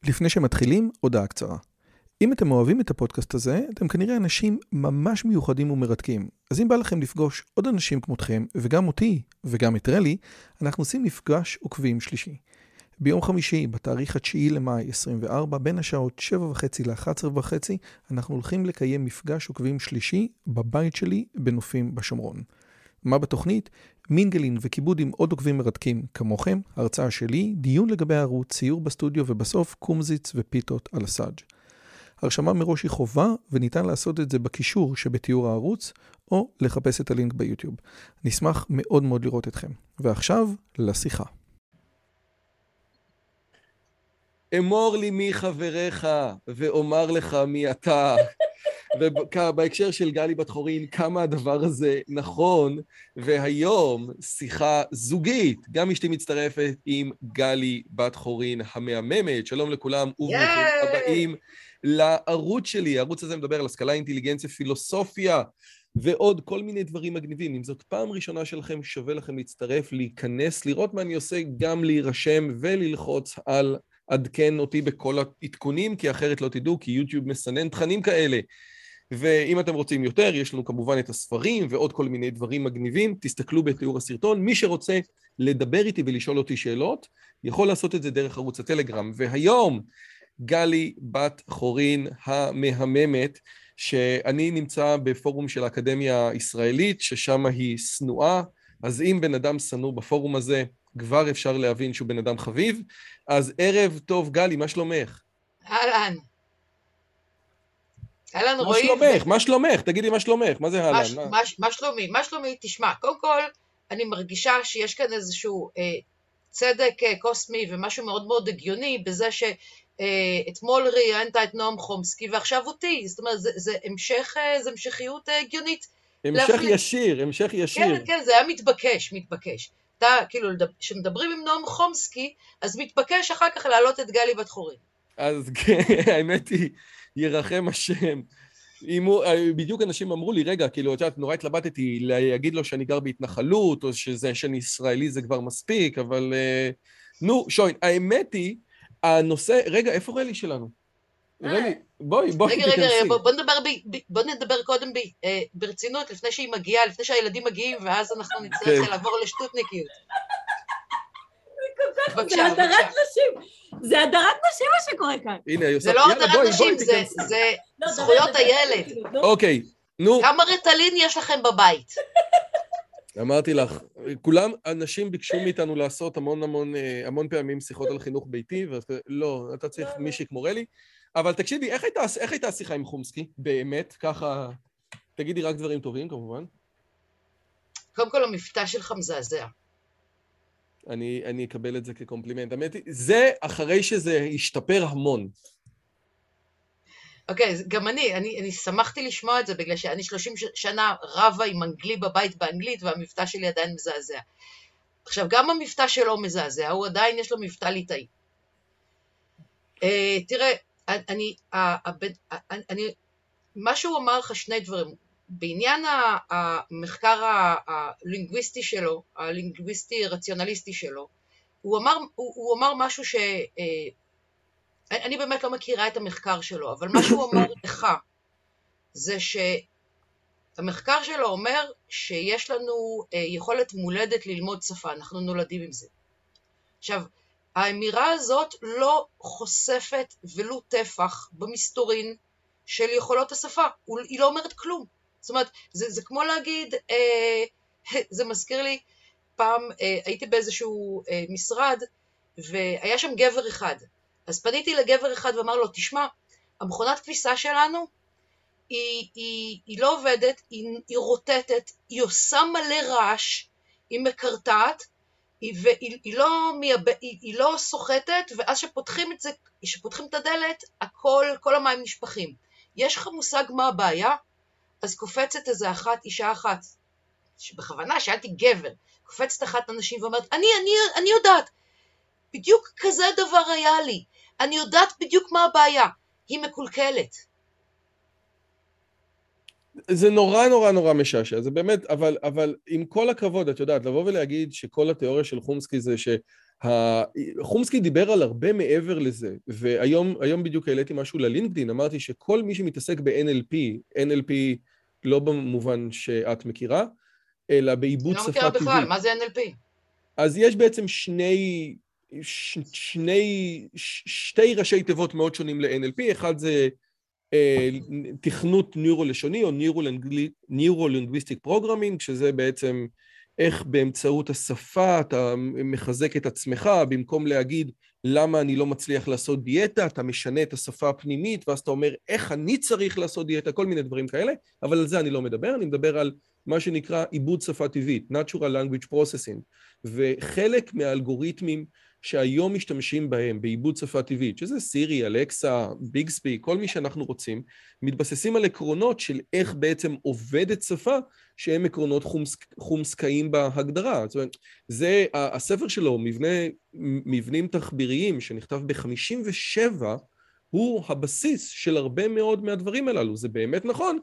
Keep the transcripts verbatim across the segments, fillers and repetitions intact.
לפני שמתחילים, הודעה קצרה. אם אתם אוהבים את הפודקאסט הזה, אתם כנראה אנשים ממש מיוחדים ומרתקים. אז אם בא לכם לפגוש עוד אנשים כמותכם, וגם אותי, וגם את רלי, אנחנו עושים מפגש עוקבים שלישי. ביום חמישי, בתאריך התשיעי למאי עשרים וארבע, בין השעות שבע וחצי ל-אחת עשרה וחצי, אנחנו הולכים לקיים מפגש עוקבים שלישי בבית שלי בנופים בשומרון. מה בתוכנית? מינגלין וכיבוד עם עוד עוקבים מרתקים כמוכם, הרצאה שלי, דיון לגבי הערוץ, ציור בסטודיו ובסוף קומזיץ ופיתות על הסאג'. הרשמה מראש היא חובה וניתן לעשות את זה בקישור שבתיאור הערוץ או לחפש את הלינק ביוטיוב. נשמח מאוד מאוד לראות אתכם. ועכשיו לשיחה. אמור לי מי חבריך ואומר לך מי אתה. ובהקשר של גלי בת חורין, כמה הדבר הזה נכון, והיום שיחה זוגית, גם אשתי מצטרפת עם גלי בת חורין המהממת. שלום לכולם וברוכים הבאים לערוץ שלי. הערוץ הזה מדבר על השכלה, אינטליגנציה, פילוסופיה ועוד כל מיני דברים מגניבים. אם זאת פעם ראשונה שלכם, שווה לכם להצטרף, להיכנס, לראות מה אני עושה, גם להירשם וללחוץ על עדכן אותי בכל העדכונים, כי אחרת לא תדעו, כי יוטיוב מסנן תכנים כאלה. ואם אתם רוצים יותר, יש לנו כמובן את הספרים ועוד כל מיני דברים מגניבים, תסתכלו בתיאור הסרטון. מי שרוצה לדבר איתי ולשאול אותי שאלות, יכול לעשות את זה דרך ערוץ הטלגרם. והיום, גלי בת חורין המהממת, שאני נמצא בפורום של האקדמיה הישראלית, ששם היא סנועה, אז אם בן אדם סנוע בפורום הזה, כבר אפשר להבין שהוא בן אדם חביב. אז ערב טוב, גלי, מה שלומך? אהלן. אהלן, מה רואים? שלומך? מה שלומך? תגידי מה שלומך, מה זה אהלן? מה, מה, מה שלומי? מה שלומי? תשמע, קודם כל, אני מרגישה שיש כאן איזשהו אה, צדק אה, קוסמי ומשהו מאוד מאוד הגיוני בזה שאתמול אה, ראיינת את נועם חומסקי ועכשיו אותי. זאת אומרת, זה, זה, המשך, אה, זה המשכיות אה, הגיונית. המשך להפליט. ישיר, המשך ישיר. כן, כן, זה היה מתבקש, מתבקש. אתה, כאילו, כשמדברים עם נועם חומסקי, אז מתבקש אחר כך להעלות את גלי בת חורין. אז כן, האמת היא, ירחם השם. בדיוק אנשים אמרו לי, רגע, כאילו, את יודעת, נורא התלבטתי להגיד לו שאני גר בהתנחלות, או שזה שאני ישראלי זה כבר מספיק, אבל נו, שוין, האמת היא, הנושא, רגע, איפה רלי שלנו? רלי, בואי, בואי תכנסי. רגע, רגע, בוא נדבר, בוא נדבר קודם ברצינות, לפני שהיא מגיעה, לפני שהילדים מגיעים, ואז אנחנו נצטרך לעבור לשטותניקיות. זה הדרת נשים, זה הדרת נשים מה שקורה כאן. זה לא הדרת נשים, זה זכויות הילד. אוקיי, נו. כמה רטלין יש לכם בבית? אמרתי לך, כולם, אנשים ביקשו מאיתנו לעשות המון המון, המון פעמים שיחות על חינוך ביתי, ולא, אתה צריך מישהי כמו רלי, אבל תקשיבי, איך הייתה, איך הייתה השיחה עם חומסקי? באמת, ככה, תגידי רק דברים טובים כמובן. קודם כל המבטא שלך מזעזע. אני, אני אקבל את זה כקומפלימנט. האמת, זה אחרי שזה השתפר המון. אוקיי, okay, גם אני, אני, אני שמחתי לשמוע את זה, בגלל שאני שלושים שנה רבה עם אנגלי בבית באנגלית, והמבטא שלי עדיין מזעזע. עכשיו, גם המבטא שלו מזעזע, הוא עדיין יש לו מבטא ליטאי. Uh, תראה, אני, אני, אני, מה שהוא אמר לך שני דברים, בעניין המחקר הלינגוויסטי שלו, הלינגוויסטי-רציונליסטי שלו, הוא אמר, הוא, הוא אמר משהו ש... אני באמת לא מכירה את המחקר שלו, אבל מה שהוא אומר לך, זה שהמחקר שלו אומר שיש לנו יכולת מולדת ללמוד שפה, אנחנו נולדים עם זה. עכשיו, האמירה הזאת לא חושפת ולו טפח במסתורין של יכולות השפה, היא לא אומרת כלום. זאת אומרת, זה, זה כמו להגיד, אה, זה מזכיר לי, פעם אה, הייתי באיזשהו אה, משרד, והיה שם גבר אחד. אז פניתי לגבר אחד ואמר לו, תשמע, המכונת כביסה שלנו, היא, היא, היא לא עובדת, היא, היא רוטטת, היא עושה מלא רעש, היא מקרטעת, היא, והיא היא לא, מייבא, היא, היא לא סוחטת, ואז שפותחים את זה, שפותחים את הדלת, הכל, כל המים נשפכים. יש לך מושג מה הבעיה? אז קופצת איזה אחת, אישה אחת, שבכוונה שאלתי גבר, קופצת אחת אנשים ואומרת, אני, אני, אני יודעת, בדיוק כזה דבר היה לי, אני יודעת בדיוק מה הבעיה, היא מקולקלת. זה נורא נורא נורא משעשע, זה באמת, אבל, אבל עם כל הכבוד, את יודעת, לבוא ולהגיד שכל התיאוריה של חומסקי זה ש... חומסקי דיבר על הרבה מעבר לזה, והיום היום בדיוק העליתי משהו ללינקדין, אמרתי שכל מי שמתעסק ב-אן אל פי, אן אל פי לא במובן שאת מכירה, אלא בעיבוד שפה טבעית. אני לא מכירה בכלל, מה זה אן אל פי? אז יש בעצם שני, ש, שני, ש, שתי ראשי תיבות מאוד שונים ל-אן אל פי, אחד זה אה, תכנות ניורו-לשוני או ניורו-לינגוויסטיק פרוגרמינג, שזה בעצם איך באמצעות השפה אתה מחזק את עצמך, במקום להגיד למה אני לא מצליח לעשות דיאטה, אתה משנה את השפה הפנימית, ואז אתה אומר איך אני צריך לעשות דיאטה, כל מיני דברים כאלה, אבל על זה אני לא מדבר, אני מדבר על מה שנקרא עיבוד שפה טבעית, Natural Language Processing, וחלק מהאלגוריתמים שהיום משתמשים בהם בעיבוד שפה טבעית, שזה סירי, אלקסה, ביגסבי, כל מי שאנחנו רוצים, מתבססים על עקרונות של איך בעצם עובדת שפה, שהם עקרונות חומס, חומסקאיים בהגדרה. זאת אומרת, זה הספר שלו, מבנה, מבנים תחביריים, שנכתב ב-חמישים ושבע, הוא הבסיס של הרבה מאוד מהדברים הללו. זה באמת נכון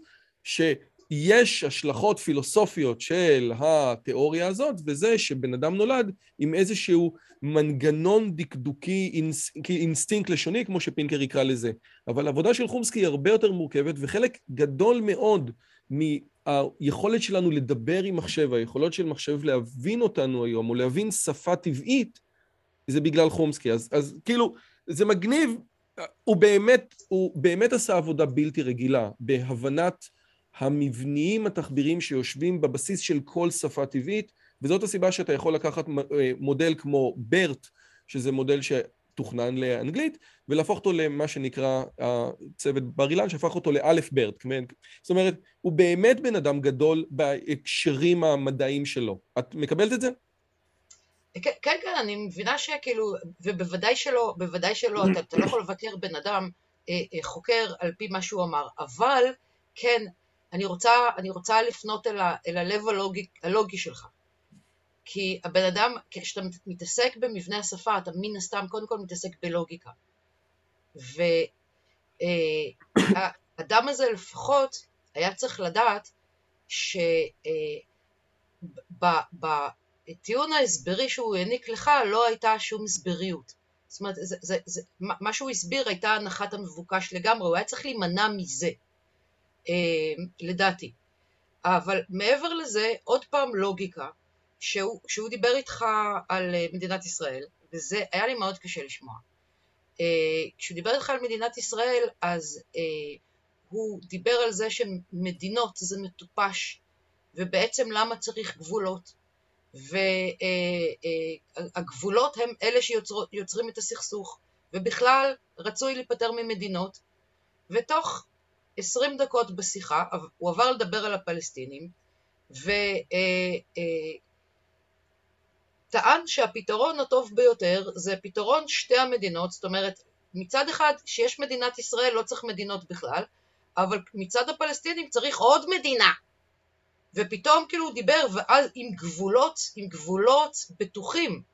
שיש השלכות פילוסופיות של התיאוריה הזאת, וזה שבן אדם נולד עם איזשהו מנגנון דקדוקי, אינס, אינסטינקט לשוני, כמו שפינקר יקרא לזה. אבל העבודה של חומסקי היא הרבה יותר מורכבת, וחלק גדול מאוד מהיכולת שלנו לדבר עם מחשב, היכולות של מחשב להבין אותנו היום, או להבין שפה טבעית, זה בגלל חומסקי. אז, אז כאילו, זה מגניב, הוא באמת, הוא באמת עשה עבודה בלתי רגילה, בהבנת המבניים התחבירים שיושבים בבסיס של כל שפה טבעית, וזאת הסיבה שאתה יכול לקחת מודל כמו ברט, שזה מודל שתוכנן לאנגלית, ולהפוך אותו למה שנקרא צוות בר אילן, שהפך אותו לאלף ברט. זאת אומרת, הוא באמת בן אדם גדול בהקשרים המדעיים שלו. את מקבלת את זה? כן, כן, אני מבינה שכאילו, ובוודאי שלא, בוודאי שלא, אתה, אתה לא יכול לבקר בן אדם אה, אה, חוקר על פי מה שהוא אמר, אבל כן, אני רוצה, אני רוצה לפנות אל, ה, אל הלב הלוגי, הלוגי שלך. כי הבן אדם, כשאתה מתעסק במבנה השפה, אתה מן הסתם קודם כל מתעסק בלוגיקה. והאדם הזה לפחות היה צריך לדעת שבטיעון ההסברי שהוא העניק לך לא הייתה שום הסבריות. זאת אומרת, זה, זה, זה, מה שהוא הסביר הייתה הנחת המבוקש לגמרי, הוא היה צריך להימנע מזה, לדעתי. אבל מעבר לזה, עוד פעם לוגיקה, שהוא, שהוא דיבר איתך על מדינת ישראל, וזה היה לי מאוד קשה לשמוע. כשהוא דיבר איתך על מדינת ישראל, אז הוא דיבר על זה שמדינות זה מטופש, ובעצם למה צריך גבולות, והגבולות הם אלה שיוצרים את הסכסוך, ובכלל רצוי להיפטר ממדינות, ותוך עשרים דקות בשיחה, הוא עבר לדבר על הפלסטינים, וטען שהפתרון הטוב ביותר זה פתרון שתי המדינות, זאת אומרת, מצד אחד שיש מדינת ישראל לא צריך מדינות בכלל, אבל מצד הפלסטינים צריך עוד מדינה. ופתאום כאילו הוא דיבר ואז עם גבולות, עם גבולות בטוחים,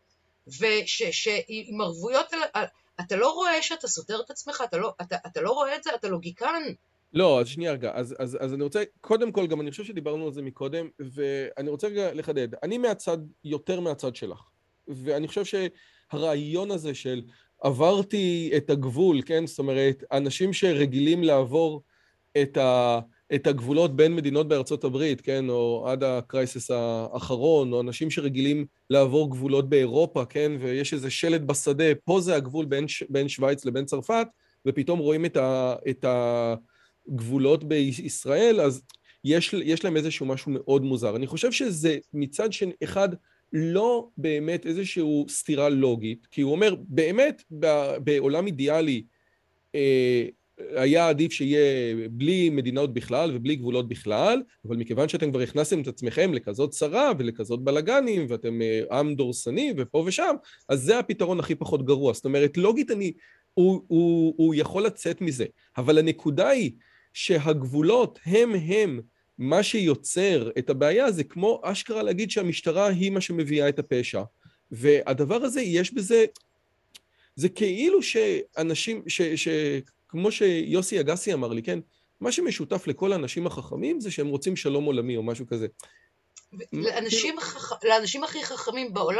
ושעם ערבויות, אתה לא רואה שאתה סותר את עצמך, אתה לא, אתה, אתה לא רואה את זה, אתה לוגיקן. לא, אז שנייה רגע, אז, אז, אז אני רוצה, קודם כל, גם אני חושב שדיברנו על זה מקודם, ואני רוצה רגע לחדד, אני מהצד, יותר מהצד שלך, ואני חושב שהרעיון הזה של עברתי את הגבול, כן, זאת אומרת, אנשים שרגילים לעבור את ה... את הגבולות בין מדינות בארצות הברית, כן, או עד הקרייסס האחרון, או אנשים שרגילים לעבור גבולות באירופה, כן, ויש איזה שלט בשדה, פה זה הגבול בין, בין שוויץ לבין צרפת, ופתאום רואים את, ה, את הגבולות בישראל, אז יש, יש להם איזשהו משהו מאוד מוזר. אני חושב שזה מצד אחד לא באמת איזשהו סתירה לוגית, כי הוא אומר, באמת, בעולם אידיאלי, אה, היה עדיף שיהיה בלי מדינות בכלל ובלי גבולות בכלל, אבל מכיוון שאתם כבר הכנסתם את עצמכם לכזאת צרה ולכזאת בלגנים, ואתם עם דורסני ופה ושם, אז זה הפתרון הכי פחות גרוע. זאת אומרת, לוגית אני, הוא, הוא, הוא יכול לצאת מזה, אבל הנקודה היא שהגבולות הם הם מה שיוצר את הבעיה, זה כמו אשכרה להגיד שהמשטרה היא מה שמביאה את הפשע, והדבר הזה יש בזה, זה כאילו שאנשים, ש... ש כמו שיוסי אגסי אמר לי, כן, מה שמשותף לכל האנשים החכמים זה שהם רוצים שלום עולמי או משהו כזה. לאנשים, חכ... לאנשים הכי חכמים בעולם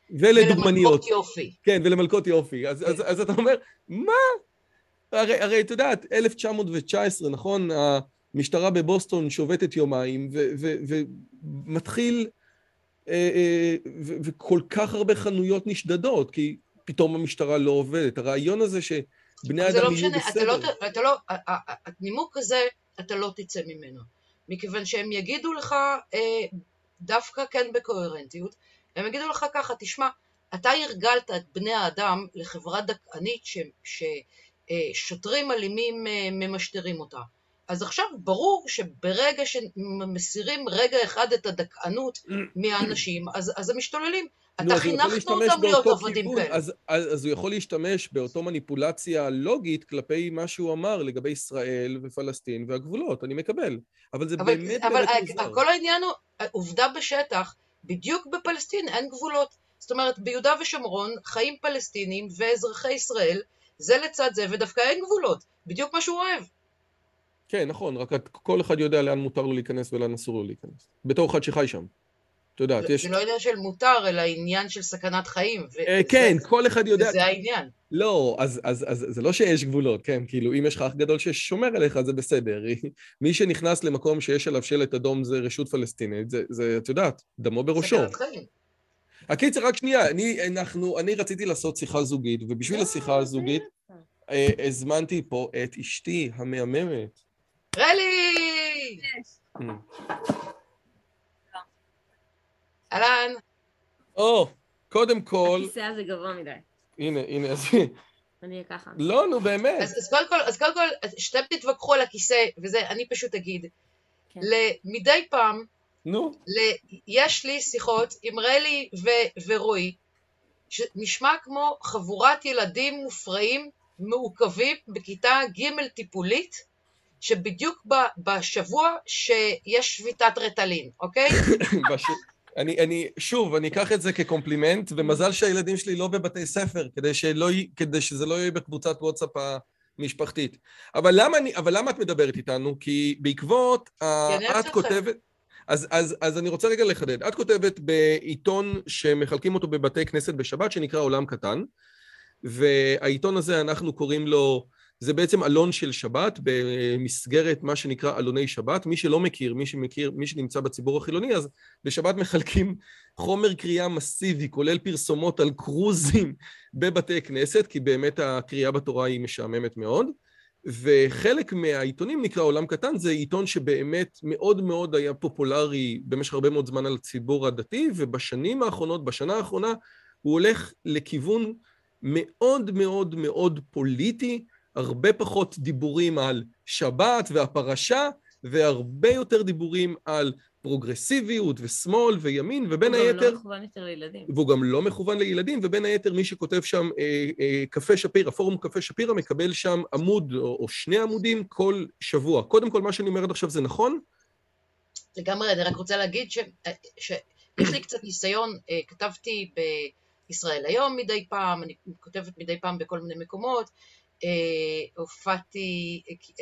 ולדוגמניות. ולמלכות יופי. כן, ולמלכות יופי. אז, אז, אז אתה אומר, מה? הרי, הרי אתה יודעת, אלף תשע מאות תשע עשרה, נכון? המשטרה בבוסטון שובתת יומיים, ו, ו, ומתחיל, אה, אה, ו, וכל כך הרבה חנויות נשדדות, כי פתאום המשטרה לא עובדת. הרעיון הזה שבני אדם יהיו בסדר. אתה לא, אתה לא, הנימוק הזה, אתה לא תצא ממנו. מכיוון שהם יגידו לך, אה, דווקא כן בקוהרנטיות, הם יגידו לך ככה, תשמע, אתה הרגלת את בני האדם לחברה דכאנית ששוטרים אלימים ממשטרים אותה. אז עכשיו ברור שברגע שמסירים רגע אחד את הדכאנות מהאנשים, אז, אז הם משתוללים. אתה חינכת אותם להיות עבדים כאלה. אז, אז, אז הוא יכול להשתמש באותו מניפולציה לוגית כלפי מה שהוא אמר לגבי ישראל ופלסטין והגבולות, אני מקבל. אבל זה אבל, באמת אבל באמת מוזר. כל העניין הוא, עובדה בשטח, בדיוק בפלסטין אין גבולות. זאת אומרת, ביהודה ושומרון חיים פלסטינים ואזרחי ישראל, זה לצד זה, ודווקא אין גבולות. בדיוק מה שהוא אוהב. כן, נכון, רק כל אחד יודע לאן מותר לו להיכנס ולאן אסור לו להיכנס. בתור אחד שחי שם. אתה יודעת, יש... זה לא עניין של מותר, אלא עניין של סכנת חיים. כן, כל אחד יודע... וזה העניין. לא, אז, אז, אז זה לא שיש גבולות, כן? כאילו, אם יש לך אח גדול ששומר עליך, זה בסדר. מי שנכנס למקום שיש עליו שלט אדום זה רשות פלסטינית, זה, זה, את יודעת, דמו בראשו. סכנת חיים. הקיצר, רק שנייה, אני, אנחנו, אני רציתי לעשות שיחה זוגית, ובשביל השיחה הזוגית, אה, הזמנתי פה את אשתי המהממת. רלי! אהלן. או, קודם כל... הכיסא הזה גבוה מדי. הנה, הנה, אז... אני אהיה ככה. לא, נו, באמת. אז, אז קודם כל, אז קודם כל, שאתם תתווכחו על הכיסא, וזה, אני פשוט אגיד, כן. למדי פעם, נו. ל... יש לי שיחות עם רלי ו... ורועי, שנשמע כמו חבורת ילדים מופרעים, מעוכבים, בכיתה ג' טיפולית, שבדיוק ב... בשבוע שיש שביתת רטלין, אוקיי? בש... אני, אני, שוב, אני אקח את זה כקומפלימנט, ומזל שהילדים שלי לא בבתי ספר, כדי, שלא, כדי שזה לא יהיה בקבוצת וואטסאפ המשפחתית. אבל למה, אני, אבל למה את מדברת איתנו? כי בעקבות, את כותבת... אז, אז, אז אני רוצה רגע לחדד. את כותבת בעיתון שמחלקים אותו בבתי כנסת בשבת, שנקרא עולם קטן, והעיתון הזה אנחנו קוראים לו, זה בעצם אלון של שבת, במסגרת מה שנקרא אלוני שבת. מי שלא מכיר, מי שמכיר, מי שנמצא בציבור החילוני, אז בשבת מחלקים חומר קריאה מסיבי, כולל פרסומות על קרוזים בבתי כנסת, כי באמת הקריאה בתורה היא משעממת מאוד. וחלק מהעיתונים נקרא עולם קטן, זה עיתון שבאמת מאוד מאוד היה פופולרי במשך הרבה מאוד זמן על הציבור הדתי, ובשנים האחרונות, בשנה האחרונה, הוא הולך לכיוון מאוד מאוד מאוד פוליטי, הרבה פחות דיבורים על שבת והפרשה, והרבה יותר דיבורים על פרוגרסיביות ושמאל וימין, ובין הוא היתר... גם לא מכוון יותר לילדים. והוא גם לא מכוון לילדים, ובין היתר מי שכותב שם אה, אה, קפה שפירא, פורום קפה שפירא, מקבל שם עמוד או, או שני עמודים כל שבוע. קודם כל, מה שאני אומרת עכשיו זה נכון? לגמרי, אני רק רוצה להגיד ש, שיש לי קצת ניסיון, כתבתי בישראל היום מדי פעם, אני כותבת מדי פעם בכל מיני מקומות, הופעתי,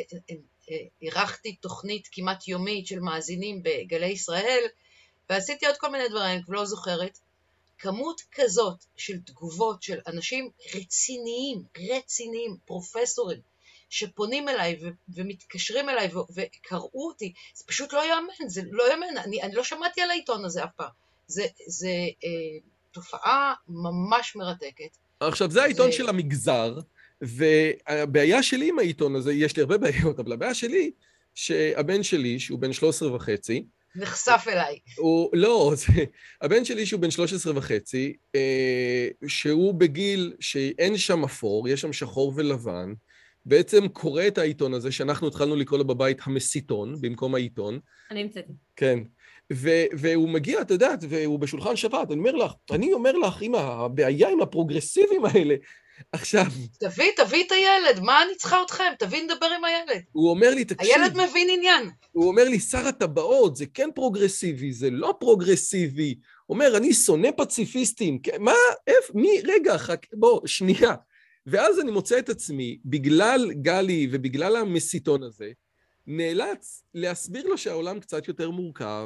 ערכתי תוכנית כמעט יומית של מאזינים בגלי ישראל, ועשיתי עוד כל מיני דברים, אני לא זוכרת. כמות כזאת של תגובות של אנשים רציניים, רציניים, פרופסורים, שפונים אליי ו- ומתקשרים אליי ו- וקראו אותי, זה פשוט לא יאמן, זה לא יאמן, אני, אני לא שמעתי על העיתון הזה אף פעם. זה, זה אה, תופעה ממש מרתקת. עכשיו, זה העיתון זה... של המגזר, והבעיה שלי עם העיתון הזה, יש לי הרבה בעיות, אבל הבעיה שלי, שהבן שלי, שהוא בן שלוש עשרה וחצי, נחשף אליי. הוא, לא, זה, הבן שלי שהוא בן שלוש עשרה וחצי, אה, שהוא בגיל שאין שם אפור, יש שם שחור ולבן, בעצם קורא את העיתון הזה, שאנחנו התחלנו לקרוא לו בבית המסיתון, במקום העיתון. אני המצאתי. כן. ו- והוא מגיע, אתה יודעת, והוא בשולחן שבת, אני אומר לך, אני אומר לך, אמא, הבעיה עם הפרוגרסיביים האלה, עכשיו... תביא, תביא את הילד, מה אני צריכה אתכם? תביא נדבר עם הילד. הוא אומר לי, תקשיב... הילד מבין עניין. הוא אומר לי, שר הטבעות, זה כן פרוגרסיבי, זה לא פרוגרסיבי. הוא אומר, אני שונא פציפיסטים. מה? איפה? מי? רגע, חק... בוא, שנייה. ואז אני מוצא את עצמי, בגלל גלי ובגלל המסיתון הזה, נאלץ להסביר לו שהעולם קצת יותר מורכב,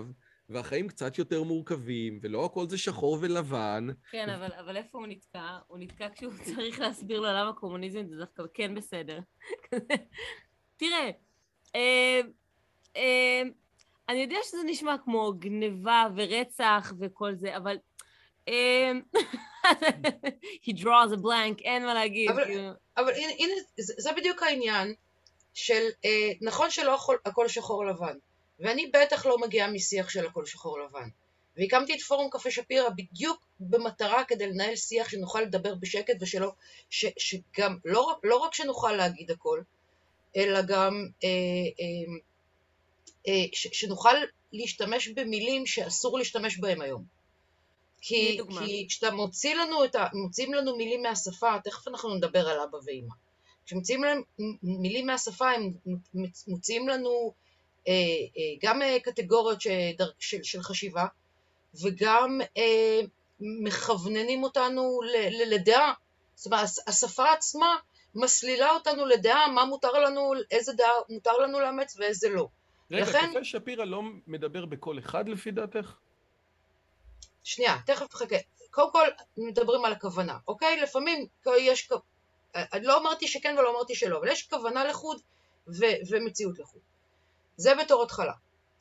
והחיים קצת יותר מורכבים, ולא הכל זה שחור ולבן. כן, אבל, אבל איפה הוא נתקע? הוא נתקע כשהוא צריך להסביר לו למה קומוניזם זה דווקא כן בסדר. תראה, אה, אה, אני יודע שזה נשמע כמו גניבה ורצח וכל זה, אבל אה, he draws a blank, אין מה להגיד. אבל, כאילו. אבל הנה, הנה זה, זה בדיוק העניין של, אה, נכון שלא הכל, הכל שחור לבן, ואני בטח לא מגיעה משיח של הכל שחור לבן. והקמתי את פורום קפה שפירא בדיוק במטרה כדי לנהל שיח שנוכל לדבר בשקט ושלא, ש, שגם, לא, לא רק שנוכל להגיד הכל, אלא גם אה, אה, אה, ש, שנוכל להשתמש במילים שאסור להשתמש בהם היום. כי, כי כשאתה מוציא לנו את ה, מוציאים לנו מילים מהשפה, תכף אנחנו נדבר על אבא ואמא. כשמוציאים להם מילים מהשפה, הם מוציאים לנו אה, אה, גם אה, קטגוריות שדר, של, של חשיבה, וגם אה, מכווננים אותנו ל, ל, לדעה. זאת אומרת, השפה עצמה מסלילה אותנו לדעה, מה מותר לנו, איזה דעה מותר לנו לאמץ ואיזה לא. רגע, לכן, קפה שפירא לא מדבר בכל אחד לפי דעתך? שנייה, תכף חכה. קודם כל, מדברים על הכוונה, אוקיי? לפעמים יש, לא אמרתי שכן ולא אמרתי שלא, אבל יש כוונה לחוד ו- ומציאות לחוד. זה בתור התחלה.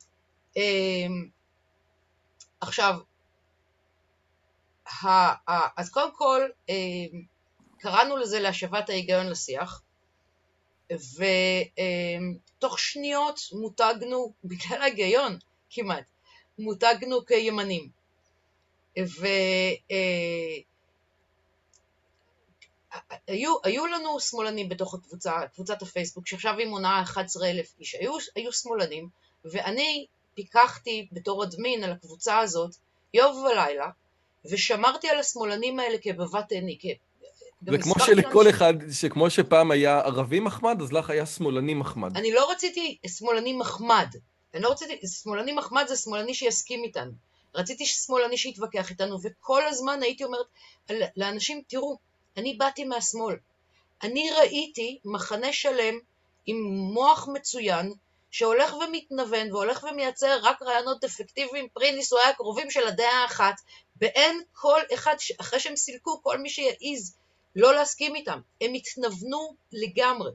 עכשיו, אז קודם כל, קראנו לזה להשבת ההיגיון לשיח, ותוך שניות מותגנו, בגלל ההיגיון כמעט, מותגנו כימנים. והיו לנו שמאלנים בתוך הקבוצה, קבוצת הפייסבוק, שעכשיו היא מונה אחת עשרה אלף איש, היו, היו שמאלנים, ואני פיקחתי בתור אדמין על הקבוצה הזאת יום ולילה, ושמרתי על השמאלנים האלה כבבת עיני. וכמו שלכל אחד, שכמו שפעם היה ערבי מחמד, אז לך היה שמאלני מחמד. אני לא רציתי שמאלני מחמד, אני לא רציתי, שמאלני מחמד זה שמאלני שיסכים איתנו. רציתי שמאלני שיתווכח איתנו, וכל הזמן הייתי אומרת לאנשים, תראו, אני באתי מהשמאל. אני ראיתי מחנה שלם עם מוח מצוין, שהולך ומתנוון, והולך ומייצר רק רעיונות אפקטיביים, פרי נישואי הקרובים של הדעה האחת, ואין כל אחד, אחרי שהם סילקו, כל מי שיעיז לא להסכים איתם. הם התנוונו לגמרי.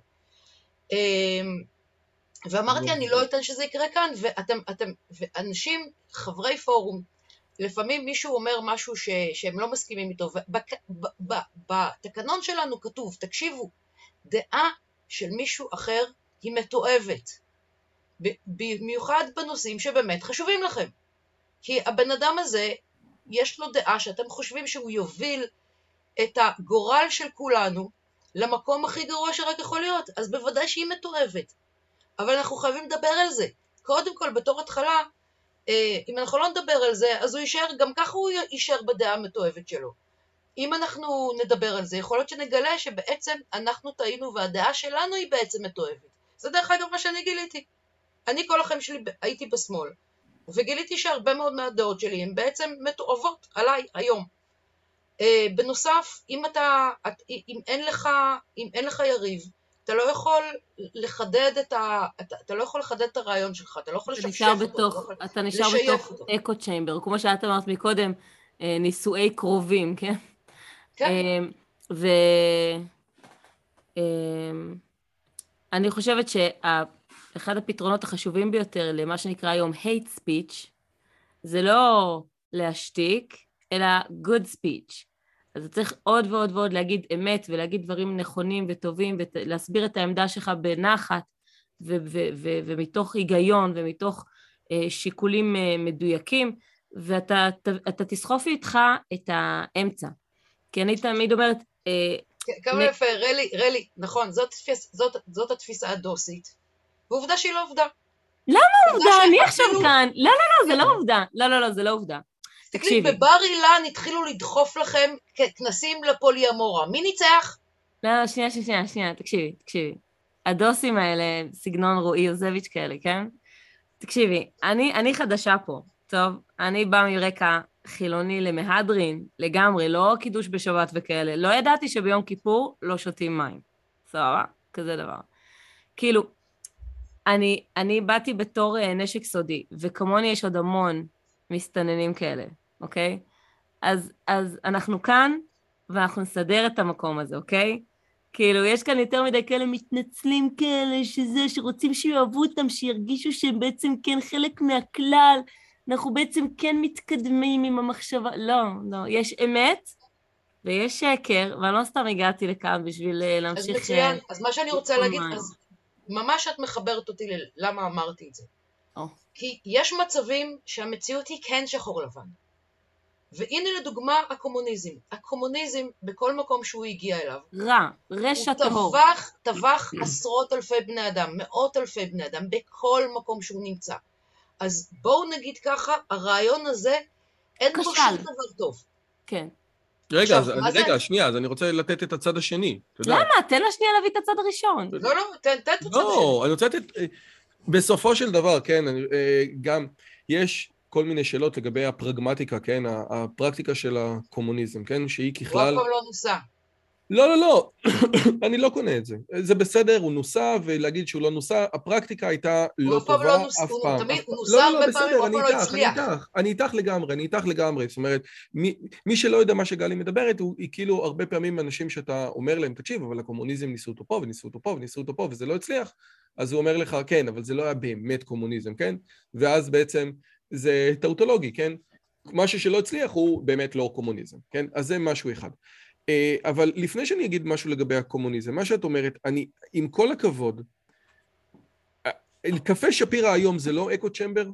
ואמרתי, אני לא אתן שזה יקרה כאן, ואתם, אתם, ואנשים, חברי פורום, לפעמים מישהו אומר משהו ש, שהם לא מסכימים איתו, ובתקנון שלנו כתוב, תקשיבו, דעה של מישהו אחר היא מתועבת, במיוחד בנושאים שבאמת חשובים לכם. כי הבן אדם הזה, יש לו דעה שאתם חושבים שהוא יוביל את הגורל של כולנו למקום הכי גרוע שרק יכול להיות, אז בוודאי שהיא מתועבת. אבל אנחנו חייבים לדבר על זה. קודם כל, בתור התחלה, אם אנחנו לא נדבר על זה, אז הוא יישאר, גם ככה הוא יישאר בדעה המתועבת שלו. אם אנחנו נדבר על זה, יכול להיות שנגלה שבעצם אנחנו טעינו והדעה שלנו היא בעצם מתועבת. זה דרך אגב מה שאני גיליתי. אני כל החיים שלי הייתי בשמאל, וגיליתי שהרבה מאוד מהדעות שלי הן בעצם מתועבות עליי היום. בנוסף, אם אתה, אם אין לך, אם אין לך יריב, אתה לא יכול לחדד את ה... אתה, אתה לא יכול לחדד את הרעיון שלך, אתה לא יכול לשפשף אותו. בתוך, אתה, אתה נשאר בתוך אקו צ'יימבר, כמו שאת אמרת מקודם, נישואי קרובים, כן? כן. ואני חושבת שאחד הפתרונות החשובים ביותר למה שנקרא היום hate speech, זה לא להשתיק, אלא good speech. אז אתה צריך עוד ועוד ועוד להגיד אמת, ולהגיד דברים נכונים וטובים, ולהסביר את העמדה שלך בנחת, ו- ו- ו- ומתוך היגיון, ומתוך uh, שיקולים uh, מדויקים, ואתה אתה תסחוף איתך את האמצע. כי אני תמיד אומרת... Uh, כמה יפה, רלי, רלי, נכון, זאת, זאת, זאת התפיסה הדוסית, ועובדה שהיא לא עובדה. למה עובדה? אני עכשיו כאן. לא, לא, לא, זה לא עובדה. לא, לא, לא, זה לא עובדה. תקשיבי. בבר אילן התחילו לדחוף לכם כנסים לפוליאמורה. מי ניצח? לא, שנייה, שנייה, שנייה, תקשיבי, תקשיבי. הדוסים האלה, סגנון רועי יוזביץ' כאלה, כן? תקשיבי, אני, אני חדשה פה, טוב? אני באה מרקע חילוני למהדרין, לגמרי, לא קידוש בשבת וכאלה. לא ידעתי שביום כיפור לא שותים מים. סבבה? כזה דבר. כאילו, אני, אני באתי בתור נשק סודי, וכמוני יש עוד המון מסתננים כאלה, אוקיי? אז, אז אנחנו כאן, ואנחנו נסדר את המקום הזה, אוקיי? כאילו, יש כאן יותר מדי כאלה מתנצלים כאלה, שזה, שרוצים שיאהבו אותם, שירגישו שהם בעצם כן חלק מהכלל, אנחנו בעצם כן מתקדמים עם המחשבה, לא, לא, יש אמת, ויש שקר, ואני לא סתם הגעתי לכאן בשביל להמשיך... אז מצוין, אז מה שאני רוצה להגיד, אז ממש את מחברת אותי ללמה אמרתי את זה. Oh. כי יש מצבים שהמציאות היא כן שחור לבן. והנה לדוגמה הקומוניזם. הקומוניזם בכל מקום שהוא הגיע אליו. רע, רשע טהור. הוא טבח, טבח עשרות אלפי בני אדם, מאות אלפי בני אדם, בכל מקום שהוא נמצא. אז בואו נגיד ככה, הרעיון הזה, אין בו שום דבר טוב. כן. רגע, אז, רגע, זה... שנייה, אז אני רוצה לתת את הצד השני. למה? תן לה שנייה להביא את הצד הראשון. לא, לא, תן, תן את הצד השני. לא, אני רוצה לתת... בסופו של דבר, כן, גם יש כל מיני שאלות לגבי הפרגמטיקה, כן, הפרקטיקה של הקומוניזם, כן, שהיא ככלל... הוא אף פעם לא נוסע. לא, לא, לא, אני לא קונה את זה. זה בסדר, הוא נוסע, ולהגיד שהוא לא נוסע, הפרקטיקה הייתה לא טובה אף פעם. הוא נוסע הרבה פעמים, הוא אף פעם לא הצליח. אני איתך לגמרי, אני איתך לגמרי. זאת אומרת, מי שלא יודע מה שגלי מדברת, היא כאילו הרבה פעמים אנשים שאתה אומר להם, תקשיב, אבל הקומוניזם ניסו אותו פה, וניסו אותו פה, וניסו אותו פה, וזה לא הצליח. אז הוא אומר לך, כן, אבל זה לא היה באמת קומוניזם, כן? ואז בעצם זה טאוטולוגי, כן? משהו שלא הצליח הוא באמת לא קומוניזם, כן? אז זה משהו אחד. אבל לפני שאני אגיד משהו לגבי הקומוניזם, מה שאת אומרת, אני, עם כל הכבוד, קפה שפירא היום זה לא אקו צ'מבר?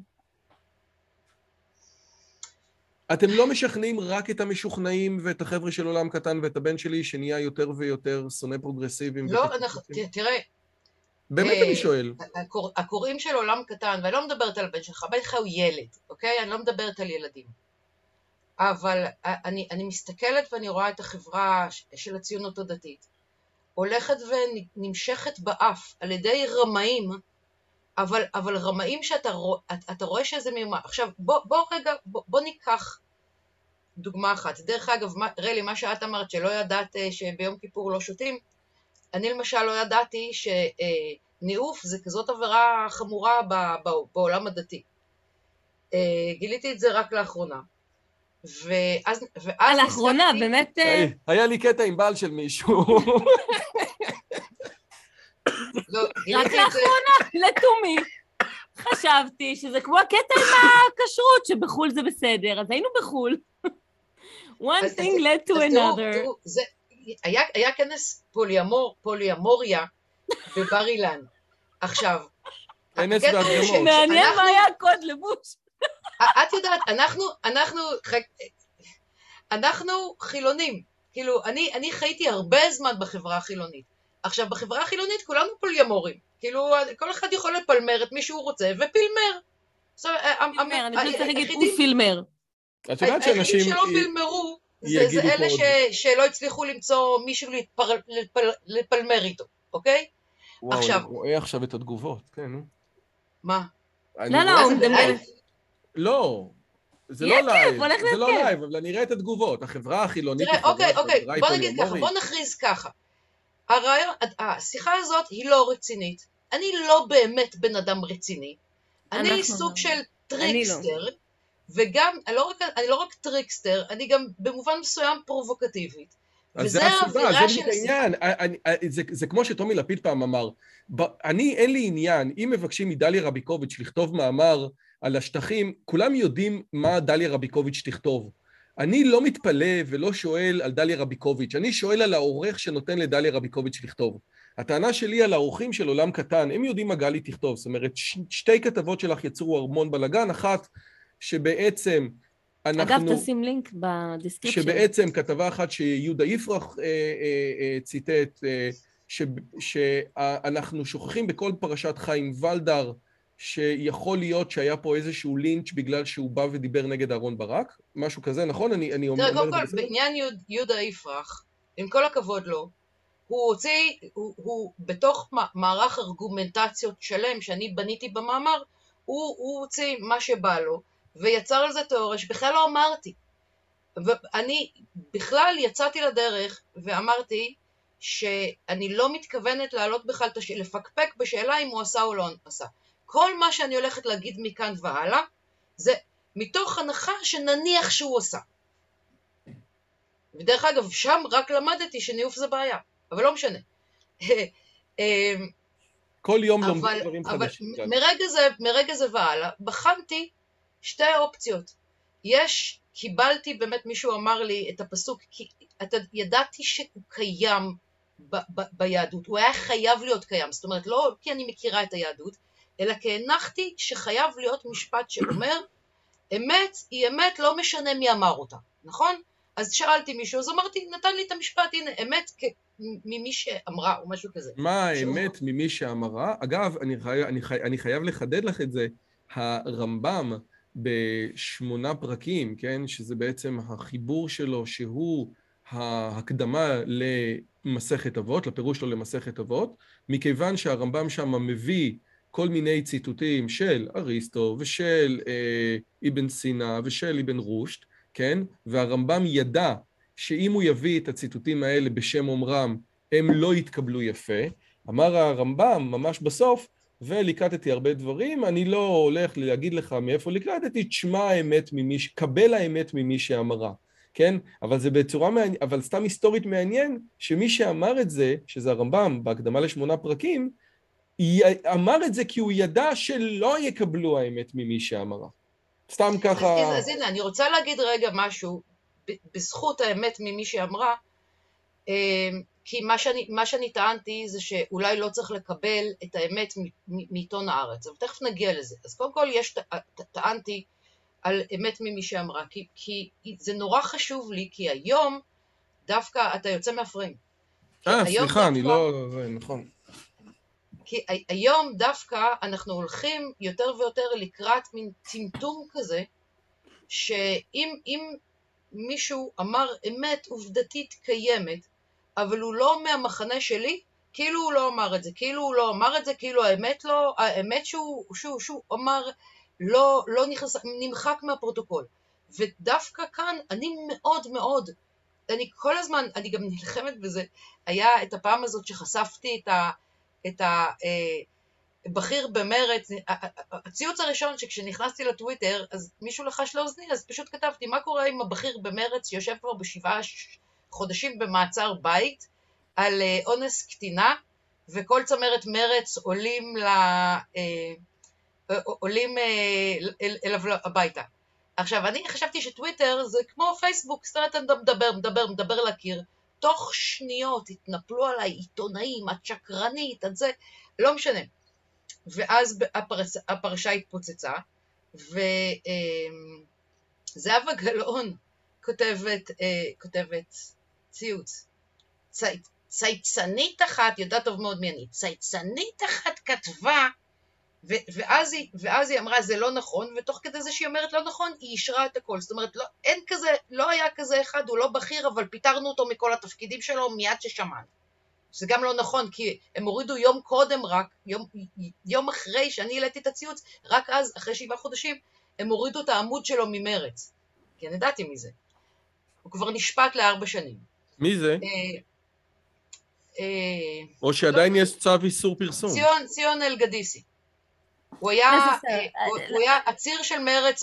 אתם לא משכנעים רק את המשוכנעים ואת החבר'ה של עולם קטן ואת הבן שלי שנהיה יותר ויותר שונא פרוגרסיביים? לא, אנחנו, תראה. באמת אני שואל. הקוראים של עולם קטן, ואני לא מדברת על בן שלך, בן שלך הוא ילד, אוקיי? אני לא מדברת על ילדים. אבל אני, אני מסתכלת ואני רואה את החברה של הציונות הדתית, הולכת ונמשכת באף על ידי רמאים, אבל, אבל רמאים שאתה רוא, אתה רואה שזה מיומה. עכשיו, בוא, בוא רגע, בוא, בוא ניקח דוגמה אחת. דרך אגב, רלי, מה שאת אמרת, שלא ידעת שביום כיפור לא שותים, אני למשל לא ידעתי שניאוף זה כזאת עבירה חמורה בעולם הדתי. גיליתי את זה רק לאחרונה. ואז... על האחרונה, באמת... היה לי קטע עם בעל של מישהו. רק לאחרונה, לתומי. חשבתי שזה כמו הקטע עם הכשרות, שבחול זה בסדר, אז היינו בחול. One thing led to another. היה כנס פוליאמוריה בבר אילן. עכשיו... כנס והדגמות. מעניין מה היה הקוד לבוש. את יודעת, אנחנו, אנחנו, אנחנו חילונים. כאילו, אני, אני חייתי הרבה זמן בחברה החילונית. עכשיו, בחברה החילונית כולנו פוליאמורים. כאילו, כל אחד יכול לפלמר את מי שהוא רוצה, ופילמר. פילמר, אני חושבת צריך להגיד, הוא פילמר. את יודעת שאנשים... שלא פילמרו, זה אלה שלא הצליחו למצוא מישהו לפלמר איתו, אוקיי? וואו, אני רואה עכשיו את התגובות, כן. מה? לא, לא, הוא מדבר... לא, זה לא לייב, זה לא לייב, אבל אני אראה את התגובות. החברה החילונית... תראה, אוקיי, אוקיי, בוא נגיד ככה, בוא נכריז ככה. הרעיון, השיחה הזאת היא לא רצינית. אני לא באמת בן אדם רציני. אני סוג של טריקסטר, וגם, אני לא רק טריקסטר, אני גם במובן מסוים פרובוקטיבית. אז זה הסיבה, זה בדיוק העניין. זה כמו שטומי לפיד פעם אמר, אני, אין לי עניין, אם מבקשים מדליה רביקוביץ' לכתוב מאמר על השטחים, כולם יודעים מה דליה רביקוביץ' תכתוב. אני לא מתפלא ולא שואל על דליה רביקוביץ', אני שואל על העורך שנותן לדליה רביקוביץ' לכתוב. הטענה שלי על העורכים של עולם קטן, הם יודעים מה גלי תכתוב, זאת אומרת, שתי כתבות שלך יצרו המון בלגן, אחת שבעצם אנחנו... אגב, תשים לינק בדיסקריפשן. שבעצם כתבה אחת שיהודה יפרח אה, אה, אה, ציטט, אה, ש, שאנחנו שוכחים בכל פרשת חיים ולדר, שיכול להיות שהיה פה איזשהו לינץ' בגלל שהוא בא ודיבר נגד אהרון ברק, משהו כזה, נכון? אני, אני אומר... תראה, קודם כל, בעניין יהודה יפרח, עם כל הכבוד לו, הוא הוציא, הוא, הוא בתוך מערך ארגומנטציות שלם שאני בניתי במאמר, הוא, הוא הוציא מה שבא לו, ויצר על זה תיאוריה שבכלל לא אמרתי. ואני בכלל יצאתי לדרך ואמרתי שאני לא מתכוונת להעלות בכלל, לפקפק בשאלה אם הוא עשה או לא עשה. כל מה שאני הולכת להגיד מכאן והלאה, זה מתוך הנחה שנניח שהוא עושה. ודרך אגב, שם רק למדתי שניאוף זה בעיה, אבל לא משנה. כל יום אבל, לומדים דברים אבל חדשים. מרגע זה, מרגע זה והלאה, בחנתי שתי אופציות. יש, קיבלתי, באמת מישהו אמר לי את הפסוק, כי אתה, ידעתי שהוא קיים ב, ב, ביהדות, הוא היה חייב להיות קיים, זאת אומרת, לא כי אני מכירה את היהדות, אלא כי הנחתי שחייב להיות משפט שאומר, אמת היא אמת, לא משנה מי אמר אותה, נכון? אז שאלתי מישהו, אז אמרתי, נתן לי את המשפט, הנה, אמת כ... ממי שאמרה, או משהו כזה. מה האמת ממי שאמרה? אגב, אני חי... אני, חי... אני חייב לחדד לך את זה, הרמב"ם בשמונה פרקים, כן, שזה בעצם החיבור שלו, שהוא ההקדמה למסכת אבות, לפירוש שלו למסכת אבות, מכיוון שהרמב"ם שם מביא כל מיני ציטוטים של אריסטו ושל אה, אבן סינה ושל אבן רושט, כן, והרמב"ם ידע שאם הוא יביא את הציטוטים האלה בשם אומרם, הם לא יתקבלו יפה. אמר הרמב"ם ממש בסוף, וליקטתי הרבה דברים, אני לא הולך להגיד לך מאיפה ליקטתי, תשמע האמת ממי, קבל האמת ממי שאמרה, כן? אבל זה בצורה מעניין, אבל סתם היסטורית מעניין, שמי שאמר את זה, שזה הרמב"ם, בהקדמה לשמונה פרקים, אמר את זה כי הוא ידע שלא יקבלו האמת ממי שאמרה. סתם ככה... אז, אז הנה, אני רוצה להגיד רגע משהו, בזכות האמת ממי שאמרה, כי מה שאני, מה שאני טענתי זה שאולי לא צריך לקבל את האמת מעיתון הארץ, אבל תכף נגיע לזה. אז קודם כל יש, טענתי על אמת ממי שאמרה, כי, כי זה נורא חשוב לי, כי היום דווקא אתה יוצא מהפריים. אה, סליחה, אני לא... זה נכון. כי היום דווקא אנחנו הולכים יותר ויותר לקראת מין טמטום כזה, שאם אם מישהו אמר אמת עובדתית קיימת, אבל הוא לא מהמחנה שלי, כאילו הוא לא אמר את זה, כאילו הוא לא אמר את זה, כאילו האמת לא, האמת שהוא, שהוא, שהוא אמר לא, לא נכנס, נמחק מהפרוטוקול. ודווקא כאן אני מאוד מאוד, אני כל הזמן, אני גם נלחמת בזה, היה את הפעם הזאת שחשפתי את ה... את הבכיר במרץ, הציוץ הראשון שכשנכנסתי לטוויטר, אז מישהו לחש לאוזני, אז פשוט כתבתי, מה קורה עם הבכיר במרץ שיושב כבר בשבעה חודשים במעצר בית, על אונס קטינה, וכל צמרת מרץ עולים, ל... עולים אליו הביתה. עכשיו, אני חשבתי שטוויטר זה כמו פייסבוק, זאת אומרת, אני מדבר, מדבר, מדבר לקיר, תוך שניות התנפלו עליי עיתונאים, את שקרנית, את זה, לא משנה. ואז הפרש, הפרשה התפוצצה, וזהבה גלאון כותבת, כותבת ציוץ. צי, צייצנית אחת, יודעת טוב מאוד מי אני, צייצנית אחת כתבה, ו, ואז, היא, ואז היא אמרה, זה לא נכון, ותוך כדי זה שהיא אומרת לא נכון, היא אישרה את הכל. זאת אומרת, לא, אין כזה, לא היה כזה אחד, הוא לא בכיר, אבל פיתרנו אותו מכל התפקידים שלו מיד ששמענו. זה גם לא נכון, כי הם הורידו יום קודם רק, יום, יום אחרי שאני העליתי את הציוץ, רק אז, אחרי שבעה חודשים, הם הורידו את העמוד שלו ממרץ. כי אני ידעתי מזה. הוא כבר נשפט לארבע שנים. מי זה? אה, אה, או שעדיין יש צו איסור פרסום. ציון, ציון אלגדיסי. הוא היה, הוא היה הציר של מרץ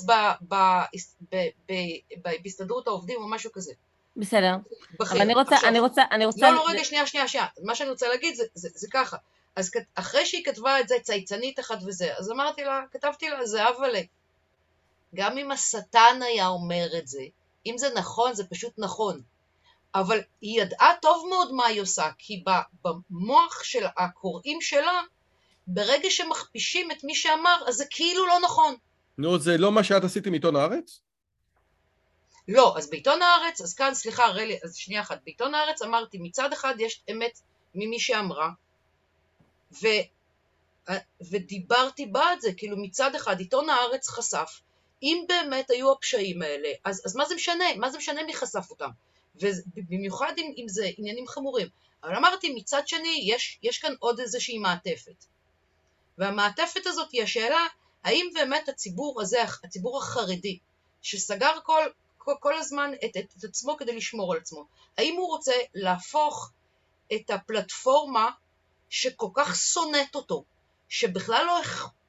בהסתדרות העובדים או משהו כזה. בסדר. אבל אני רוצה, אני רוצה, אני רוצה... לא, לא, רגע, שנייה, שנייה, שנייה. מה שאני רוצה להגיד זה ככה. אז אחרי שהיא כתבה את זה, צייצנית אחת וזה, אז אמרתי לה, כתבתי לה, זה אבאלה. גם אם השטן היה אומר את זה, אם זה נכון, זה פשוט נכון. אבל היא ידעה טוב מאוד מה היא עושה, כי במוח של הקוראים שלה, ברגע שמכפישים את מי שאמר, אז זה כאילו לא נכון. נו, זה לא מה שאת עשית עם עיתון הארץ? לא, אז בעיתון הארץ, אז כאן, סליחה, רלי, אז שנייה אחת, בעיתון הארץ אמרתי, מצד אחד יש אמת ממי שאמרה, ו, ודיברתי בעד זה, כאילו מצד אחד, עיתון הארץ חשף, אם באמת היו הפשעים האלה, אז, אז מה זה משנה? מה זה משנה מי חשף אותם? ובמיוחד אם, אם זה עניינים חמורים. אבל אמרתי, מצד שני, יש, יש כאן עוד איזושהי מעטפת. והמעטפת הזאת היא השאלה, האם באמת הציבור הזה, הציבור החרדי, שסגר כל, כל, כל הזמן את, את, את עצמו כדי לשמור על עצמו, האם הוא רוצה להפוך את הפלטפורמה שכל כך שונאת אותו, שבכלל לא אכפת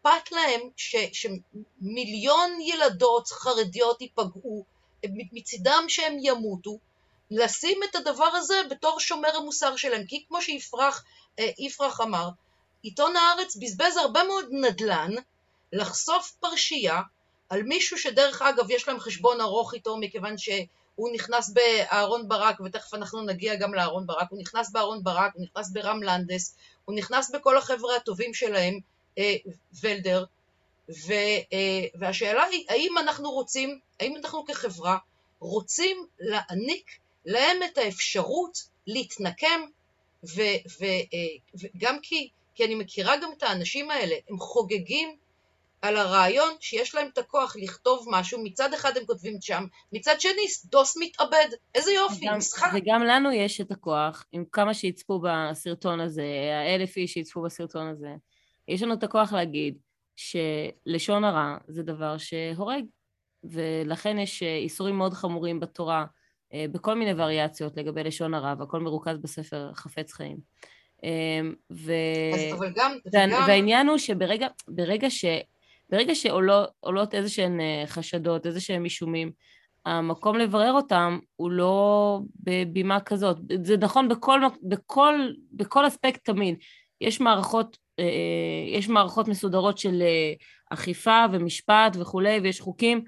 אכפת להם ש, שמיליון ילדות חרדיות ייפגעו, מצידם שהם ימותו, לשים את הדבר הזה בתור שומר המוסר שלהם, כי כמו שיפרח יפרח אמר, עיתון הארץ בזבז הרבה מאוד נדלן לחשוף פרשייה על מישהו שדרך אגב יש להם חשבון ארוך איתו, מכיוון שהוא נכנס באהרון ברק, ותכף אנחנו נגיע גם לאהרון ברק, הוא נכנס באהרון ברק, הוא נכנס ברם לנדס, הוא נכנס בכל החבר'ה הטובים שלהם, אה, ולדר, ו, אה, והשאלה היא, האם אנחנו רוצים, האם אנחנו כחברה רוצים להעניק להם את האפשרות להתנקם, ו, ו, אה, וגם כי, כי אני מכירה גם את האנשים האלה, הם חוגגים על הרעיון שיש להם את הכוח לכתוב משהו, מצד אחד הם כותבים שם, מצד שני דוס מתאבד, איזה יופי, גם, משחק. וגם לנו יש את הכוח, עם כמה שיצפו בסרטון הזה, האלף איש שיצפו בסרטון הזה, יש לנו את הכוח להגיד שלשון הרע זה דבר שהורג, ולכן יש איסורים מאוד חמורים בתורה, בכל מיני וריאציות לגבי לשון הרע, והכל מרוכז בספר חפץ חיים. ו... אז, אבל גם, וה... וגם... והעניין הוא שברגע ברגע ש... ברגע שעולות איזה שהן חשדות, איזה שהם אישומים, המקום לברר אותם הוא לא בבימה כזאת. זה נכון בכל, בכל, בכל אספקט תמיד. יש מערכות, יש מערכות מסודרות של אכיפה ומשפט וכולי, ויש חוקים.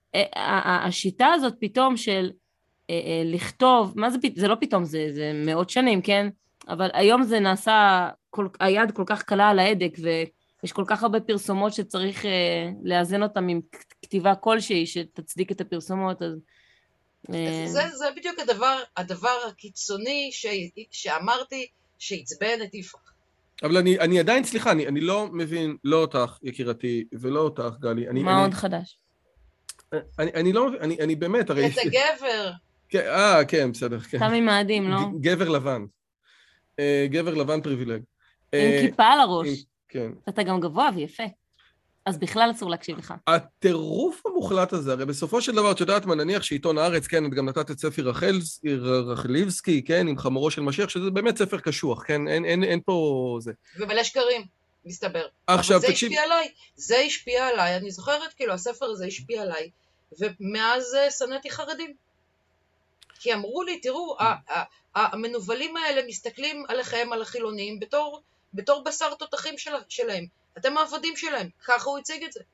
השיטה הזאת פתאום של לכתוב, מה זה, זה לא פתאום, זה, זה מאות שנים, כן? אבל היום זה נעשה, כל, היד כל כך קלה על ההדק, ויש כל כך הרבה פרסומות שצריך אה, לאזן אותם עם כתיבה כלשהי, שתצדיק את הפרסומות, אז... אה... זה, זה בדיוק הדבר, הדבר הקיצוני ש, שאמרתי, שעצבן את יפרח. אבל אני, אני עדיין, סליחה, אני, אני לא מבין, לא אותך, יקירתי, ולא אותך, גלי. אני, מה אני, עוד חדש? אני, אני לא, אני, אני באמת, הרי... את הגבר. כן, אה, כן, בסדר, כן. סתם עם מאדים, לא? גבר לבן. גבר לבן פריבילג. עם כיפה על הראש. כן. אתה גם גבוה ויפה. אז בכלל אסור להקשיב לך. הטירוף המוחלט הזה, הרי בסופו של דבר, את יודעת מה, נניח שעיתון הארץ, כן, את גם נתת את ספר רחליבסקי, כן, עם חמורו של משיח, שזה באמת ספר קשוח, כן, אין, אין, אין פה זה. ומלא שקרים, מסתבר. עכשיו, אבל זה תקשיב... השפיע עליי, זה השפיע עליי, אני זוכרת, כאילו, הספר הזה השפיע עליי, ומאז שנאתי חרדים. כי אמרו לי, תראו, המנובלים האלה מסתכלים עליכם, על החילונים, בתור, בתור בשר תותחים של, שלהם. אתם העבדים שלהם, ככה הוא הציג את זה.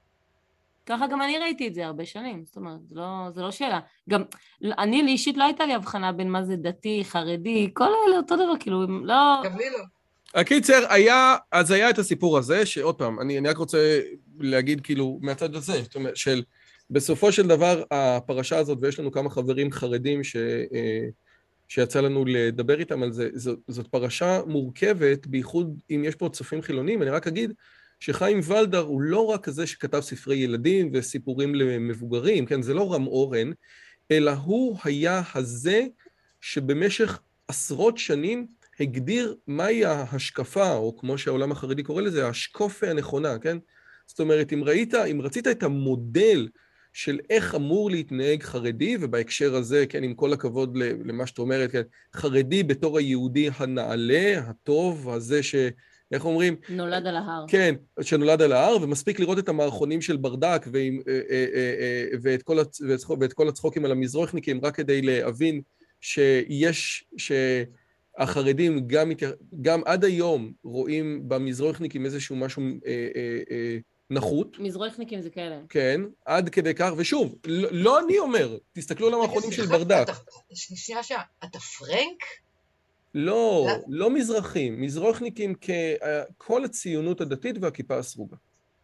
ככה גם אני ראיתי את זה הרבה שנים, זאת אומרת, זה לא, זה לא שאלה. גם, אני לי אישית לא הייתה לי הבחנה בין מה זה דתי, חרדי, כל אלה אותו דבר, כאילו, לא... גם לי לא. הקיצר, היה, אז היה את הסיפור הזה, שעוד פעם, אני, אני רק רוצה להגיד כאילו מהצד הזה, זאת אומרת, של בסופו של דבר הפרשה הזאת, ויש לנו כמה חברים חרדים ש, שיצא לנו לדבר איתם על זה, זאת, זאת פרשה מורכבת, בייחוד אם יש פה צופים חילונים, אני רק אגיד שחיים ולדר הוא לא רק כזה שכתב ספרי ילדים וסיפורים למבוגרים, כן, זה לא רם אורן, אלא הוא היה הזה שבמשך עשרות שנים הגדיר מהי ההשקפה, או כמו שהעולם החרדי קורא לזה, ההשקופה הנכונה, כן? זאת אומרת, אם ראית, אם רצית את המודל של איך אמור להתנהג חרדי, ובהקשר הזה, כן, עם כל הכבוד למה שאת אומרת, כן, חרדי בתור היהודי הנעלה, הטוב, הזה ש... איך אומרים? נולד על ההר. כן, שנולד על ההר, ומספיק לראות את המערכונים של ברדק, ועם, ואת כל, ואת כל הצחוקים על המזרוחניקים, רק כדי להבין שיש, שהחרדים גם, גם עד היום רואים במזרוחניקים איזשהו משהו אה, אה, אה, נחות. מזרוחניקים זה כאלה. כן, עד כדי כך, ושוב, לא, לא אני אומר, תסתכלו על המערכונים של ברדק. שנייה, שנייה, אתה פרנק? לא, לא מזרחים, מזרוחניקים ככל הציונות הדתית והכיפה הסרוגה.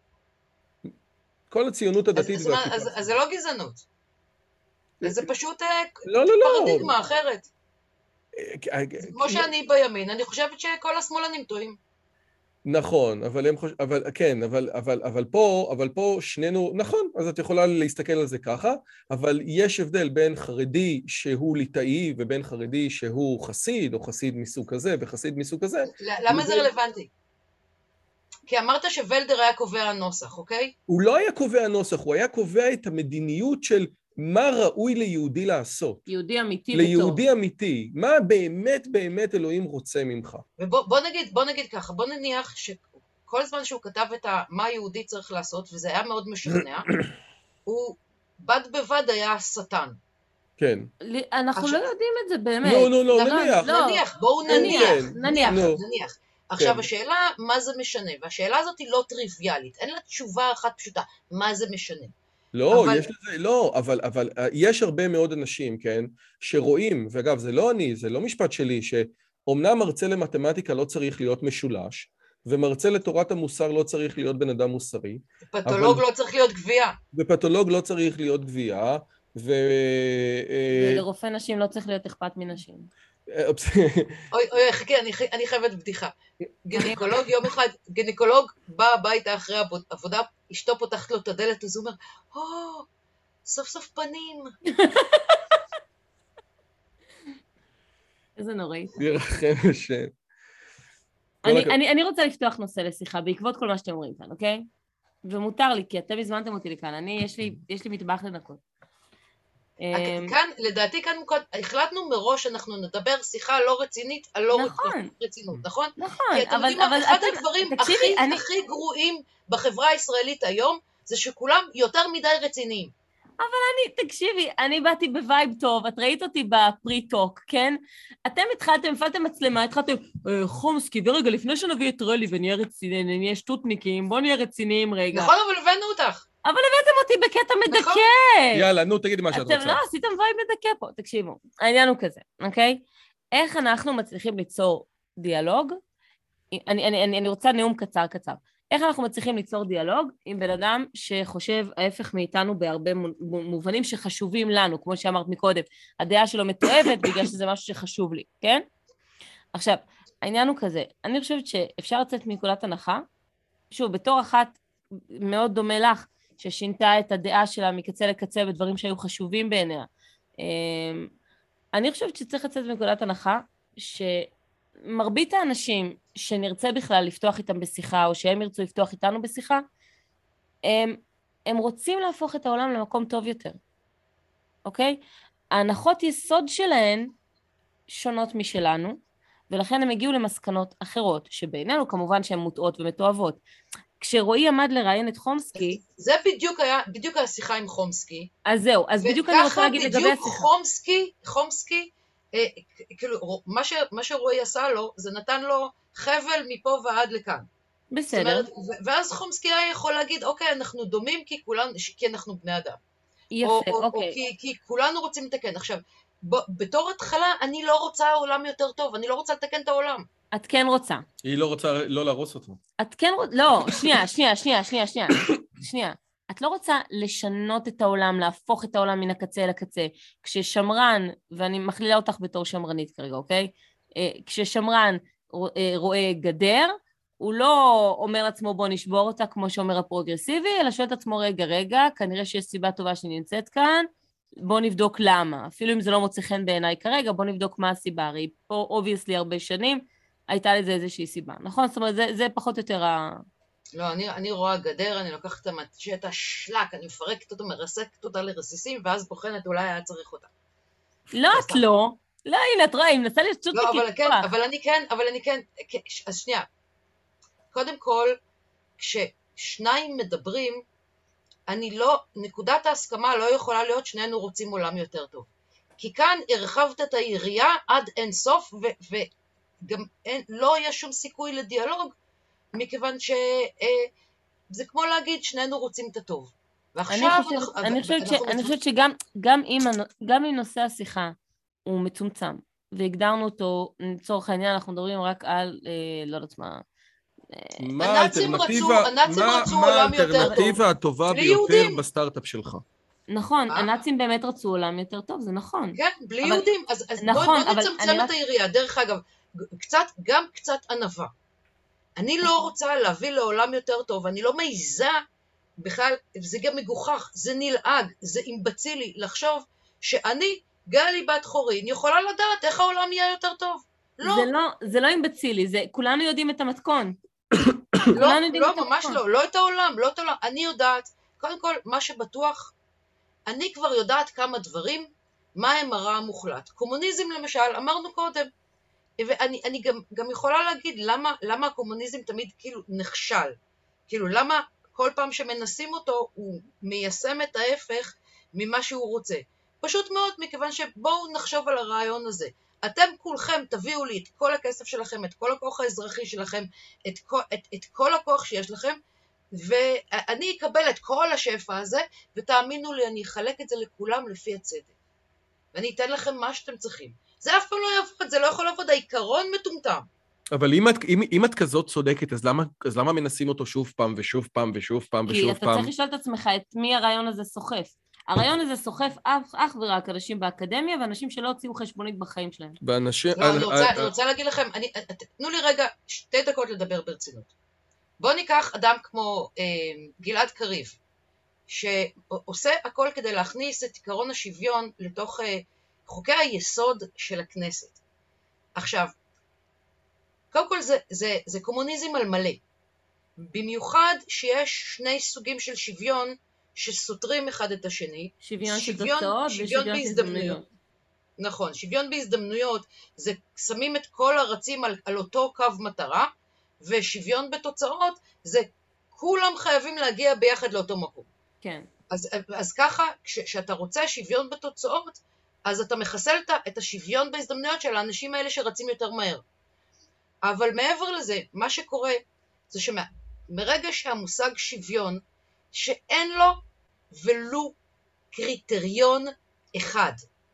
כל הציונות הדתית והכיפה הסרוגה. אז זה לא גזענות. זה פשוט פרדיגמה אחרת. כמו שאני בימין, אני חושבת שכל השמאלנים טועים. נכון, אבל הם חושבים, אבל כן, אבל, אבל, אבל פה, אבל פה שנינו, נכון, אז את יכולה להסתכל על זה ככה, אבל יש הבדל בין חרדי שהוא ליטאי ובין חרדי שהוא חסיד, או חסיד מסוג כזה וחסיד מסוג כזה. למה זה רלוונטי? כי אמרת שוולדר היה קובע נוסח, אוקיי? הוא לא היה קובע נוסח, הוא היה קובע את המדיניות של מה ראוי ליהודי לעשות. יהודי אמיתי וטוב. ליהודי אמיתי. מה באמת באמת אלוהים רוצה ממך. ובוא נגיד, בוא נגיד ככה, בוא נניח כל זמן שהוא כתב את ה, מה יהודי צריך לעשות, וזה היה מאוד משכנע, הוא בד בבד היה שטן. כן. אנחנו לא יודעים את זה באמת. לא, לא, לא, נניח. נניח, בואו נניח. נניח, נניח. עכשיו, השאלה, מה זה משנה? והשאלה הזאת היא לא טריוויאלית. אין לה תשובה אחת פשוטה. מה זה משנה? לא, יש לזה, לא, אבל, אבל יש הרבה מאוד אנשים, כן, שרואים, ואגב, זה לא אני, זה לא משפט שלי, שאומנם מרצה למתמטיקה לא צריך להיות משולש, ומרצה לתורת המוסר לא צריך להיות בן אדם מוסרי. פתולוג לא צריך להיות גבייה. ופתולוג לא צריך להיות גבייה, ו... ולרופא נשים לא צריך להיות אכפת מנשים. אוי, אוי, חכה, אני חייבת בדיחה. גינקולוג יום אחד, גינקולוג בא הביתה אחרי עבודה, אשתו פותחת לו את הדלת, אז הוא אומר, או, סוף סוף פנים. איזה נוראי. ירחם השם. אני רוצה לפתוח נושא לשיחה, בעקבות כל מה שאתם אומרים כאן, אוקיי? ומותר לי, כי אתם הזמנתם אותי לכאן, אני, יש לי מטבח לנקות. כאן, לדעתי כאן החלטנו מראש שאנחנו נדבר שיחה לא רצינית על לא רצינות, נכון? נכון, כי אתם יודעים מה, אחד הדברים הכי גרועים בחברה הישראלית היום, זה שכולם יותר מדי רציניים. אבל אני, תקשיבי, אני באתי בווייב טוב, את ראית אותי בפרי-טוק, כן? אתם התחלתם, הפעלתם מצלמה, התחלתם, חומסקי, ורגע, לפני שנביא את רלי ונהיה רציניים, נהיה שטוטניקים, בוא נהיה רציניים רגע. נכון, אבל הבאנו אותך. אבל הבאתם אותי בקטע מדכא. יאללה, נו, תגידי מה שאת רוצה. אתם לא, עשיתם וייב מדכא פה, תקשיבו. העניין הוא כזה, אוקיי? איך אנחנו מצליחים ליצור דיאלוג? אני, אני, אני, אני רוצה נאום קצר קצר. איך אנחנו מצליחים ליצור דיאלוג עם בן אדם שחושב ההפך מאיתנו בהרבה מובנים שחשובים לנו, כמו שאמרת מקודם, הדעה שלו מתועבת בגלל שזה משהו שחשוב לי, כן? עכשיו, העניין הוא כזה, אני חושבת שאפשר לצאת מנקודת הנחה, שוב, בתור אחת מאוד דומה לך, ששינתה את הדעה שלה מקצה לקצה בדברים שהיו חשובים בעיניה. אני חושבת שצריך לצאת מנקודת הנחה, שמרבית האנשים שנרצה בכלל לפתוח איתם בשיחה, או שהם ירצו לפתוח איתנו בשיחה, הם, הם רוצים להפוך את העולם למקום טוב יותר. אוקיי? ההנחות יסוד שלהן שונות משלנו, ולכן הם הגיעו למסקנות אחרות, שבעינינו כמובן שהן מוטעות ומתועבות. כשרועי עמד לראיין את חומסקי... זה בדיוק היה, בדיוק היה שיחה עם חומסקי. אז זהו, אז בדיוק אני רוצה להגיד לגבי השיחה. וככה בדיוק חומסקי, חומסקי, אה, כאילו, מה, ש, מה שרועי עשה לו, זה נתן לו חבל מפה ועד לכאן. בסדר. זאת אומרת, ואז חומסקי היה יכול להגיד, אוקיי, אנחנו דומים כי, כולנו, כי אנחנו בני אדם. יפה, או, אוקיי. או כי, כי כולנו רוצים לתקן. עכשיו, ב, בתור התחלה, אני לא רוצה העולם יותר טוב, אני לא רוצה לתקן את העולם. את כן רוצה. היא לא רוצה לא להרוס אותו. את כן רוצה, לא, שנייה, שנייה, שנייה, שנייה, שנייה, שנייה. את לא רוצה לשנות את העולם, להפוך את העולם מן הקצה אל הקצה. כששמרן, ואני מכלילה אותך בתור שמרנית כרגע, אוקיי? כששמרן רואה גדר, הוא לא אומר לעצמו בוא נשבור אותה כמו שאומר הפרוגרסיבי, אלא שואל את עצמו רגע, רגע, כנראה שיש סיבה טובה שאני נמצאת כאן, בוא נבדוק למה. אפילו אם זה לא מוצא חן בעיניי כרגע, בוא נבדוק מה הסיבה. הרי פה, אובייסלי, הרבה שנים, הייתה לזה איזושהי סיבה, נכון? זאת אומרת, זה, זה פחות או יותר ה... לא, אני, אני רואה גדר, אני לוקחת את המצ'ט השלק, אני מפרקת אותו, מרסקת אותה לרסיסים, ואז בוחנת, אולי היה צריך אותה. לא, את לא. לא, הנה, את רואה, היא מנסה לשצות לא, אבל כן, אבל אני כן, אבל אני כן, אז שנייה. קודם כל, כששניים מדברים, אני לא, נקודת ההסכמה לא יכולה להיות שנינו רוצים עולם יותר טוב. כי כאן הרחבת את היריעה עד אין סוף, ו... ו גם אין, לא היה שום סיכוי לדיאלוג, מכיוון שזה אה, כמו להגיד, שנינו רוצים את הטוב. ועכשיו... אני חושבת, אני חושבת, ש, אני חושבת שגם גם אם, גם אם נושא השיחה הוא מצומצם, והגדרנו אותו, לצורך העניין, אנחנו מדברים רק על, אה, לא יודעת מה... מה האלטרנטיבה, מה האלטרנטיבה הטובה ביותר בסטארט-אפ שלך? נכון, הנאצים באמת רצו עולם יותר טוב, זה נכון. כן, בלי יהודים, אז בוא נצמצם את היריעה. דרך אגב, קצת, גם קצת ענווה. אני לא רוצה להביא לעולם יותר טוב, אני לא מעיזה בכלל, זה גם מגוחך, זה נלעג, זה אימבצילי, לחשוב שאני, גלי בת חורין, יכולה לדעת איך העולם יהיה יותר טוב. לא. זה לא, זה לא אימבצילי, זה, כולנו יודעים את המתכון. לא, לא, ממש לא, לא את העולם, לא את העולם. אני יודעת, קודם כל, מה שבטוח, אני כבר יודעת כמה דברים, מה הם הרע המוחלט. קומוניזם למשל, אמרנו קודם, ואני אני גם, גם יכולה להגיד למה, למה הקומוניזם תמיד כאילו נכשל. כאילו למה כל פעם שמנסים אותו הוא מיישם את ההפך ממה שהוא רוצה. פשוט מאוד מכיוון שבואו נחשוב על הרעיון הזה. אתם כולכם תביאו לי את כל הכסף שלכם, את כל הכוח האזרחי שלכם, את כל, את, את כל הכוח שיש לכם, ואני אקבל את כל השפע הזה, ותאמינו לי, אני אחלק את זה לכולם לפי הצדק. ואני אתן לכם מה שאתם צריכים. זה אף פעם לא יעבוד, זה לא יכול לעבוד, העיקרון מטומטם. אבל אם את, אם, אם את כזאת צודקת, אז למה, אז למה מנסים אותו שוב פעם ושוב פעם ושוב פעם ושוב פעם? כי אתה צריך לשאול את עצמך את מי הרעיון הזה סוחף. הרעיון הזה סוחף אך, אך ורק אנשים באקדמיה, ואנשים שלא הוציאו חשבונית בחיים שלהם. באנשים... לא, אני רוצה, אני רוצה להגיד לכם, אני, תנו לי רגע שתי דקות לדבר ברצינות. בואו ניקח אדם כמו אה, גלעד קריב, שעושה הכל כדי להכניס את עקרון השוויון לתוך אה, חוקי היסוד של הכנסת. עכשיו, קודם כל זה, זה, זה קומוניזם על מלא. במיוחד שיש שני סוגים של שוויון שסותרים אחד את השני. שוויון של תוצאות ושוויון בהזדמנויות. נכון, שוויון בהזדמנויות זה שמים את כל הרצים על, על אותו קו מטרה, ושוויון בתוצאות זה כולם חייבים להגיע ביחד לאותו מקום. כן. אז, אז ככה, כשאתה רוצה שוויון בתוצאות, אז אתה מחסל את השוויון בהזדמנויות של האנשים האלה שרצים יותר מהר. אבל מעבר לזה, מה שקורה זה שמרגע שהמושג שוויון, שאין לו ולו קריטריון אחד,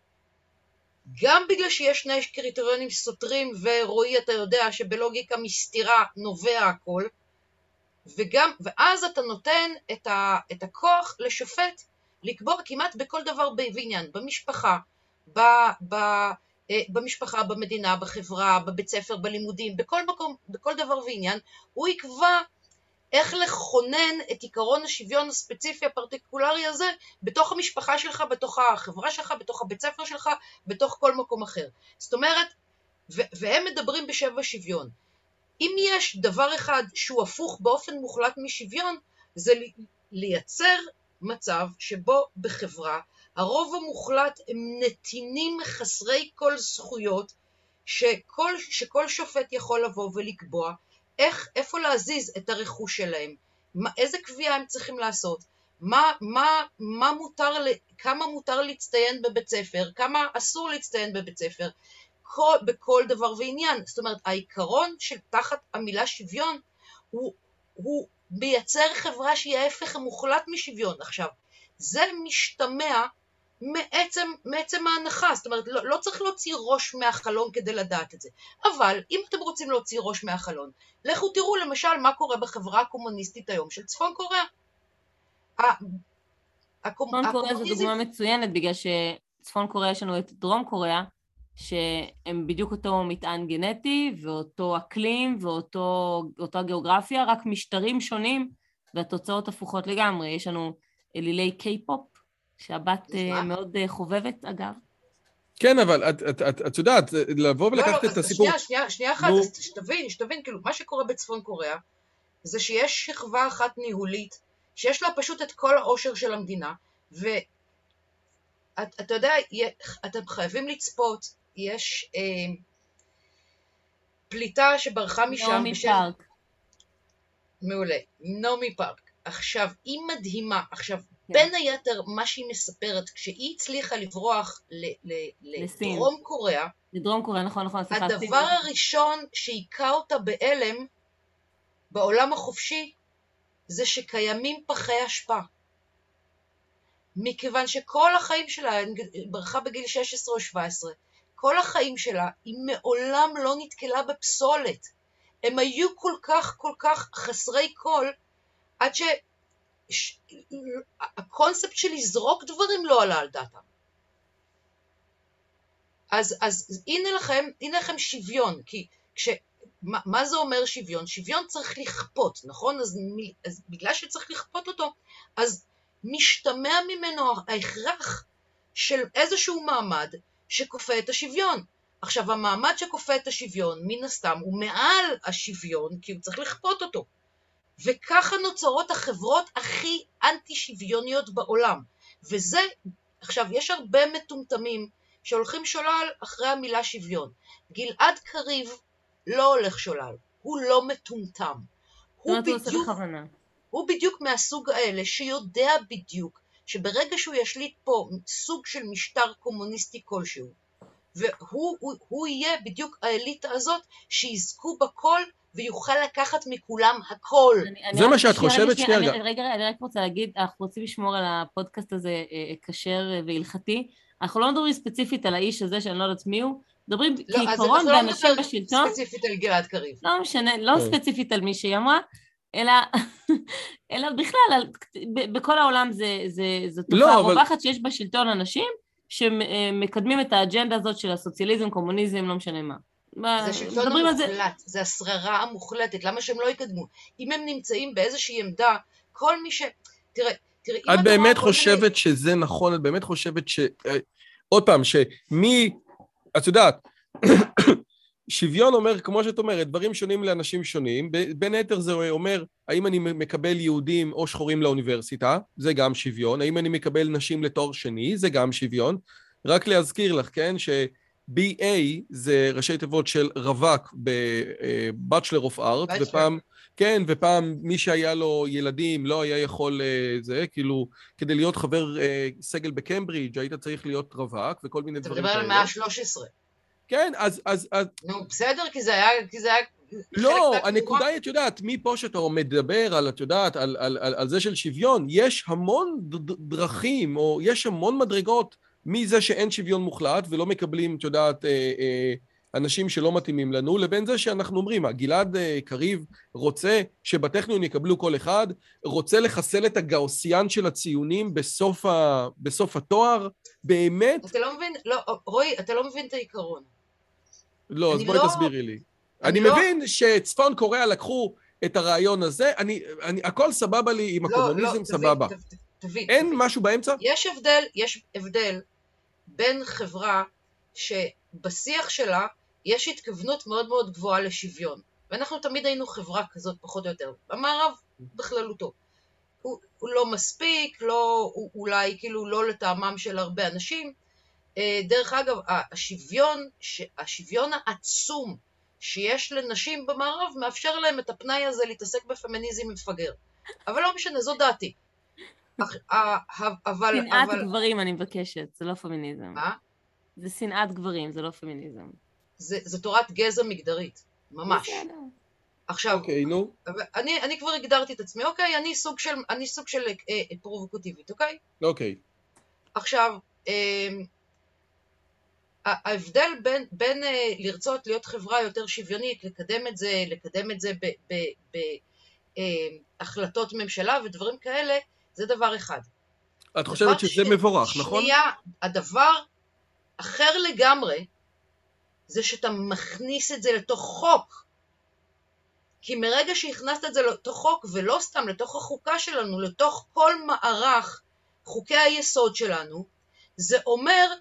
גם בגלל שיש שני קריטריונים סותרים, ורואי אתה יודע שבלוגיקה מסתירה נובע הכל, וגם, ואז אתה נותן את, ה, את הכוח לשופט לקבוע כמעט בכל דבר בעניין, במשפחה, ב, ב, במשפחה, במדינה, בחברה, בבית ספר, בלימודים, בכל מקום, בכל דבר ועניין, הוא יקבע איך לכונן את עיקרון השוויון הספציפי הפרטיקולרי הזה בתוך המשפחה שלך, בתוך החברה שלך, בתוך הבית ספר שלך, בתוך כל מקום אחר. זאת אומרת, והם מדברים בשבע שוויון. אם יש דבר אחד שהוא הפוך באופן מוחלט משוויון, זה לייצר מצב שבו בחברה הרוב המוחלט הם נתינים חסרי כל זכויות, שכל, שכל שופט יכול לבוא ולקבוע איך, איפה להזיז את הרכוש שלהם, מה, איזה קביעה הם צריכים לעשות, מה, מה, מה מותר, כמה מותר להצטיין בבית ספר, כמה אסור להצטיין בבית ספר, כל, בכל דבר ועניין. זאת אומרת, העיקרון של תחת המילה שוויון, הוא, הוא מייצר חברה שהיא ההפך המוחלט משוויון. עכשיו, זה משתמע מעצם, מעצם ההנחה, זאת אומרת, לא, לא צריך להוציא ראש מהחלון כדי לדעת את זה. אבל אם אתם רוצים להוציא ראש מהחלון, לכו תראו למשל מה קורה בחברה הקומוניסטית היום של צפון קוריאה. צפון קוריאה זו דוגמה מצוינת, בגלל שצפון קוריאה יש לנו את דרום קוריאה, שהם בדיוק אותו מטען גנטי, ואותו אקלים, ואותו גיאוגרפיה, רק משטרים שונים, והתוצאות הפוכות לגמרי. יש לנו אלילי קיי-פופ, שהבת מאוד חובבת, אגב. כן, אבל את, את, את, את יודעת, לבוא ולקחת את הסיפור... שנייה, שנייה, שנייה אחת, אז שתבין, שתבין, כאילו, מה שקורה בצפון קוריאה, זה שיש שכבה אחת ניהולית, שיש לה פשוט את כל העושר של המדינה, ואת, אתה יודע, אתם חייבים לצפות, יש אה, פליטה שברחה משם... נעמי בשל... פארק. מעולה, נעמי פארק. עכשיו, היא מדהימה, עכשיו, בין היתר, מה שהיא מספרת, כשהיא הצליחה לברוח לדרום קוריאה, לדרום קוריאה, נכון, נכון. הדבר הראשון שהיכה אותה באלם, בעולם החופשי, זה שקיימים פחי אשפה. מכיוון שכל החיים שלה, ברחה בגיל שש עשרה או שבע עשרה, כל החיים שלה, היא מעולם לא נתקלה בפסולת. הם היו כל כך, כל כך חסרי כל, עד ש... הקונספט של לזרוק דברים לא עלה על דעתם. אז, אז הנה לכם, הנה לכם שוויון, כי כש, מה, מה זה אומר שוויון? שוויון צריך לכפות, נכון? אז, אז בגלל שצריך לכפות אותו, אז משתמע ממנו ההכרח של איזשהו מעמד שכופה את השוויון. עכשיו, המעמד שכופה את השוויון, מן הסתם, הוא מעל השוויון, כי הוא צריך לכפות אותו. וככה נוצרות החברות הכי אנטי-שוויוניות בעולם. וזה, עכשיו, יש הרבה מטומטמים שהולכים שולל אחרי המילה שוויון. גלעד קריב לא הולך שולל, הוא לא מטומטם. הוא בדיוק, הוא בדיוק מהסוג האלה שיודע בדיוק שברגע שהוא ישליט פה סוג של משטר קומוניסטי כלשהו, והוא הוא, הוא יהיה בדיוק האליטה הזאת שיזכו בכל ויוכל לקחת מכולם הכל. זה מה שאת חושבת? שנייה רגע. רגע, אני רק רוצה להגיד, אנחנו רוצים לשמור על הפודקאסט הזה כשר והלכתי. אנחנו לא מדברים ספציפית על האיש הזה שאני לא יודעת מי הוא, מדברים כעיקרון באנשים בשלטון. לא ספציפית על גלעד קריב. לא משנה, לא ספציפית על מי שהיא אמרה, אלא, אלא בכלל, בכל העולם זו תופעה רווחת שיש בשלטון אנשים שמקדמים את האג'נדה הזאת של הסוציאליזם, קומוניזם, לא משנה מה. זה שלטון המוחלט, זה השררה המוחלטת, למה שהם לא יקדמו? אם הם נמצאים באיזושהי עמדה, כל מי ש... תראה, תראה, את באמת חושבת שזה נכון, את באמת חושבת ש... עוד פעם, שמי... את יודעת, שוויון אומר, כמו שאת אומרת, דברים שונים לאנשים שונים, בין היתר זה אומר, האם אני מקבל יהודים או שחורים לאוניברסיטה, זה גם שוויון, האם אני מקבל נשים לתואר שני, זה גם שוויון, רק להזכיר לך, כן, ש-בי איי זה ראשי תיבות של רווק ב-Bachelor of Arts, ופעם, כן, ופעם מי שהיה לו ילדים לא היה יכול זה, כאילו, כדי להיות חבר סגל בקמברידג' היית צריך להיות רווק, וכל מיני דברים כאלה. אתה מדבר על מאה ה-שלוש עשרה. כן, אז... אז, אז... נו, בסדר, כי זה היה... כי זה היה לא, הנקודה היא, את יודעת, מפה שאתה מדבר על, את יודעת, על, על, על, על זה של שוויון, יש המון דרכים, או יש המון מדרגות מזה שאין שוויון מוחלט, ולא מקבלים, את יודעת, אה, אה, אנשים שלא מתאימים לנו, לבין זה שאנחנו אומרים, גלעד אה, קריב רוצה שבטכניון יקבלו כל אחד, רוצה לחסל את הגאוסיין של הציונים בסוף, ה, בסוף התואר, באמת... אתה לא מבין, לא, רועי, אתה לא מבין את העיקרון. לא, אז בואי לא... תסבירי לי. אני, אני מבין לא... שצפון קוריאה לקחו את הרעיון הזה, אני, אני, הכל סבבה לי עם הקומוניזם, לא, לא, סבבה. תבין, תבין, אין תבין. משהו באמצע? יש הבדל, יש הבדל בין חברה שבשיח שלה יש התכוונות מאוד מאוד גבוהה לשוויון. ואנחנו תמיד היינו חברה כזאת פחות או יותר. המערב בכללותו. הוא, הוא לא מספיק, לא, הוא, אולי כאילו לא לטעמם של הרבה אנשים. דרך אגב, השוויון, השוויון העצום שיש לנשים במערב מאפשר להם את הפנאי הזה להתעסק בפמיניזם מפגר. אבל לא משנה, זו דעתי. אבל... שנאת גברים אני מבקשת, זה לא פמיניזם. מה? זה שנאת גברים, זה לא פמיניזם. זה תורת גזע מגדרית, ממש. עכשיו, אוקיי, נו. אני, אני כבר הגדרתי את עצמי, אוקיי, אני סוג של, אני סוג של אה, פרובוקטיבית, אוקיי? אוקיי. עכשיו, אה, ההבדל בין, בין אה, לרצות להיות חברה יותר שוויונית, לקדם את זה, לקדם את זה בהחלטות אה, ממשלה ודברים כאלה, זה דבר אחד. את חושבת שזה ש... מבורך, נכון? שנייה, הדבר אחר לגמרי, זה שאתה מכניס את זה לתוך חוק. כי מרגע שהכנסת את זה לתוך חוק, ולא סתם לתוך החוקה שלנו, לתוך כל מערך חוקי היסוד שלנו, זה אומר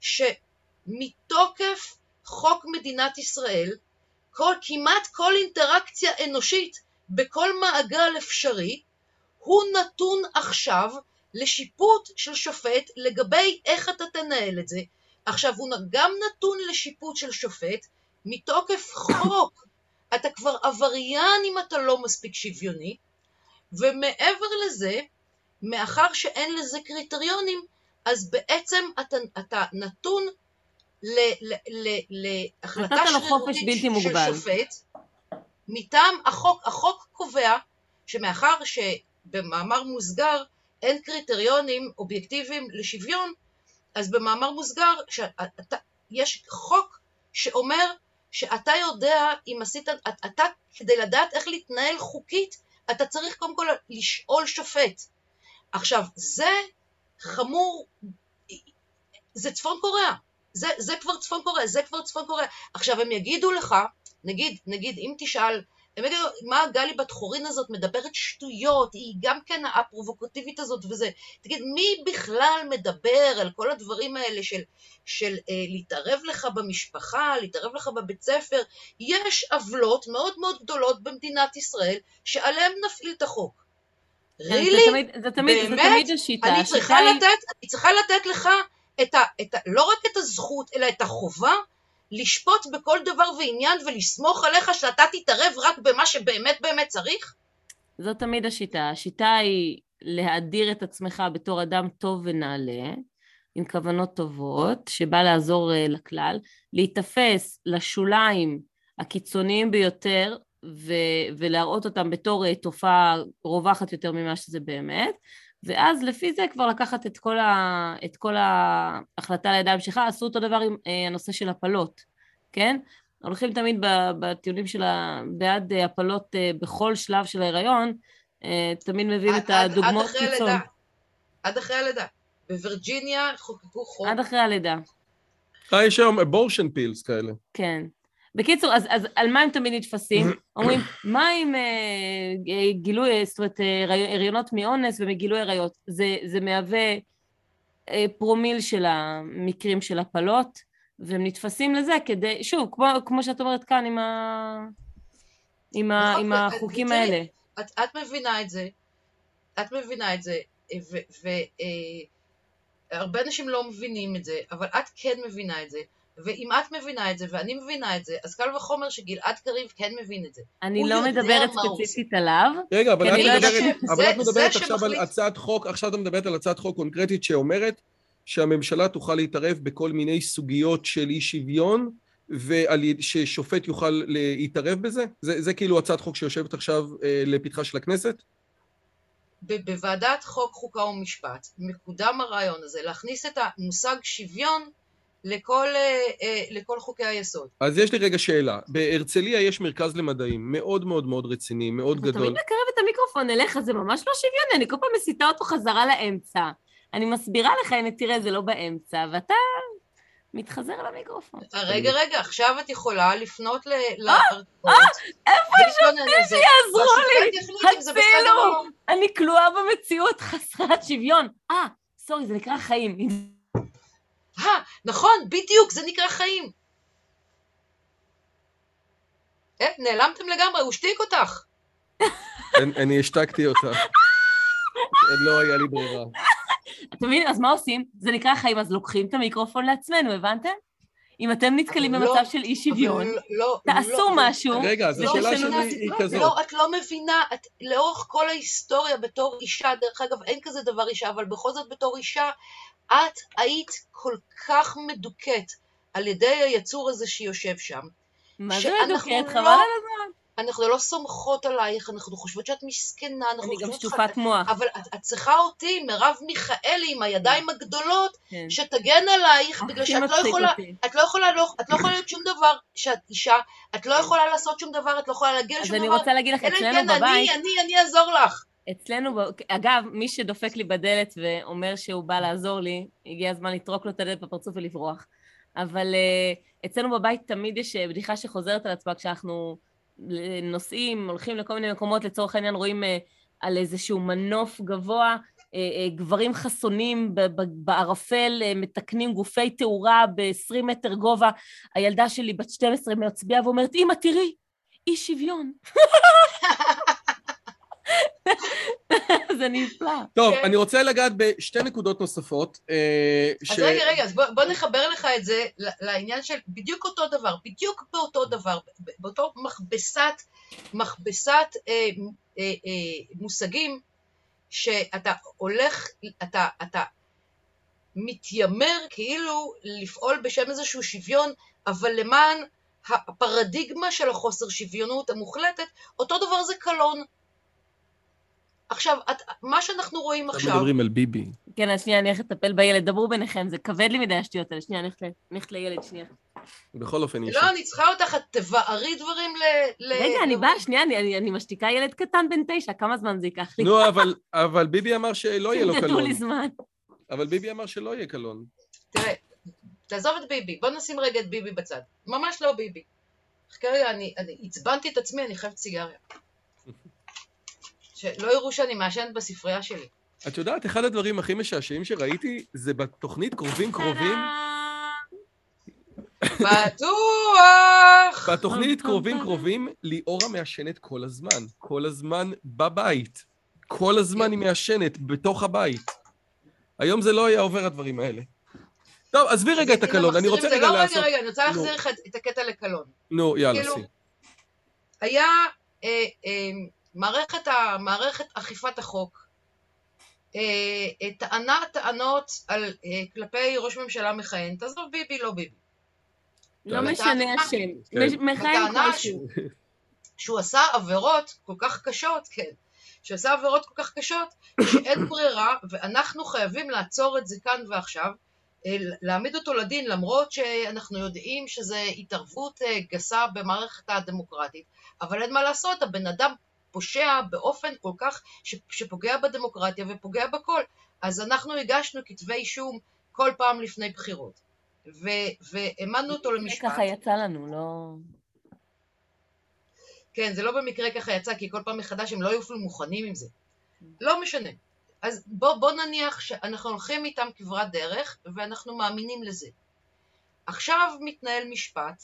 שמתוקף חוק מדינת ישראל, כל, כמעט כל אינטראקציה אנושית בכל מעגל אפשרי, הוא נתון עכשיו לשיפוט של שופט לגבי איך אתה תנהל את זה. עכשיו, הוא גם נתון לשיפוט של שופט מתוקף חוק. אתה כבר עבריין אם אתה לא מספיק שוויוני, ומעבר לזה, מאחר שאין לזה קריטריונים, אז בעצם אתה, אתה נתון להחלטה שרירותית של שופט, מטעם החוק. החוק קובע שמאחר שבמאמר מוסגר אין קריטריונים אובייקטיביים לשוויון, אז במאמר מוסגר שאתה, יש חוק שאומר שאתה יודע אם עשית, אתה כדי לדעת איך להתנהל חוקית, אתה צריך קודם כל לשאול שופט. עכשיו, זה חמור, זה צפון קוריאה, זה, זה כבר צפון קוריאה, זה כבר צפון קוריאה. עכשיו, הם יגידו לך, נגיד, נגיד, אם תשאל, הם יגידו, מה גלי בת חורין הזאת מדברת שטויות, היא גם כן הפרובוקטיבית הזאת וזה. תגיד, מי בכלל מדבר על כל הדברים האלה של, של אה, להתערב לך במשפחה, להתערב לך בבית ספר? יש עוולות מאוד מאוד גדולות במדינת ישראל, שעליהם נפעיל את החוק. רילי, זה תמיד, זה תמיד, באמת, זה תמיד השיטה. אני צריכה, השיטה לתת, היא... אני צריכה לתת לך את ה, את ה, לא רק את הזכות, אלא את החובה, לשפוט בכל דבר ועניין ולסמוך עליך שאתה תתערב רק במה שבאמת באמת צריך? זאת תמיד השיטה. השיטה היא להאדיר את עצמך בתור אדם טוב ונעלה, עם כוונות טובות, שבא לעזור לכלל, להתאפס לשוליים הקיצוניים ביותר, ו- ולהראות אותם בתור תופעה רווחת יותר ממה שזה באמת, ואז לפי זה כבר לקחת את כל, ה- את כל ההחלטה לידיים שלך. עשו אותו דבר עם אה, הנושא של הפלות, כן? הולכים תמיד בטיעונים של ה- בעד הפלות אה, בכל שלב של ההיריון, אה, תמיד מביאים את הדוגמאות עד אחרי קיצון. הלידה. עד אחרי הלידה. בווירג'יניה חוקקו חוק. עד אחרי הלידה. אה, יש היום abortion pills כאלה. כן. בקיצור, אז, אז על מה הם תמיד נתפסים? אומרים, מה עם אה, גילוי, זאת אומרת, הריונות מאונס ומגילוי הריון? זה, זה מהווה אה, פרומיל של המקרים של הפלות, והם נתפסים לזה כדי, שוב, כמו, כמו שאת אומרת כאן עם, ה, עם, ה, עם החוקים ותראי, האלה. את, את מבינה את זה, את מבינה את זה, והרבה אנשים לא מבינים את זה, אבל את כן מבינה את זה, ואם את מבינה את זה ואני מבינה את זה, אז קל וחומר שגלעד קריב כן מבין את זה. אני לא מדברת ספציפית עליו. רגע, אבל את אני לא מדברת, יודעת ש- אבל זה- את מדברת זה עכשיו על שמחליט- הצעת חוק, עכשיו את מדברת על הצעת חוק קונקרטית שאומרת שהממשלה תוכל להתערב בכל מיני סוגיות של אי שוויון, וששופט יוכל להתערב בזה? זה, זה כאילו הצעת חוק שיושבת עכשיו אה, לפתחה של הכנסת? ב- בוועדת חוק חוקה ומשפט מקודם הרעיון הזה להכניס את המושג שוויון לכל, אה, אה, לכל חוקי היסוד. אז יש לי רגע שאלה. בהרצליה יש מרכז למדעים מאוד מאוד מאוד רציני, מאוד אתה גדול. תמיד מקרב את המיקרופון אליך, זה ממש לא שוויוני, אני כל פעם מסיטה אותו חזרה לאמצע. אני מסבירה לך, הנה תראה, זה לא באמצע, ואתה מתחזר למיקרופון. רגע, רגע, עכשיו את יכולה לפנות ל... איפה השופטים שיעזרו לי? הצילו! אני כלואה במציאות חסרת שוויון. אה, סורי, זה נקרא חיים. אה, נכון, בדיוק, זה נקרא חיים. אה, נעלמתם לגמרי, הוא שתיק אותך. אני השתקתי אותה. לא היה לי ברירה. אתם מבינים, אז מה עושים? זה נקרא חיים, אז לוקחים את המיקרופון לעצמנו, הבנתם? אם אתם נתקלים במצב של אי שוויון, תעשו משהו. רגע, אז השאלה שלי היא כזאת. לא, את לא מבינה, לאורך כל ההיסטוריה בתור אישה, דרך אגב, אין כזה דבר אישה, אבל בכל זאת בתור אישה, את היית כל כך מדוכאת על ידי היצור הזה שיושב שם. מה זה מדוכאת? חבל על הזמן. אנחנו לא סומכות עלייך, אנחנו חושבות שאת מסכנה, אני גם שטופת מוח. אבל את, את צריכה אותי, מרב מיכאלי, עם הידיים הגדולות, כן. שתגן עלייך, בגלל שאת לא יכולה, את לא יכולה, לא, את לא יכולה להיות שום דבר שאת אישה, את לא יכולה לעשות שום דבר, את לא יכולה להגיע לשום דבר. אז אני רוצה להגיד לך, אצלנו כן, בבית... אני, אני, אני אעזור לך. אצלנו, אגב, מי שדופק לי בדלת ואומר שהוא בא לעזור לי, הגיע הזמן לטרוק לו את הדלת בפרצוף ולברוח. אבל אצלנו בבית תמיד יש בדיחה שחוזרת על עצמה כשאנחנו נוסעים, הולכים לכל מיני מקומות, לצורך העניין רואים על איזשהו מנוף גבוה, גברים חסונים בערפל, מתקנים גופי תאורה ב-עשרים מטר גובה. הילדה שלי בת שתים עשרה מצביעה ואומרת, אמא תראי, אי שוויון. זה נפלא. טוב, אני רוצה לגעת בשתי נקודות נוספות. אז רגע, רגע, אז בוא נחבר לך את זה לעניין של בדיוק אותו דבר, בדיוק באותו דבר, באותו מכבסת, מכבסת מושגים, שאתה הולך, אתה, אתה מתיימר כאילו לפעול בשם איזשהו שוויון, אבל למען הפרדיגמה של החוסר שוויונות המוחלטת, אותו דבר זה קלון. עכשיו, את, מה שאנחנו רואים עכשיו... מדברים על ביבי. כן, אז שנייה, אני הולכת לטפל בילד, דברו ביניכם, זה כבד לי מדי השטויות האלה, שנייה, אני הולכת לילד, שנייה. בכל אופן, יש... לא, אני צריכה אותך, את תבערי דברים ל... רגע, אני באה, שנייה, אני משתיקה ילד קטן בן תשע, כמה זמן זה ייקח לי? נו, אבל ביבי אמר שלא יהיה לו קלון. נתנו לי זמן. אבל ביבי אמר שלא יהיה קלון. תראה, תעזוב את ביבי, בוא נשים רגע את ביבי בצד. ממש לא ביבי. כרגע, אני הצבנתי את עצמי, אני חייבת סיגריה. שלא יראו שאני מעשנת בספרייה שלי. את יודעת, אחד הדברים הכי משעשעים שראיתי, זה בתוכנית קרובים קרובים... בטוח! בתוכנית קרובים קרובים, ליאורה מעשנת כל הזמן. כל הזמן בבית. כל הזמן היא מעשנת בתוך הבית. היום זה לא היה עובר הדברים האלה. טוב, עזבי רגע את הקלון, אני רוצה רגע לעשות... לא, רגע, רגע, אני רוצה להחזיר לך את הקטע לקלון. נו, יאללה, כאילו, סי. היה אה, אה, מערכת, ה, מערכת אכיפת החוק, אה, אה, טענה טענות על, אה, כלפי ראש ממשלה מכהן, תעזוב ביבי, לא ביבי. לא משנה השם, מכהן כלשהו. שהוא עשה עבירות כל כך קשות, כן, שהוא עשה עבירות כל כך קשות, שאין ברירה, ואנחנו חייבים לעצור את זה כאן ועכשיו, להעמיד אותו לדין, למרות שאנחנו יודעים שזה התערבות גסה במערכת הדמוקרטית, אבל אין מה לעשות, הבן אדם פושע באופן כל כך שפוגע בדמוקרטיה ופוגע בכל. אז אנחנו הגשנו כתבי אישום כל פעם לפני בחירות, והאמנו אותו למשפט. ככה יצא לנו, לא... כן, זה לא במקרה ככה יצא, כי כל פעם מחדש הם לא היו אפילו מוכנים עם זה. לא משנה. אז בוא, בוא נניח שאנחנו הולכים איתם כברת דרך, ואנחנו מאמינים לזה. עכשיו מתנהל משפט,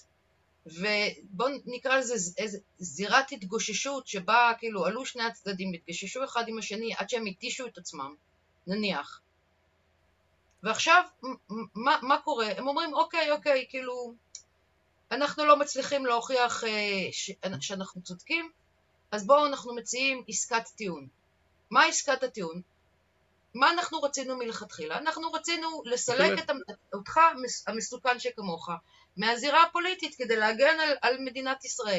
ובוא נקרא לזה איזה זירת התגוששות, שבה כאילו עלו שני הצדדים, התגששו אחד עם השני, עד שהם התישו את עצמם, נניח. ועכשיו, מה, מה קורה? הם אומרים, אוקיי, אוקיי, כאילו, אנחנו לא מצליחים להוכיח ש... שאנחנו צודקים, אז בואו אנחנו מציעים עסקת טיעון. מה עסקת הטיעון? מה אנחנו רצינו מלכתחילה? אנחנו רצינו לסלק את אותך המסוכן שכמוך מהזירה הפוליטית כדי להגן על, על מדינת ישראל.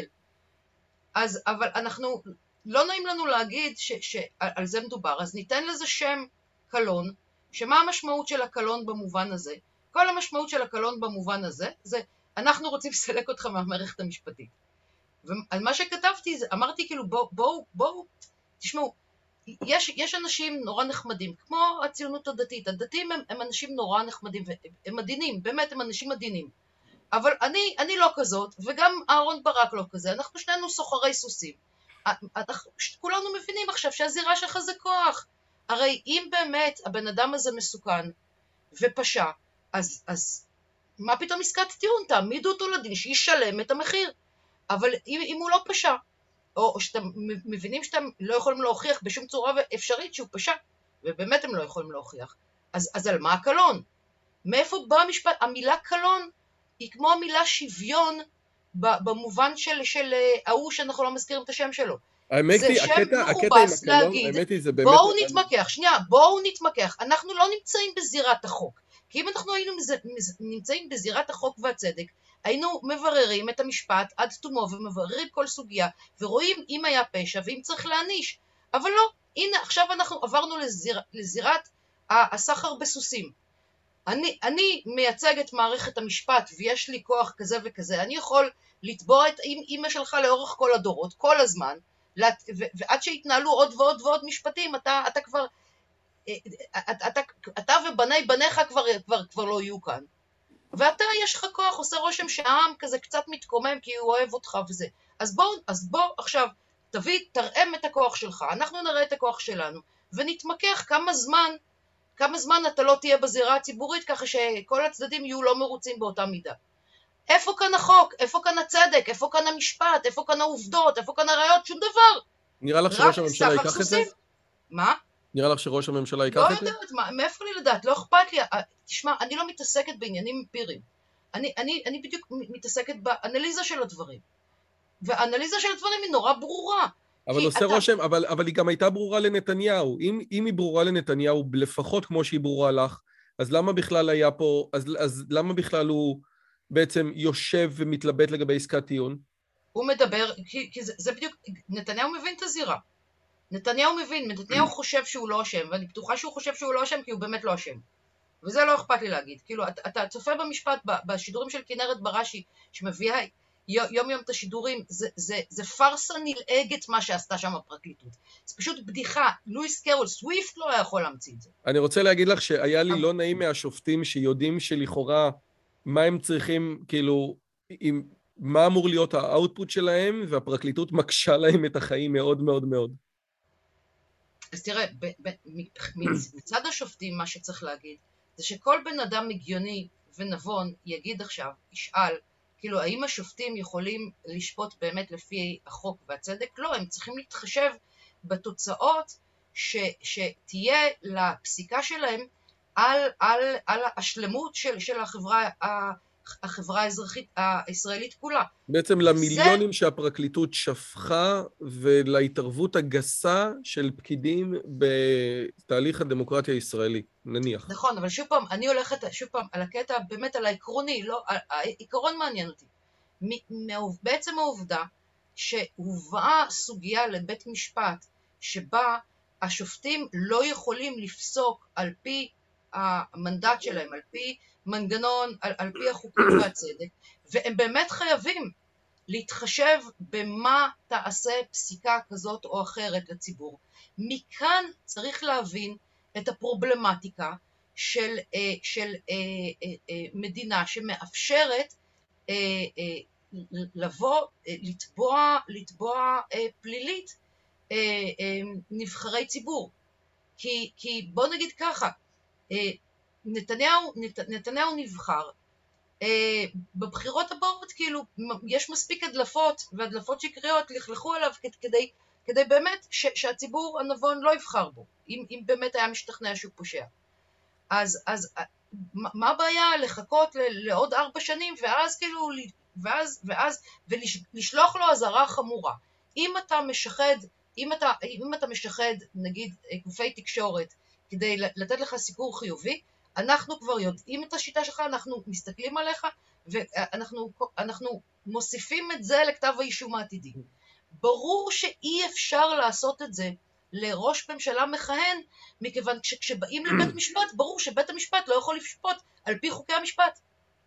אז, אבל אנחנו, לא נעים לנו להגיד ש, שעל זה מדובר, אז ניתן לזה שם קלון, שמה המשמעות של הקלון במובן הזה? כל המשמעות של הקלון במובן הזה, זה אנחנו רוצים לסלק אותך מהמערכת המשפטית. ועל מה שכתבתי, אמרתי כאילו בואו, בואו, בואו, תשמעו, יש, יש אנשים נורא נחמדים, כמו הציונות הדתית, הדתיים הם, הם אנשים נורא נחמדים, והם מדינים, באמת הם אנשים מדינים. אבל אני, אני לא כזאת, וגם אהרון ברק לא כזה, אנחנו שנינו סוחרי סוסים. אנחנו, כולנו מבינים עכשיו שהזירה שלך זה כוח. הרי אם באמת הבן אדם הזה מסוכן ופשע, אז, אז מה פתאום עסקת טיעון? תעמידו אותו לדין, שישלם את המחיר. אבל אם, אם הוא לא פשע, או, או שאתם מבינים שאתם לא יכולים להוכיח בשום צורה אפשרית שהוא פשע, ובאמת הם לא יכולים להוכיח, אז, אז על מה הקלון? מאיפה בא המשפט? המילה קלון היא כמו המילה שוויון, במובן של, של ההוא שאנחנו לא מזכירים את השם שלו. האמת היא, הקטע, הקטע עם הקלון, האמת היא זה באמת... בואו נתמקח, שנייה, בואו נתמקח. אנחנו לא נמצאים בזירת החוק. כי אם אנחנו היינו נמצאים בזירת החוק והצדק, היינו מבררים את המשפט עד תומו ומבררים כל סוגיה, ורואים אם היה פשע ואם צריך להעניש. אבל לא, הנה, עכשיו אנחנו עברנו לזיר, לזירת הסחר בסוסים. אני, אני מייצג את מערכת המשפט, ויש לי כוח כזה וכזה, אני יכול לתבוע את אמא שלך לאורך כל הדורות, כל הזמן, ועד שהתנהלו עוד ועוד ועוד משפטים, אתה, אתה כבר, אתה, אתה, אתה ובני בניך כבר, כבר, כבר לא יהיו כאן. ואתה יש לך כוח, עושה רושם שהעם כזה קצת מתקומם כי הוא אוהב אותך וזה. אז בוא, אז בוא עכשיו, תביא, תרעם את הכוח שלך, אנחנו נראה את הכוח שלנו, ונתמקח כמה זמן, כמה זמן אתה לא תהיה בזירה הציבורית, ככה שכל הצדדים יהיו לא מרוצים באותה מידה. איפה כאן החוק? איפה כאן הצדק? איפה כאן המשפט? איפה כאן העובדות? איפה כאן הראיות? שום דבר. נראה לך שראש הממשלה ייקח את זה? מה? נראה לך שראש הממשלה ייקח את זה? לא יודעת, מאיפה לי לדעת? לא אכפת לי. תשמע, אני לא מתעסקת בעניינים אמפיריים. אני, אני, אני בדיוק מתעסקת באנליזה של הדברים. והאנליזה של הדברים היא נורא ברורה. אבל עושה רושם, אבל, אבל היא גם הייתה ברורה לנתניהו. אם, אם היא ברורה לנתניהו, לפחות כמו שהיא ברורה לך, אז למה בכלל היה פה, אז, אז למה בכלל הוא בעצם יושב ומתלבט לגבי עסקת טיעון? הוא מדבר, כי, כי זה, זה בדיוק, נתניהו מבין את הזירה. נתניהו מבין, נתניהו חושב שהוא לא אשם, ואני בטוחה שהוא חושב שהוא לא אשם, כי הוא באמת לא אשם. וזה לא אכפת לי להגיד. כאילו, אתה, אתה צופה במשפט, בשידורים של כנרת בראשי, שמביאה יום יום את השידורים, זה, זה, זה פרסה נלעגת מה שעשתה שם הפרקליטות. זה פשוט בדיחה. לואיס קרול, סוויפט לא היה יכול להמציא את זה. אני רוצה להגיד לך שהיה לי לא נעים מהשופטים שיודעים שלכאורה מה הם צריכים, כאילו, עם, מה אמור להיות האוטפוט שלהם, והפרקליטות מקשה להם את החיים מאוד מאוד מאוד. אז תראה, ב, ב, מצד השופטים מה שצריך להגיד, זה שכל בן אדם מגיוני ונבון יגיד עכשיו, ישאל, כאילו, האם השופטים יכולים לשפוט באמת לפי החוק והצדק? לא, הם צריכים להתחשב בתוצאות ש, שתהיה לפסיקה שלהם על, על, על השלמות של, של החברה, החברה האזרחית הישראלית כולה. בעצם למיליונים זה... שהפרקליטות שפכה ולהתערבות הגסה של פקידים בתהליך הדמוקרטיה הישראלי, נניח. נכון, אבל שוב פעם, אני הולכת שוב פעם על הקטע, באמת על העקרוני, לא, העיקרון מעניין אותי. בעצם העובדה שהובאה סוגיה לבית משפט שבה השופטים לא יכולים לפסוק על פי המנדט שלהם, על פי מנגנון, על, על פי החוקים והצדק, והם באמת חייבים להתחשב במה תעשה פסיקה כזאת או אחרת לציבור. מכאן צריך להבין את הפרובלמטיקה של, של מדינה שמאפשרת לבוא, לתבוע, לתבוע פלילית נבחרי ציבור. כי, כי בוא נגיד ככה, נתניהו, נת, נתניהו נבחר, בבחירות הבאות כאילו יש מספיק הדלפות והדלפות שקריות לכלכו עליו כדי, כדי באמת ש, שהציבור הנבון לא יבחר בו, אם, אם באמת היה משתכנע שהוא פושע. אז, אז מה הבעיה לחכות לעוד ארבע שנים ואז כאילו, ואז, ואז, ולשלוח לו אזהרה חמורה. אם אתה משחד, אם אתה, אם אתה משחד, נגיד, גופי תקשורת, כדי לתת לך סיקור חיובי, אנחנו כבר יודעים את השיטה שלך, אנחנו מסתכלים עליך, ואנחנו אנחנו מוסיפים את זה לכתב האישום העתידי. ברור שאי אפשר לעשות את זה לראש ממשלה מכהן, מכיוון שכשבאים לבית משפט, ברור שבית המשפט לא יכול לשפוט על פי חוקי המשפט.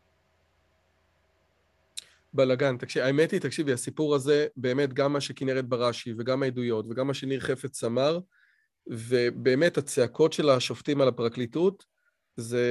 בלגן, תקשיב, האמת היא, תקשיבי, הסיפור הזה, באמת גם מה שכנרת בראשי, וגם העדויות, וגם מה שניר חפץ אמר, ובאמת הצעקות של השופטים על הפרקליטות, זה,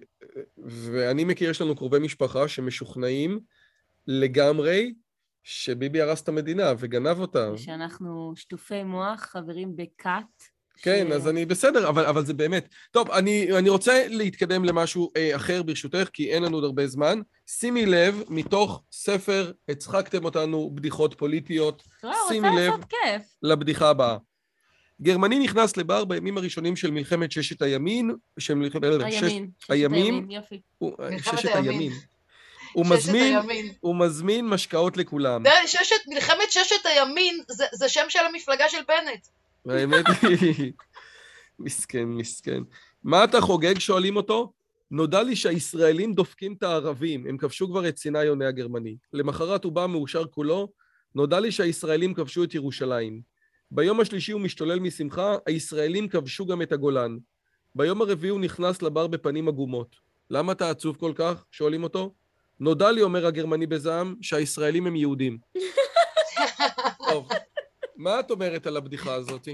ואני מכיר, יש לנו קרובי משפחה שמשוכנעים לגמרי, שביבי הרס את המדינה וגנב אותה. שאנחנו שטופי מוח, חברים בקאט. כן, ש... אז אני בסדר, אבל, אבל זה באמת. טוב, אני, אני רוצה להתקדם למשהו אה, אחר ברשותך, כי אין לנו עוד הרבה זמן. שימי לב, מתוך ספר, הצחקתם אותנו בדיחות פוליטיות. שימי לב לבדיחה הבאה. גרמני נכנס לבר בימים הראשונים של מלחמת ששת הימין, של מלחמת... הימין, ששת הימין, יופי. ששת הימין. הוא מזמין, הוא מזמין משקאות לכולם. ששת, מלחמת ששת הימין, זה, זה שם של המפלגה של בנט. האמת היא, מסכן, מסכן. מה אתה חוגג? שואלים אותו. נודע לי שהישראלים דופקים את הערבים, הם כבשו כבר את סיני עונה הגרמני. למחרת הוא בא מאושר כולו, נודע לי שהישראלים כבשו את ירושלים. ביום השלישי הוא משתולל משמחה, הישראלים כבשו גם את הגולן. ביום הרביעי הוא נכנס לבר בפנים עגומות. למה אתה עצוב כל כך? שואלים אותו. נודע לי, אומר הגרמני בזעם, שהישראלים הם יהודים. טוב, מה את אומרת על הבדיחה הזאת?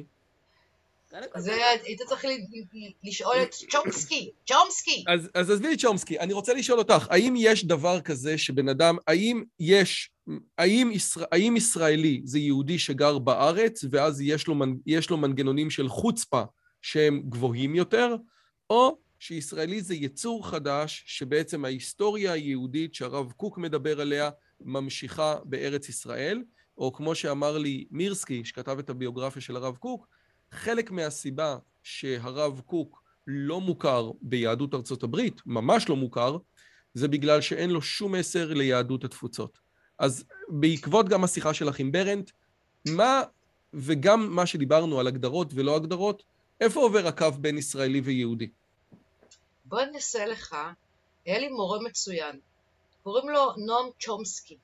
זה, היית צריך לשאול את צ'ומסקי, צ'ומסקי. אז, אז עזבי את צ'ומסקי, אני רוצה לשאול אותך, האם יש דבר כזה שבן אדם, האם יש, האם, ישראל, האם ישראלי זה יהודי שגר בארץ, ואז יש לו, יש לו מנגנונים של חוצפה שהם גבוהים יותר, או שישראלי זה יצור חדש, שבעצם ההיסטוריה היהודית שהרב קוק מדבר עליה, ממשיכה בארץ ישראל, או כמו שאמר לי מירסקי, שכתב את הביוגרפיה של הרב קוק, חלק מהסיבה שהרב קוק לא מוכר ביהדות ארצות הברית, ממש לא מוכר, זה בגלל שאין לו שום מסר ליהדות התפוצות. אז בעקבות גם השיחה שלך עם ברנט, מה, וגם מה שדיברנו על הגדרות ולא הגדרות, איפה עובר הקו בין ישראלי ויהודי? בוא ננסה לך, היה לי מורה מצוין, קוראים לו נועם צ'ומסקי.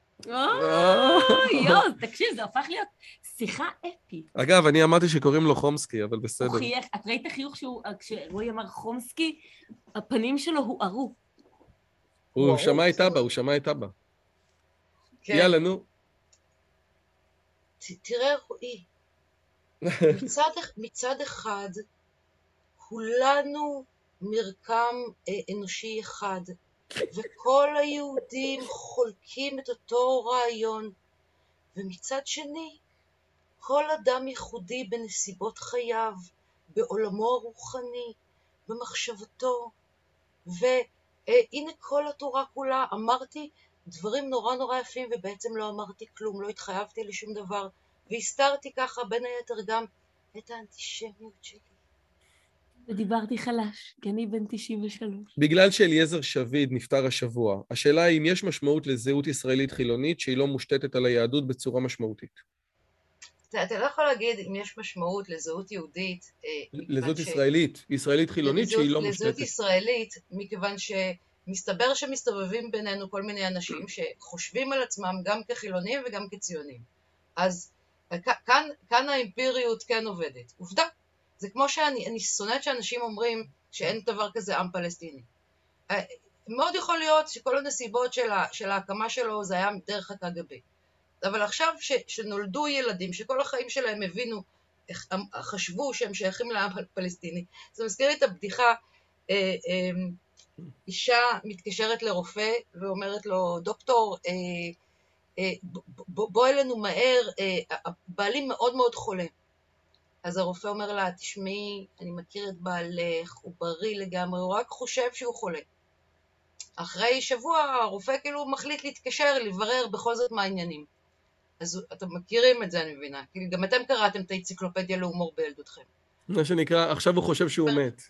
יואו, תקשיב, זה הופך להיות שיחה אפית. אגב, אני אמרתי שקוראים לו חומסקי, אבל בסדר. הוא חייך, את ראית החיוך כשרועי אמר חומסקי, הפנים שלו הוארו. הוא שמע את אבא, הוא שמע את אבא. יאללה, נו. תראה, רועי, מצד אחד, כולנו מרקם אנושי אחד, וכל היהודים חולקים את אותו רעיון, ומצד שני, כל אדם ייחודי בנסיבות חייו, בעולמו הרוחני, במחשבתו, והנה כל התורה כולה, אמרתי דברים נורא נורא יפים, ובעצם לא אמרתי כלום, לא התחייבתי לשום דבר, והסתרתי ככה בין היתר גם את האנטישמיות שלי. ודיברתי חלש, כי אני בן תשעים ושלוש. בגלל שאליעזר שביד נפטר השבוע, השאלה היא אם יש משמעות לזהות ישראלית חילונית שהיא לא מושתתת על היהדות בצורה משמעותית. אתה, אתה לא יכול להגיד אם יש משמעות לזהות יהודית. לזהות ש... ישראלית, ישראלית חילונית לזהות, שהיא לא לזהות מושתתת. לזהות ישראלית, מכיוון שמסתבר שמסתובבים בינינו כל מיני אנשים שחושבים על עצמם גם כחילונים וגם כציונים. אז כאן, כאן האימפיריות כן עובדת. עובדה. זה כמו שאני אני שונאת שאנשים אומרים שאין דבר כזה עם פלסטיני. מאוד יכול להיות שכל הנסיבות של, ה, של ההקמה שלו זה היה דרך הקג"ב. אבל עכשיו ש, שנולדו ילדים שכל החיים שלהם הבינו, חשבו שהם שייכים לעם הפלסטיני. זה מזכיר לי את הבדיחה, אה, אה, אישה מתקשרת לרופא ואומרת לו, דוקטור, אה, אה, בוא, בוא אלינו מהר, אה, בעלי מאוד מאוד חולה. אז הרופא אומר לה, תשמעי, אני מכיר את בעלך, הוא בריא לגמרי, הוא רק חושב שהוא חולה. אחרי שבוע הרופא כאילו מחליט להתקשר, לברר בכל זאת מה העניינים. אז אתם מכירים את זה, אני מבינה. כי גם אתם קראתם את האנציקלופדיה להומור בילדותכם. מה שנקרא, עכשיו הוא חושב שהוא מת.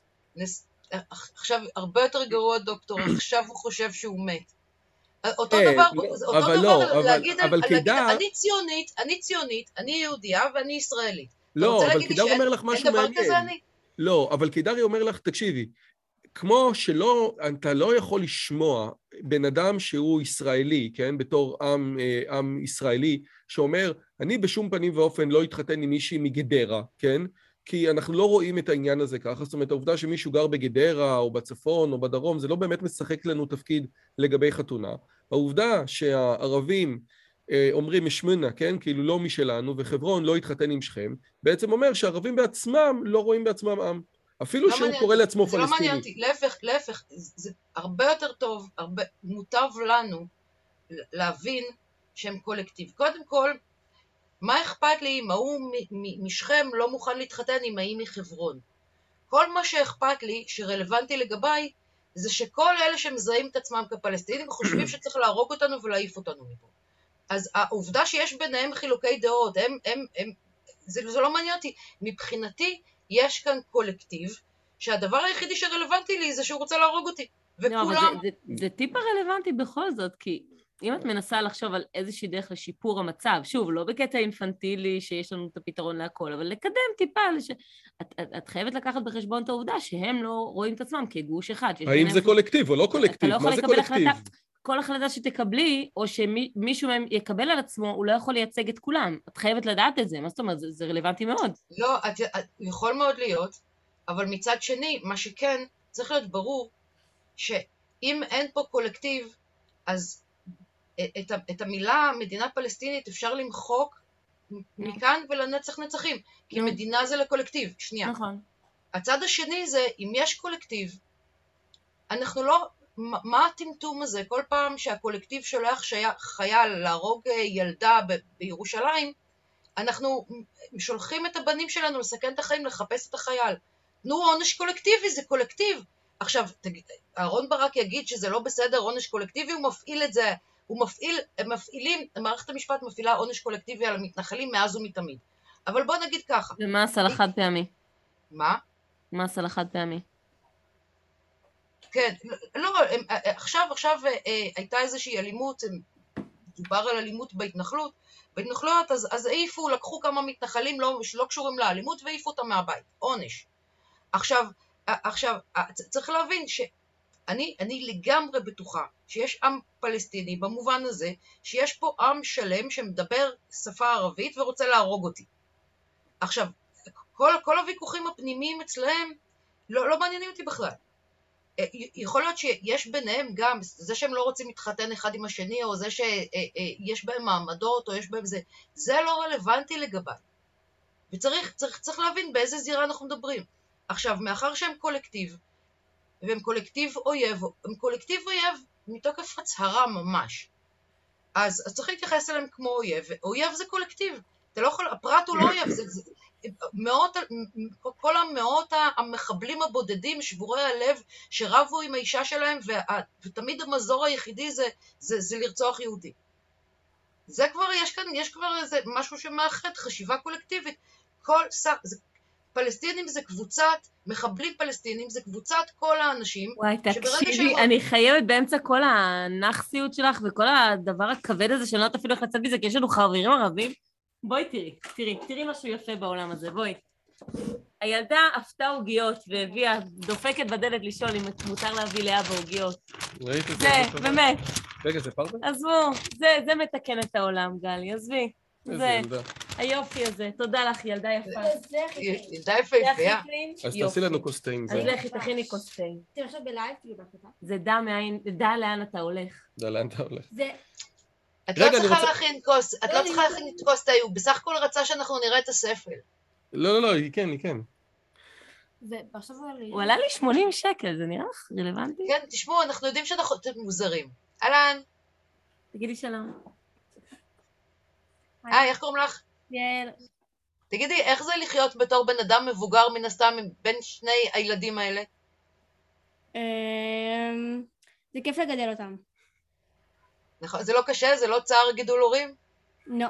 עכשיו, הרבה יותר גרוע, דוקטור, עכשיו הוא חושב שהוא מת. אותו אה, דבר, לא, אותו אבל דבר לא, אבל- להגיד, אבל להגיד, כדאי- אני ציונית, אני ציונית, אני יהודייה ואני ישראלית. אתה לא, רוצה אבל להגיד לי קידר שאין- אומר לך אין משהו דבר מעניין. כזה אני? לא, אבל קידרי אומר לך, תקשיבי, כמו שלא, אתה לא יכול לשמוע בן אדם שהוא ישראלי, כן, בתור עם, אה, עם ישראלי, שאומר, אני בשום פנים ואופן לא אתחתן עם מישהי מגדרה, כן? כי אנחנו לא רואים את העניין הזה ככה, זאת אומרת, העובדה שמישהו גר בגדרה, או בצפון, או בדרום, זה לא באמת משחק לנו תפקיד לגבי חתונה. העובדה שהערבים אה, אומרים משמונה, כן? כאילו לא משלנו, וחברון לא התחתן עם שכם, בעצם אומר שהערבים בעצמם לא רואים בעצמם עם. אפילו לא שהוא מעניין קורא אותי. לעצמו זה לא מעניין פלסטיני. אותי, להפך, להפך, זה הרבה יותר טוב, הרבה, מוטב לנו להבין שהם קולקטיב. קודם כל, מה אכפת לי אם ההוא מ- מ- משכם לא מוכן להתחתן עם ההיא מחברון? כל מה שאכפת לי, שרלוונטי לגביי, זה שכל אלה שמזהים את עצמם כפלסטינים חושבים שצריך להרוג אותנו ולהעיף אותנו מפה. אז העובדה שיש ביניהם חילוקי דעות, הם, הם, הם, זה, זה לא מעניין אותי. מבחינתי, יש כאן קולקטיב, שהדבר היחידי שרלוונטי לי זה שהוא רוצה להרוג אותי. לא, אבל וכולם... זה, זה, זה טיפה רלוונטי בכל זאת, כי אם את מנסה לחשוב על איזושהי דרך לשיפור המצב, שוב, לא בקטע אינפנטילי שיש לנו את הפתרון להכל, אבל לקדם טיפה, לש... את, את, את חייבת לקחת בחשבון את העובדה שהם לא רואים את עצמם כגוש אחד. האם זה קולקטיב או לא קולקטיב? מה זה קולקטיב? החלטה, כל החלטה שתקבלי, או שמישהו מהם יקבל על עצמו, הוא לא יכול לייצג את כולם. את חייבת לדעת את זה, מה זאת אומרת? זה, זה רלוונטי מאוד. לא, את, את, יכול מאוד להיות, אבל מצד שני, מה שכן, צריך להיות ברור, שאם אין פה קולקטיב, אז את, את המילה מדינה פלסטינית אפשר למחוק מכאן ולנצח נצחים, כי מדינה זה לקולקטיב. שנייה. נכון. הצד השני זה, אם יש קולקטיב, אנחנו לא, מה הטמטום הזה? כל פעם שהקולקטיב שולח חייל להרוג ילדה ב, בירושלים, אנחנו שולחים את הבנים שלנו לסכן את החיים, לחפש את החייל. תנו עונש קולקטיבי, זה קולקטיב. עכשיו, אהרון ברק יגיד שזה לא בסדר, עונש קולקטיבי, הוא מפעיל את זה, הוא מפעיל, הם מפעילים, מערכת המשפט מפעילה עונש קולקטיבי על המתנחלים מאז ומתמיד. אבל בוא נגיד ככה. ומס על החד פעמי. מה? מס על החד פעמי. כן, לא, הם, עכשיו, עכשיו הייתה איזושהי אלימות, דובר על אלימות בהתנחלות, בהתנחלויות, אז, אז העיפו, לקחו כמה מתנחלים לא, שלא קשורים לאלימות, והעיפו אותם מהבית, עונש. עכשיו, עכשיו, צריך להבין שאני אני לגמרי בטוחה שיש עם פלסטיני במובן הזה, שיש פה עם שלם שמדבר שפה ערבית ורוצה להרוג אותי. עכשיו, כל, כל הוויכוחים הפנימיים אצלהם לא, לא מעניינים אותי בכלל. יכול להיות שיש ביניהם גם, זה שהם לא רוצים להתחתן אחד עם השני, או זה שיש בהם מעמדות, או יש בהם זה, זה לא רלוונטי לגביי. וצריך צריך, צריך להבין באיזה זירה אנחנו מדברים. עכשיו, מאחר שהם קולקטיב, והם קולקטיב אויב, הם קולקטיב אויב מתוקף הצהרה ממש. אז, אז צריך להתייחס אליהם כמו אויב, ואויב זה קולקטיב. אתה לא יכול, הפרט הוא לא אויב, זה, זה, מאות, כל המאות המחבלים הבודדים, שבורי הלב, שרבו עם האישה שלהם, וה, ותמיד המזור היחידי זה, זה, זה לרצוח יהודי. זה כבר, יש כאן, יש כבר איזה משהו שמאחד, חשיבה קולקטיבית. כל שר, זה, פלסטינים זה קבוצת, מחבלים פלסטינים זה קבוצת כל האנשים. וואי, תקשיבי, אני חייבת באמצע כל הנחסיות שלך וכל הדבר הכבד הזה שאני לא יודעת אפילו איך לצאת מזה, כי יש לנו חברים ערבים. בואי תראי, תראי, תראי משהו יפה בעולם הזה, בואי. הילדה עפתה עוגיות והביאה, דופקת בדלת לשאול אם מותר להביא לאבא עוגיות. זה, באמת. רגע, זה פרטה? עזבו, זה מתקן את העולם, גלי, עזבי. זה, היופי הזה. תודה לך, ילדה יפה. ילדה יפה יפה. אז תעשי לנו קוסטאים. אז לכי, תכיני קוסטאים. תראה עכשיו בלייב, תראי בהקלטה. זה דע מאין, דע לאן אתה הולך. דע לאן אתה הולך. זה... את לא צריכה להכין כוס, את לא צריכה להכין כוס תה, הוא בסך הכל רצה שאנחנו נראה את הספל. לא, לא, לא, היא כן, היא כן. ועכשיו הוא עלי. הוא עלה לי שמונים שקל, זה נראה לך רלוונטי? כן, תשמעו, אנחנו יודעים שאתם מוזרים. אהלן. תגידי שלום. היי, איך קוראים לך? יעל. תגידי, איך זה לחיות בתור בן אדם מבוגר מן הסתם בין שני הילדים האלה? זה כיף לגדל אותם. נכון, זה לא קשה? זה לא צער גידול הורים? לא.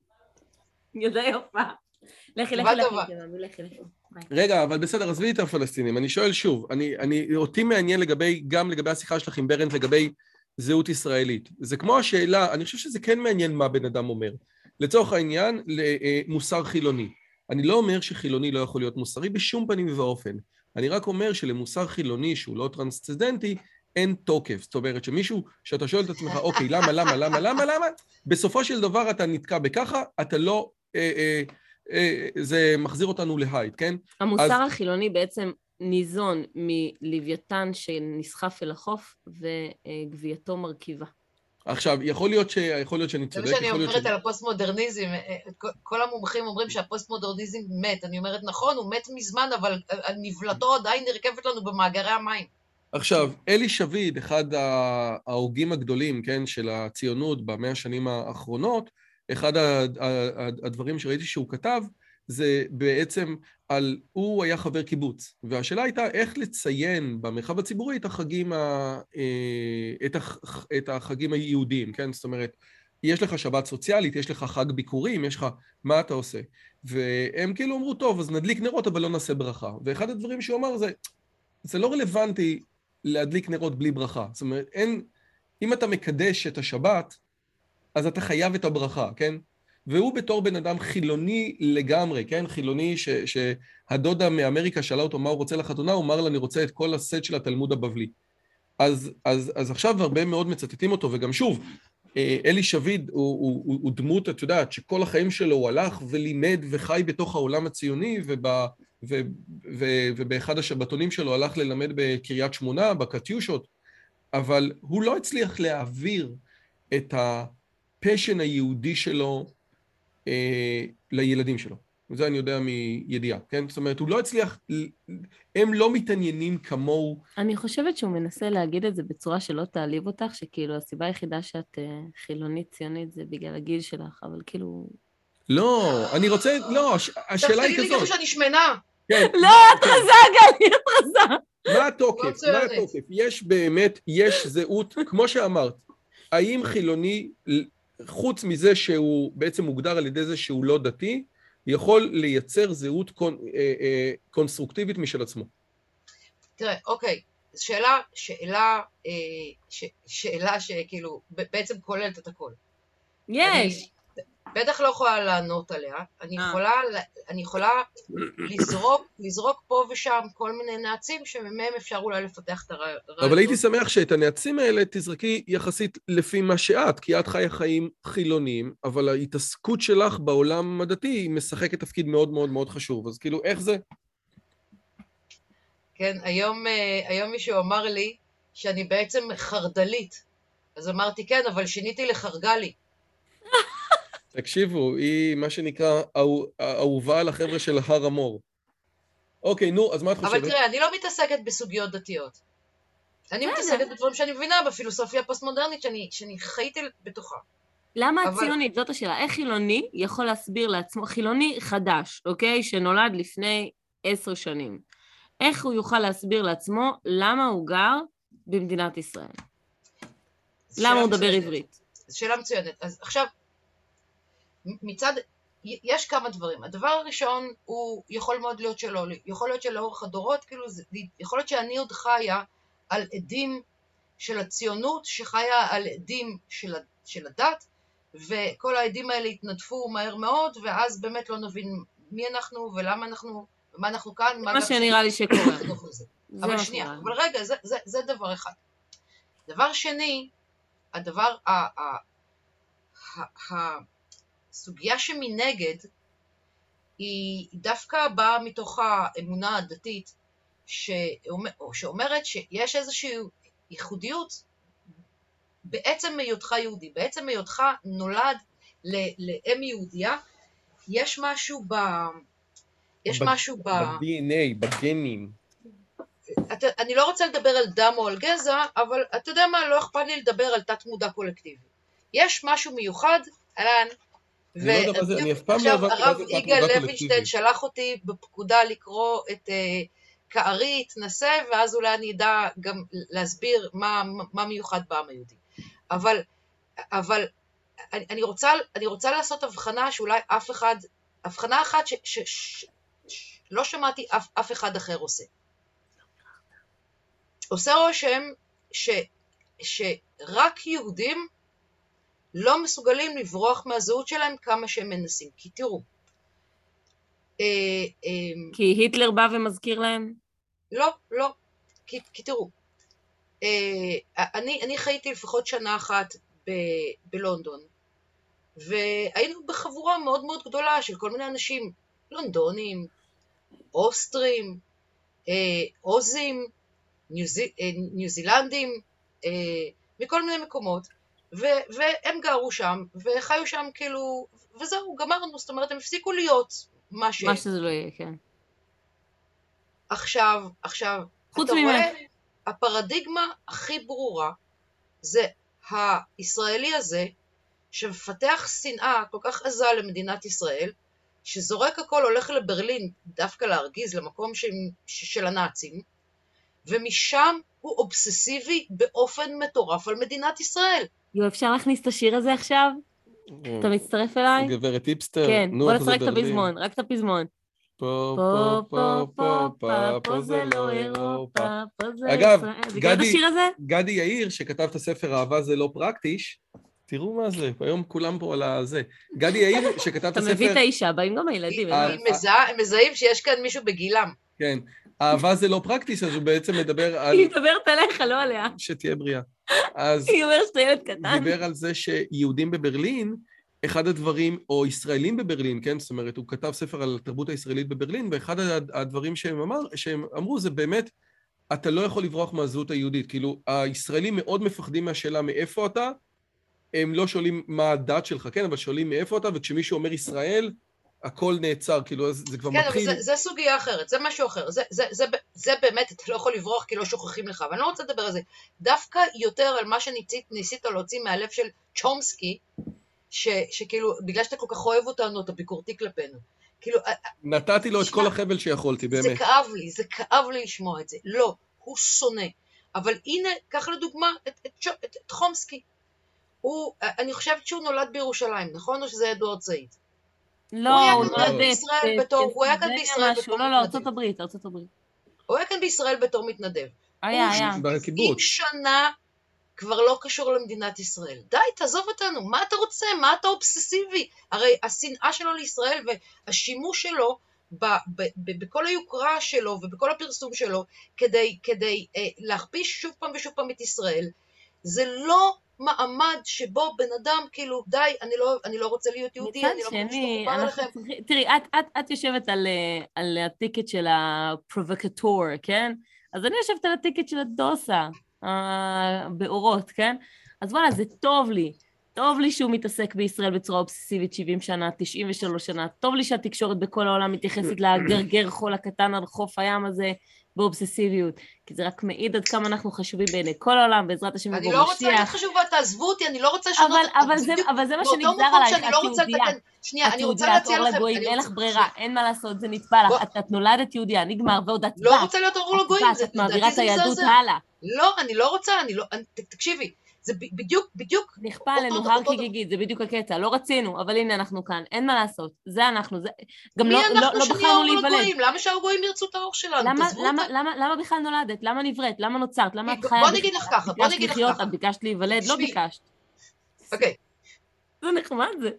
יודע יפה. לכי, לכי, לכי, לכי. רגע, אבל בסדר, עזבי את הפלסטינים. אני שואל שוב, אני, אני, אותי מעניין לגבי, גם לגבי השיחה שלך עם ברנט, לגבי זהות ישראלית. זה כמו השאלה, אני חושב שזה כן מעניין מה בן אדם אומר. לצורך העניין, למוסר חילוני. אני לא אומר שחילוני לא יכול להיות מוסרי בשום פנים ואופן. אני רק אומר שלמוסר חילוני שהוא לא טרנסצדנטי, אין תוקף. זאת אומרת שמישהו, שאתה שואל את עצמך, אוקיי, למה, למה, למה, למה, למה? בסופו של דבר אתה נתקע בככה, אתה לא, אה, אה, אה, זה מחזיר אותנו להייד, כן? המוסר אז... החילוני בעצם ניזון מלוויתן שנסחף אל החוף, וגבייתו מרכיבה. עכשיו, יכול להיות, ש... יכול להיות שאני צודק. זה מה שאני אומרת שאני... על הפוסט-מודרניזם, כל המומחים אומרים שהפוסט-מודרניזם מת, אני אומרת נכון, הוא מת מזמן, אבל נבלתו עדיין נרכבת לנו במאגרי המים. עכשיו, אלי שביד, אחד ההוגים הגדולים, כן, של הציונות במאה השנים האחרונות, אחד הדברים שראיתי שהוא כתב, זה בעצם על, הוא היה חבר קיבוץ, והשאלה הייתה איך לציין במרחב הציבורי את החגים, ה, את, הח, את החגים היהודיים, כן? זאת אומרת, יש לך שבת סוציאלית, יש לך חג ביקורים, יש לך, מה אתה עושה? והם כאילו אמרו, טוב, אז נדליק נרות, אבל לא נעשה ברכה. ואחד הדברים שהוא אמר זה, זה לא רלוונטי להדליק נרות בלי ברכה. זאת אומרת, אין, אם אתה מקדש את השבת, אז אתה חייב את הברכה, כן? והוא בתור בן אדם חילוני לגמרי, כן? חילוני ש, שהדודה מאמריקה שאלה אותו מה הוא רוצה לחתונה, הוא אמר לה, אני רוצה את כל הסט של התלמוד הבבלי. אז, אז, אז עכשיו הרבה מאוד מצטטים אותו, וגם שוב, אלי שביד הוא, הוא, הוא, הוא דמות, את יודעת, שכל החיים שלו הוא הלך ולימד וחי בתוך העולם הציוני, וב, ו, ו, ובאחד השבתונים שלו הלך ללמד בקריית שמונה, בקטיושות, אבל הוא לא הצליח להעביר את הפשן היהודי שלו אה, לילדים שלו. וזה אני יודע מידיעה, כן? זאת אומרת, הוא לא הצליח, הם לא מתעניינים כמוהו. אני חושבת שהוא מנסה להגיד את זה בצורה שלא תעליב אותך, שכאילו הסיבה היחידה שאת חילונית ציונית זה בגלל הגיל שלך, אבל כאילו... לא, אני רוצה, לא, השאלה היא כזאת. תגידי לי ככה שאני שמנה. לא, את רזה, גלי, את רזה. מה התוקף? מה התוקף? יש באמת, יש זהות, כמו שאמרת, האם חילוני, חוץ מזה שהוא בעצם מוגדר על ידי זה שהוא לא דתי, יכול לייצר זהות קונ, אה, אה, קונסטרוקטיבית משל עצמו. תראה, אוקיי, שאלה, שאלה, אה, ש, שאלה שכאילו בעצם כוללת את הכל. יש. אני בטח לא יכולה לענות עליה, אני יכולה, אני יכולה לזרוק, לזרוק פה ושם כל מיני נעצים שמהם אפשר אולי לפתח את הרעיון. אבל הייתי שמח שאת הנעצים האלה תזרקי יחסית לפי מה שאת, כי את חיה חיים חילוניים, אבל ההתעסקות שלך בעולם הדתי היא משחקת תפקיד מאוד מאוד מאוד חשוב, אז כאילו איך זה? כן, היום, היום מישהו אמר לי שאני בעצם חרדלית, אז אמרתי כן, אבל שיניתי לחרגלי. תקשיבו, היא מה שנקרא אהובה על החבר'ה של הר המור. אוקיי, נו, אז מה את חושבת? אבל תראה, אני לא מתעסקת בסוגיות דתיות. אני מתעסקת בדברים שאני מבינה, בפילוסופיה הפוסט-מודרנית שאני, שאני חייתי בתוכה. למה הציונית? זאת השאלה. איך חילוני יכול להסביר לעצמו, חילוני חדש, אוקיי? שנולד לפני עשר שנים. איך הוא יוכל להסביר לעצמו למה הוא גר במדינת ישראל? למה הוא מדבר עברית? זו שאלה מצוינת. אז עכשיו, מצד, יש כמה דברים. הדבר הראשון הוא יכול מאוד להיות שלא, יכול להיות שלאורך הדורות, כאילו, זה, יכול להיות שאני עוד חיה על עדים של הציונות, שחיה על עדים של, של הדת, וכל העדים האלה התנדפו מהר מאוד, ואז באמת לא נבין מי אנחנו ולמה אנחנו, ומה אנחנו כאן. מה שנראה לי שקורה. אבל שנייה, אבל רגע, זה, זה, זה דבר אחד. דבר שני, הדבר, ה, ה, ה, ה, הסוגיה שמנגד, היא דווקא באה מתוך האמונה הדתית, שאומר, שאומרת שיש איזושהי ייחודיות, בעצם היותך יהודי, בעצם היותך נולד לאם יהודייה, יש משהו ב... יש משהו ב... ב-די אן איי, בגנים. אתה, אני לא רוצה לדבר על דם או על גזע, אבל אתה יודע מה, לא אכפת לי לדבר על תת מודע קולקטיבי. יש משהו מיוחד, אלן, ועכשיו הרב יגאל לוינשטיין שלח אותי בפקודה לקרוא את כארי, התנסה, ואז אולי אני אדע גם להסביר מה, מה מיוחד בעם היהודי. אבל, אבל אני, אני, רוצה, אני רוצה לעשות הבחנה שאולי אף אחד, הבחנה אחת ש, ש, ש, ש, לא שמעתי אף, אף אחד אחר עושה. עושה רושם ש, שרק יהודים לא מסוגלים לברוח מהזהות שלהם כמה שהם מנסים. כי תראו. כי היטלר בא ומזכיר להם? לא, לא. כי, כי תראו. אני, אני חייתי לפחות שנה אחת ב, בלונדון, והיינו בחבורה מאוד מאוד גדולה של כל מיני אנשים, לונדונים, אוסטרים, אוזים, ניוזי, ניו זילנדים, מכל מיני מקומות, ו- והם גרו שם, וחיו שם כאילו, וזהו, גמרנו, זאת אומרת, הם הפסיקו להיות מה ש... מה שזה לא יהיה, כן. עכשיו, עכשיו, אתה רואה, הפרדיגמה הכי ברורה, זה הישראלי הזה, שמפתח שנאה כל כך עזה למדינת ישראל, שזורק הכל, הולך לברלין, דווקא להרגיז, למקום ש... של הנאצים, ומשם הוא אובססיבי באופן מטורף על מדינת ישראל. יו, אפשר להכניס את השיר הזה עכשיו? אתה מצטרף אליי? גברת היפסטר, כן, בוא נעשה רק את הפזמון, רק את הפזמון. פה, פה, פה, פה, פה, פה זה לא אירופה. אגב, גדי יאיר, שכתב את הספר אהבה זה לא פרקטיש, תראו מה זה, היום כולם פה על הזה. גדי יאיר, שכתב את הספר... אתה מביא את האישה, באים גם הילדים. הם מזהים שיש כאן מישהו בגילם. כן. אהבה זה לא פרקטיס, אז הוא בעצם מדבר על... היא מדברת עליך, לא עליה. שתהיה בריאה. היא אומרת שאתה ילד קטן. דיבר על זה שיהודים בברלין, אחד הדברים, או ישראלים בברלין, כן? זאת אומרת, הוא כתב ספר על התרבות הישראלית בברלין, ואחד הדברים שהם אמר, שהם אמרו, זה באמת, אתה לא יכול לברוח מהזהות היהודית. כאילו, הישראלים מאוד מפחדים מהשאלה מאיפה אתה, הם לא שואלים מה הדת שלך, כן? אבל שואלים מאיפה אתה, וכשמישהו אומר ישראל, הכל נעצר, כאילו, זה כבר כן, מתחיל... כן, אבל זה, זה סוגיה אחרת, זה משהו אחר, זה, זה, זה, זה באמת, אתה לא יכול לברוח כי לא שוכחים לך, אבל אני לא רוצה לדבר על זה. דווקא יותר על מה שניסית להוציא מהלב של צ'ומסקי, ש, שכאילו, בגלל שאתה כל כך אוהב אותנו, אתה ביקורתי כלפינו. כאילו... נתתי לו את כל החבל שיכולתי, באמת. זה כאב לי, זה כאב לי לשמוע את זה. לא, הוא שונא. אבל הנה, קח לדוגמה את, את, את, את, את חומסקי. הוא, אני חושבת שהוא נולד בירושלים, נכון? או שזה אדוארד סעיד? לא, הוא היה כאן בישראל בתור, הוא היה כאן בישראל בתור מתנדב. לא, לא, ארצות הברית, ארצות הברית. הוא היה כאן בישראל בתור מתנדב. היה, היה. בקיבוץ. שנה כבר לא קשור למדינת ישראל. די, תעזוב אותנו, מה אתה רוצה? מה אתה אובססיבי? הרי השנאה שלו לישראל והשימוש שלו בכל היוקרה שלו ובכל הפרסום שלו כדי, כדי להכפיש שוב פעם ושוב פעם את ישראל, זה לא מעמד שבו בן אדם כאילו, די, אני לא, אני לא רוצה להיות יהודי, אני לא רוצה שתחובר אליכם. תראי, את, את, את יושבת על, על הטיקט של הפרובוקטור, כן? אז אני יושבת על הטיקט של הדוסה, באורות, כן? אז וואלה, זה טוב לי. טוב לי שהוא מתעסק בישראל בצורה אובססיבית שבעים שנה, תשעים ושלוש שנה. טוב לי שהתקשורת בכל העולם מתייחסת לגרגר חול הקטן על חוף הים הזה באובססיביות. כי זה רק מעיד עד כמה אנחנו חשובים בעיני כל העולם, בעזרת השם יבוא משיח. אני לא רוצה להיות חשובה, תעזבו אותי, אני לא רוצה לשנות... אבל זה מה שנגזר עלייך, את יהודיה. שנייה, אני רוצה להציע לכם... אין לך ברירה, אין מה לעשות, זה נתבע לך. את נולדת יהודיה, נגמר, ועוד את בת. לא רוצה להיות אור לגויים, את מעבירה את היהדות הלאה. לא, אני לא רוצה, אני לא... תקשיבי, זה בדיוק, בדיוק... נכפה עלינו הר כגיגית, זה בדיוק הקטע, לא רצינו, אבל הנה אנחנו כאן, אין מה לעשות, זה אנחנו, זה... גם לא, לא, לא בחרנו להיוולד. למה שהגויים ירצו את האור שלנו? למה, למה, למה, למה בכלל נולדת? למה נבראת? למה נוצרת? למה את חיה? בוא נגיד לך ככה, בוא נגיד לך ככה. את ביקשת להיוולד? לא ביקשת. אוקיי. זה נחמד זה.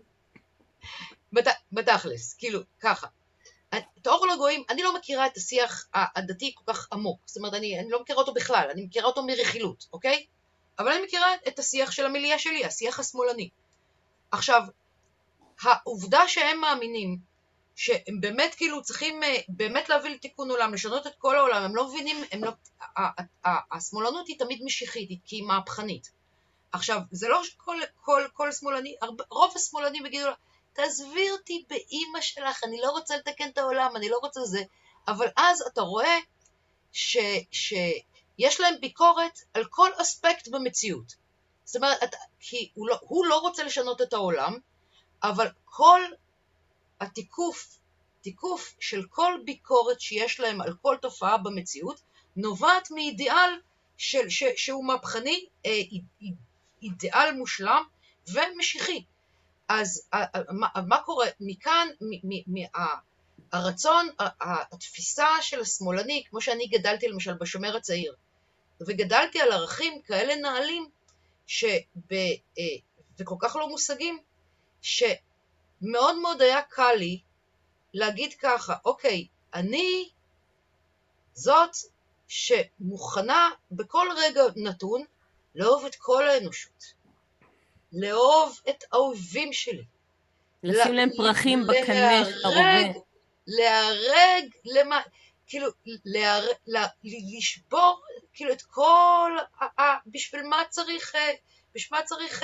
בתכלס, כאילו, ככה. את האור לגויים, אני לא מכירה את השיח הדתי כל כך עמוק, זאת אומרת, אני, אני לא מכירה אותו בכלל, אני מכירה אותו מרכילות, אוקיי? אבל אני מכירה את השיח של המיליה שלי, השיח השמאלני. עכשיו, העובדה שהם מאמינים, שהם באמת כאילו צריכים באמת להביא לתיקון עולם, לשנות את כל העולם, הם לא מבינים, הם לא, השמאלנות היא תמיד משיחית, כי היא מהפכנית. עכשיו, זה לא שכל כל, כל שמאלני, רוב השמאלנים יגידו לה, תעזבי אותי באמא שלך, אני לא רוצה לתקן את העולם, אני לא רוצה זה, אבל אז אתה רואה ש, שיש להם ביקורת על כל אספקט במציאות. זאת אומרת, כי הוא לא, הוא לא רוצה לשנות את העולם, אבל כל התיקוף, תיקוף של כל ביקורת שיש להם על כל תופעה במציאות, נובעת מאידיאל של, ש, שהוא מהפכני, אידיאל מושלם ומשיחי. אז מה, מה קורה? מכאן, הרצון, התפיסה של השמאלני, כמו שאני גדלתי למשל בשומר הצעיר, וגדלתי על ערכים כאלה נעלים, שב, וכל כך לא מושגים, שמאוד מאוד היה קל לי להגיד ככה, אוקיי, אני זאת שמוכנה בכל רגע נתון לאהוב את כל האנושות. לאהוב את האויבים שלי. לשים להם פרחים בקנה הרובה. להרג, למה, כאילו, להרג, לשבור, כאילו, את כל, בשביל מה צריך, בשביל מה צריך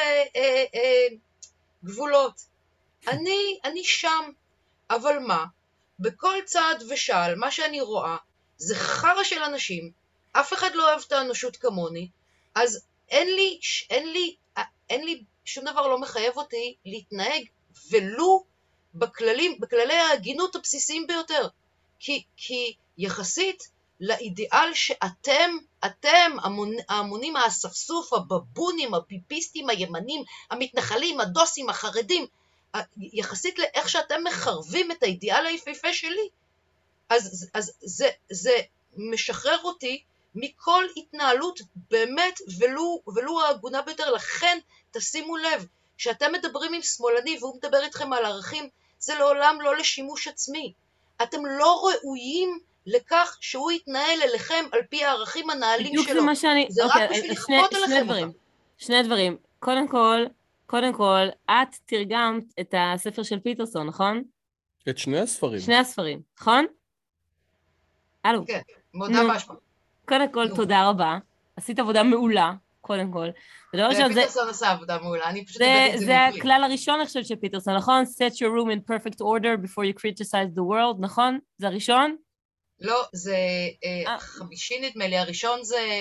גבולות. אני, אני שם, אבל מה? בכל צעד ושעל, מה שאני רואה, זה חרא של אנשים, אף אחד לא אוהב את האנושות כמוני, אז אין לי, אין לי, אין לי, שום דבר לא מחייב אותי להתנהג ולו בכללים, בכללי ההגינות הבסיסיים ביותר. כי, כי יחסית לאידיאל שאתם, אתם, האמונים, האספסוף, הבבונים, הביביסטים, הימנים, המתנחלים, הדוסים, החרדים, יחסית לאיך שאתם מחרבים את האידיאל היפהפה שלי, אז, אז זה, זה משחרר אותי מכל התנהלות באמת ולו, ולו ההגונה ביותר. לכן תשימו לב, שאתם מדברים עם שמאלני והוא מדבר איתכם על ערכים, זה לעולם לא לשימוש עצמי. אתם לא ראויים לכך שהוא יתנהל אליכם על פי הערכים הנעלים שלו. בדיוק זה מה שאני... זה אוקיי, רק בשביל שני, לכפות שני עליכם דברים. אותם. שני דברים. קודם כל, קודם כל, את תרגמת את הספר של פיטרסון, נכון? את שני הספרים. שני הספרים, נכון? אלו. כן, מודה באשמה. קודם כל, תודה רבה. עשית עבודה מעולה, קודם כל. פיטרסון עשה עבודה מעולה, אני פשוט הבאתי את זה זה מבלי. הכלל הראשון, אני חושבת, של פיטרסון, נכון? Set your room in perfect order before you criticize the world, נכון? זה הראשון? לא, זה חמישי נדמה לי, הראשון זה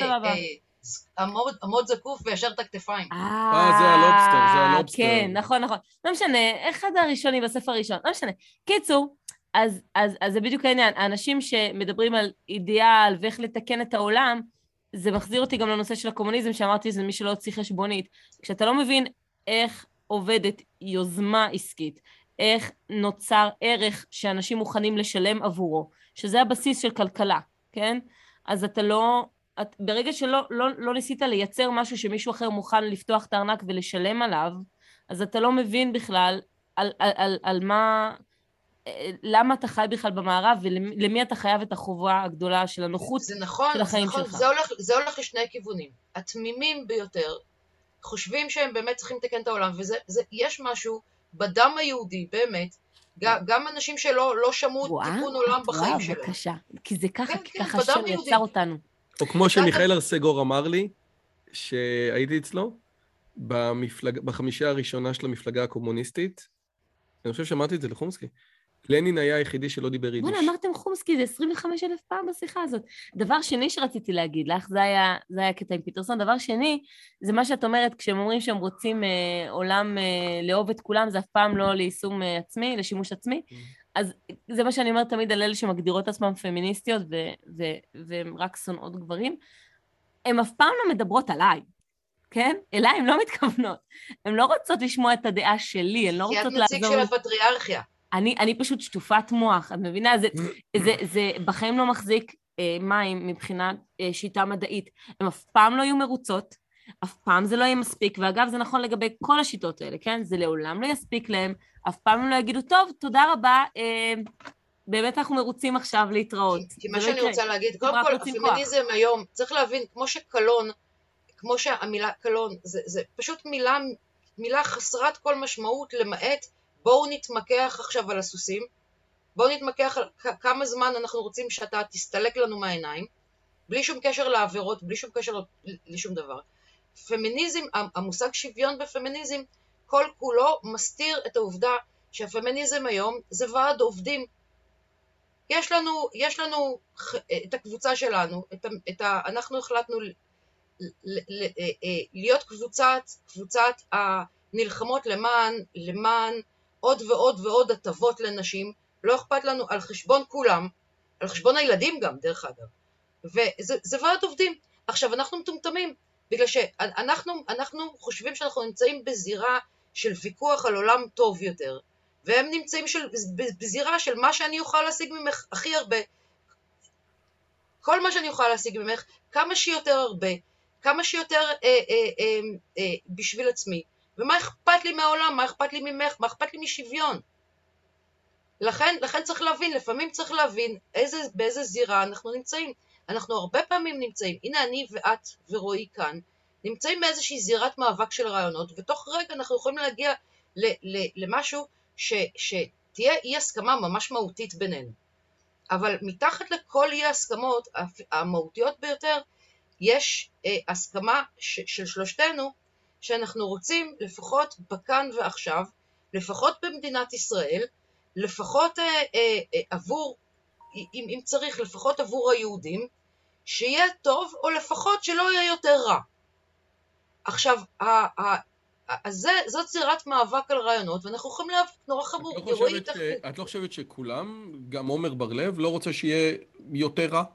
עמוד זקוף וישר את הכתפיים. אה, זה הלובסטר, זה הלובסטר. כן, נכון, נכון. לא משנה, אחד הראשונים בספר הראשון, לא משנה. קיצור, אז, אז, אז זה בדיוק העניין, האנשים שמדברים על אידיאל ואיך לתקן את העולם, זה מחזיר אותי גם לנושא של הקומוניזם, שאמרתי, זה מי שלא הוציא חשבונית. כשאתה לא מבין איך עובדת יוזמה עסקית, איך נוצר ערך שאנשים מוכנים לשלם עבורו, שזה הבסיס של כלכלה, כן? אז אתה לא, את, ברגע שלא לא, לא ניסית לייצר משהו שמישהו אחר מוכן לפתוח את הארנק ולשלם עליו, אז אתה לא מבין בכלל על, על, על, על מה... למה אתה חי בכלל במערב, ולמי אתה חייב את החובה הגדולה של הנוחות זה נכון, של החיים זה נכון, שלך. זה הולך, זה הולך לשני כיוונים. התמימים ביותר חושבים שהם באמת צריכים לתקן את העולם, ויש משהו בדם היהודי, באמת, גם, גם אנשים שלא לא שמעו תיקון עולם בחיים שלהם. וואו, בבקשה, כי זה ככה, כן, כי כן, ככה בדם השם יהודי. יצר אותנו. או כמו שמיכאל ארסגור אמר לי, שהייתי אצלו, במפלג... בחמישה הראשונה של המפלגה הקומוניסטית, אני חושב שאמרתי את זה לחומסקי, לנין היה היחידי שלא דיבר יידיש. בוא'נה, אמרתם חומסקי, זה עשרים וחמישה אלף פעם בשיחה הזאת. דבר שני שרציתי להגיד לך, זה היה, זה היה קטע עם פיטרסון, דבר שני, זה מה שאת אומרת, כשהם אומרים שהם רוצים אה, עולם אה, לאהוב את כולם, זה אף פעם לא ליישום אה, עצמי, לשימוש עצמי, mm. אז זה מה שאני אומרת תמיד על אלה שמגדירות עצמם פמיניסטיות, ו- ו- והם רק שונאות גברים, הם אף פעם לא מדברות עליי. כן? אליי הן לא מתכוונות. הן לא רוצות לשמוע את הדעה שלי, הן לא כי את רוצות נציג לעזור. של הפטריארכיה. אני, אני פשוט שטופת מוח, את מבינה? זה, זה, זה בחיים לא מחזיק אה, מים מבחינת אה, שיטה מדעית. הן אף פעם לא יהיו מרוצות, אף פעם זה לא יהיה מספיק, ואגב זה נכון לגבי כל השיטות האלה, כן? זה לעולם לא יספיק להם, אף פעם הם לא יגידו, טוב, תודה רבה, אה, באמת אנחנו מרוצים עכשיו להתראות. כי, כי מה שאני לא רוצה להגיד, הם קודם כל, רוצים הפמיניזם כוח. היום, צריך להבין, כמו שקלון, כמו שהמילה קלון, זה, זה פשוט מילה, מילה חסרת כל משמעות, למעט בואו נתמקח עכשיו על הסוסים, בואו נתמקח על כמה זמן אנחנו רוצים שאתה תסתלק לנו מהעיניים, בלי שום קשר לעבירות, בלי שום קשר לשום דבר. פמיניזם, המושג שוויון בפמיניזם, כל כולו מסתיר את העובדה שהפמיניזם היום זה ועד עובדים. יש לנו, יש לנו את הקבוצה שלנו, את ה, את ה, אנחנו החלטנו ל, ל, ל, להיות קבוצת, קבוצת הנלחמות למען, למען עוד ועוד ועוד הטבות לנשים, לא אכפת לנו על חשבון כולם, על חשבון הילדים גם, דרך אגב. וזה זה ועד עובדים. עכשיו, אנחנו מטומטמים, בגלל שאנחנו אנחנו חושבים שאנחנו נמצאים בזירה של ויכוח על עולם טוב יותר, והם נמצאים של, בזירה של מה שאני אוכל להשיג ממך הכי הרבה, כל מה שאני אוכל להשיג ממך, כמה שיותר הרבה, כמה שיותר אה, אה, אה, אה, בשביל עצמי, ומה אכפת לי מהעולם, מה אכפת לי ממך, מה אכפת לי משוויון. לכן, לכן צריך להבין, לפעמים צריך להבין איזה, באיזה זירה אנחנו נמצאים. אנחנו הרבה פעמים נמצאים, הנה אני ואת ורועי כאן, נמצאים באיזושהי זירת מאבק של רעיונות, ותוך רגע אנחנו יכולים להגיע ל, ל, למשהו ש, שתהיה אי הסכמה ממש מהותית בינינו. אבל מתחת לכל אי הסכמות, המהותיות ביותר, יש אה, הסכמה ש, של שלושתנו, שאנחנו רוצים לפחות בכאן ועכשיו, לפחות במדינת ישראל, לפחות אה, אה, אה, עבור, אם, אם צריך, לפחות עבור היהודים, שיהיה טוב, או לפחות שלא יהיה יותר רע. עכשיו, ה, ה, אז זאת זירת מאבק על רעיונות, ואנחנו יכולים להביא נורא חמור. את לא חושבת, ש... את לא חושבת שכולם, גם עומר בר לב, לא רוצה שיהיה יותר רע?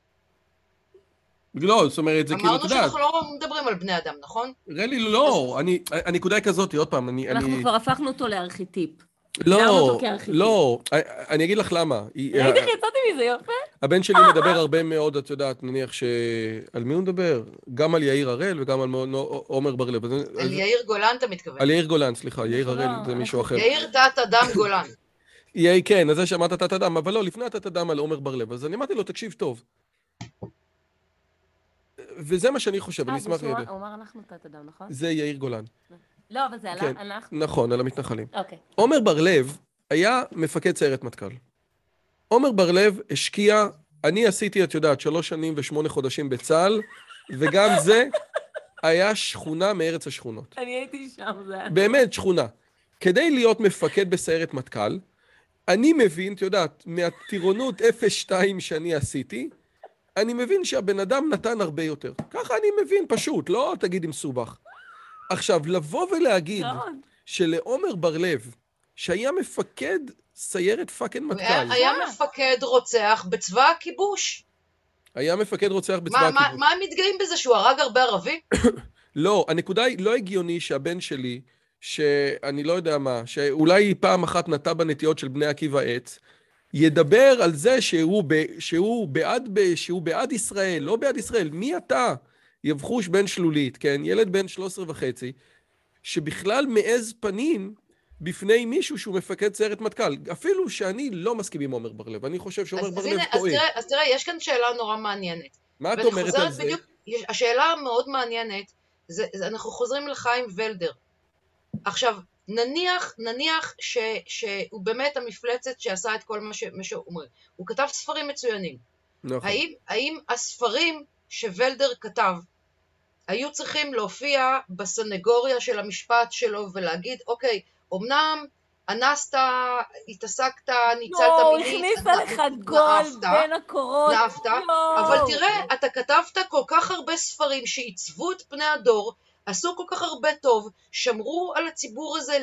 לא, זאת אומרת, זה כאילו, אתה יודע. אמרנו שאנחנו לא מדברים על בני אדם, נכון? רלי, לא, אני, הנקודה היא כזאת, עוד פעם, אני... אנחנו אני... כבר הפכנו אותו לארכיטיפ. לא, לא, אני אגיד לך למה. ראיתי איך יצאתי מזה, יפה? הבן שלי מדבר הרבה מאוד, את יודעת, נניח ש... על מי הוא מדבר? גם על יאיר הראל וגם על עומר בר לב. על יאיר גולן אתה מתכוון. על יאיר גולן, סליחה, יאיר הראל זה מישהו אחר. יאיר תת אדם גולן. כן, אז זה שמעת תת אדם, אבל לא, לפני תת אדם על עומר בר לב, אז אני אמרתי לו, תקשיב טוב. וזה מה שאני חושב, אני אשמח לדעת. הוא אמר אנחנו תת אדם, נכון? זה יאיר גולן. לא, אבל זה על אנחנו. נכון, על המתנחלים. אוקיי. עומר בר לב היה מפקד סיירת מטכ"ל. עומר בר לב השקיע, אני עשיתי, את יודעת, שלוש שנים ושמונה חודשים בצה"ל, וגם זה היה שכונה מארץ השכונות. אני הייתי שם, זה היה. באמת שכונה. כדי להיות מפקד בסיירת מטכ"ל, אני מבין, את יודעת, מהטירונות אפס שתיים שאני עשיתי, אני מבין שהבן אדם נתן הרבה יותר. ככה אני מבין, פשוט, לא תגיד עם סובך. עכשיו, לבוא ולהגיד שלעומר בר לב, שהיה מפקד סיירת פאקינג מטכ"ל. היה מפקד רוצח בצבא הכיבוש. היה מפקד רוצח בצבא הכיבוש. מה הם מתגאים בזה, שהוא הרג הרבה ערבים? לא, הנקודה היא לא הגיוני שהבן שלי, שאני לא יודע מה, שאולי פעם אחת נטע בנטיות של בני עקיבא עץ, ידבר על זה שהוא, ב, שהוא, בעד, ב, שהוא בעד ישראל, לא בעד ישראל. מי אתה? יבחוש בן שלולית, כן? ילד בן שלוש עשרה וחצי, שבכלל מעז פנים בפני מישהו שהוא מפקד סיירת מטכ"ל. אפילו שאני לא מסכים עם עומר בר לב. אני חושב שעומר בר לב טועה. אז, אז תראה, יש כאן שאלה נורא מעניינת. מה את אומרת על זה? בדיוק, השאלה המאוד מעניינת, זה, זה, אנחנו חוזרים לחיים ולדר. עכשיו, נניח, נניח ש, שהוא באמת המפלצת שעשה את כל מה שהוא אומר. הוא כתב ספרים מצוינים. נכון. האם, האם הספרים שוולדר כתב, היו צריכים להופיע בסנגוריה של המשפט שלו ולהגיד, אוקיי, אמנם אנסת, התעסקת, ניצלת מינית, הכניסה לך גול בין הקורות. נאפת, אבל תראה, אתה כתבת כל כך הרבה ספרים שעיצבו את פני הדור, עשו כל כך הרבה טוב, שמרו על הציבור הזה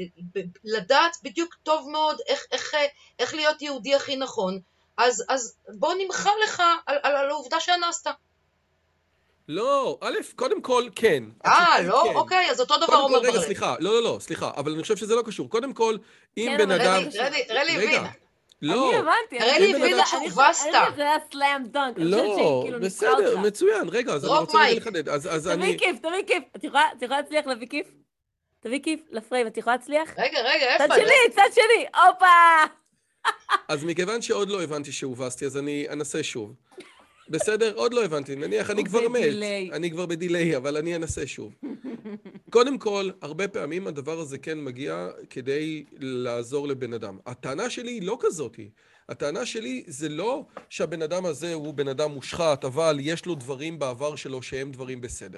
לדעת בדיוק טוב מאוד איך, איך, איך להיות יהודי הכי נכון, אז, אז בוא נמחה לך על, על, על העובדה שאנסת. לא, א', קודם כל, כן. אה, התשובה היא לא? כן. אוקיי, אז אותו דבר קודם אומר כל, רגע, ברלב. סליחה, לא, לא, לא, סליחה, אבל אני חושב שזה לא קשור. קודם כל, אם כן, בן אבל זה אדם... לא קשור. רלי, רלי רגע, הבינה. לא. אני הבנתי, אני רלי חושבת בן הבינה אדם- שזה- אני שהובסת. חושבת- אני חושבת שזה היה סלאם דנק, אני חושבת שהיא לא, כאילו ניצחה בסדר, אותך. מצוין. רגע, אז אני דרופ רוצה רגע מייק. לחדד. אז אז תביאי אני... כיף, תביאי כיף. את יכולה את יכולה להצליח להביא כיף? תביאי כיף לפריים, את יכולה להצליח? רגע, רגע, צד איפה? שני, צד שני, הופה! אז מכיוון שעוד לא הבנתי שהובסתי, אז אני אנסה שוב. בסדר? עוד לא הבנתי. נניח, אני הוא כבר מת. בדיליי. אני כבר בדיליי, אבל אני אנסה שוב. קודם כל, הרבה פעמים הדבר הזה כן מגיע כדי לעזור לבן אדם. הטענה שלי היא לא כזאת. הטענה שלי זה לא שהבן אדם הזה הוא בן אדם מושחת, אבל יש לו דברים בעבר שלו שהם דברים בסדר.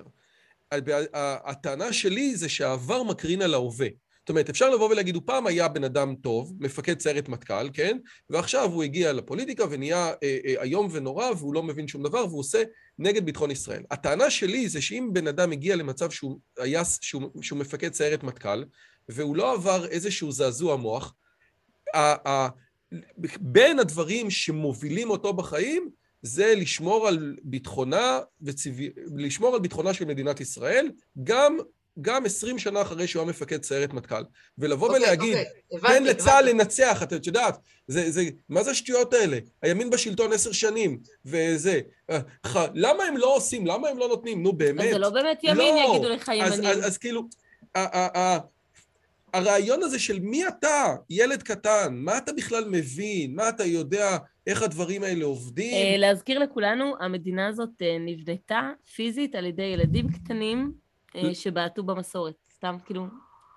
הטענה שלי זה שהעבר מקרין על ההווה. זאת אומרת, אפשר לבוא ולהגיד, הוא פעם היה בן אדם טוב, מפקד סיירת מטכ"ל, כן? ועכשיו הוא הגיע לפוליטיקה ונהיה אה, אה, איום ונורא, והוא לא מבין שום דבר, והוא עושה נגד ביטחון ישראל. הטענה שלי זה שאם בן אדם הגיע למצב שהוא, היה, שהוא, שהוא מפקד סיירת מטכ"ל, והוא לא עבר איזשהו זעזוע מוח, ה, ה, בין הדברים שמובילים אותו בחיים, זה לשמור על ביטחונה, וצבי, לשמור על ביטחונה של מדינת ישראל, גם גם עשרים שנה אחרי שהוא היה מפקד סיירת מטכ"ל, ולבוא אוקיי, ולהגיד, אוקיי, הבנתי, תן לצה"ל הבנתי. לנצח, אתה יודעת, זה, זה, מה זה השטויות האלה? הימין בשלטון עשר שנים, וזה, אה, ח, למה הם לא עושים, למה הם לא נותנים? נו באמת. אז זה לא באמת ימין, לא. יגידו לך אז, ימנים. אז, אז כאילו, ה, ה, ה, הרעיון הזה של מי אתה, ילד קטן, מה אתה בכלל מבין, מה אתה יודע, איך הדברים האלה עובדים? אה, להזכיר לכולנו, המדינה הזאת אה, נבנתה פיזית על ידי ילדים קטנים אה, שבעטו במסורת. סתם כאילו...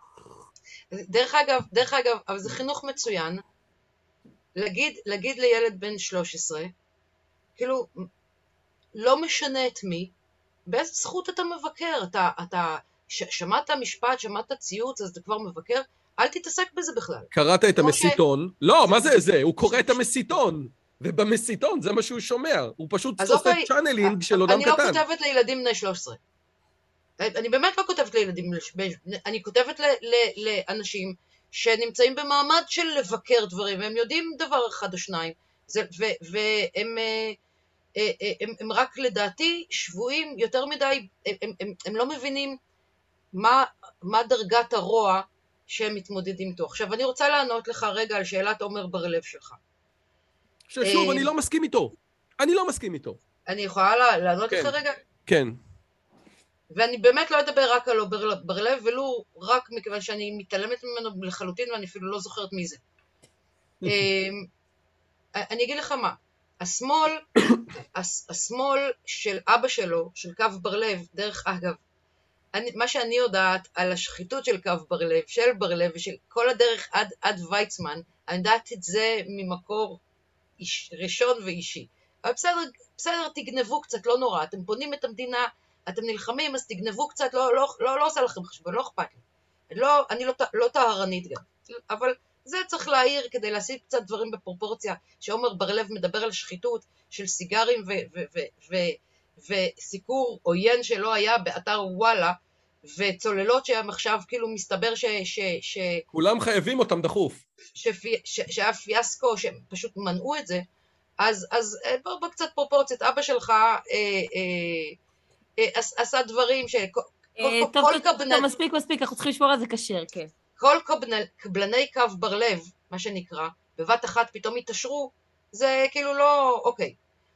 דרך אגב, דרך אגב, אבל זה חינוך מצוין, להגיד, להגיד לילד בן שלוש עשרה, כאילו, לא משנה את מי, באיזה זכות אתה מבקר, אתה, אתה ש, שמעת משפט, שמעת ציוץ, אז אתה כבר מבקר, אל תתעסק בזה בכלל. קראת את כמו המסיתון? לא, מה זה זה? הוא קורא את המסיתון. ובמסיתון זה מה שהוא שומע. הוא פשוט אז עושה אוקיי, צ'אנלינג של אדם אני לא קטן. כותבת לילדים בני שלוש עשרה. אני באמת לא כותבת לילדים, אני כותבת ל, ל, לאנשים שנמצאים במעמד של לבקר דברים, והם יודעים דבר אחד או שניים, זה, ו, והם הם, הם רק לדעתי שבויים יותר מדי, הם, הם, הם, הם לא מבינים מה, מה דרגת הרוע שהם מתמודדים איתו. עכשיו אני רוצה לענות לך רגע על שאלת עומר ברלב שלך. ששוב, אני לא מסכים איתו. אני לא מסכים איתו. אני יכולה לענות לך רגע? כן. ואני באמת לא אדבר רק על עומר ברלב, ולו רק מכיוון שאני מתעלמת ממנו לחלוטין, ואני אפילו לא זוכרת מי זה. אני אגיד לך מה, השמאל, השמאל של אבא שלו, של קו ברלב, דרך אגב, אני, מה שאני יודעת על השחיתות של קו ברלב, של ברלב ושל כל הדרך עד, עד ויצמן, אני יודעת את זה ממקור איש, ראשון ואישי. אבל בסדר, בסדר, תגנבו קצת, לא נורא, אתם בונים את המדינה, אתם נלחמים, אז תגנבו קצת, לא, לא, לא, לא עושה לכם חשבון, לא אכפת לי. לא, אני לא, לא טהרנית גם, אבל זה צריך להעיר כדי להשיג קצת דברים בפרופורציה, שעומר ברלב מדבר על שחיתות של סיגרים ו- ו- ו- ו- וסיקור עוין שלא היה באתר וואלה, וצוללות שהם עכשיו כאילו מסתבר ש... ש, ש כולם חייבים אותם דחוף. שפי, ש, שהיה פיאסקו, שהם פשוט מנעו את זה, אז, אז בוא, בוא קצת פרופורציות, אבא שלך אה, אה, אה, עשה דברים ש... אה, טוב, טוב, טוב, טוב, מספיק, מספיק, אנחנו צריכים לשמור על זה כשר, כן. כל קבלני קו ברלב, מה שנקרא, בבת אחת פתאום התעשרו, זה כאילו לא, אוקיי.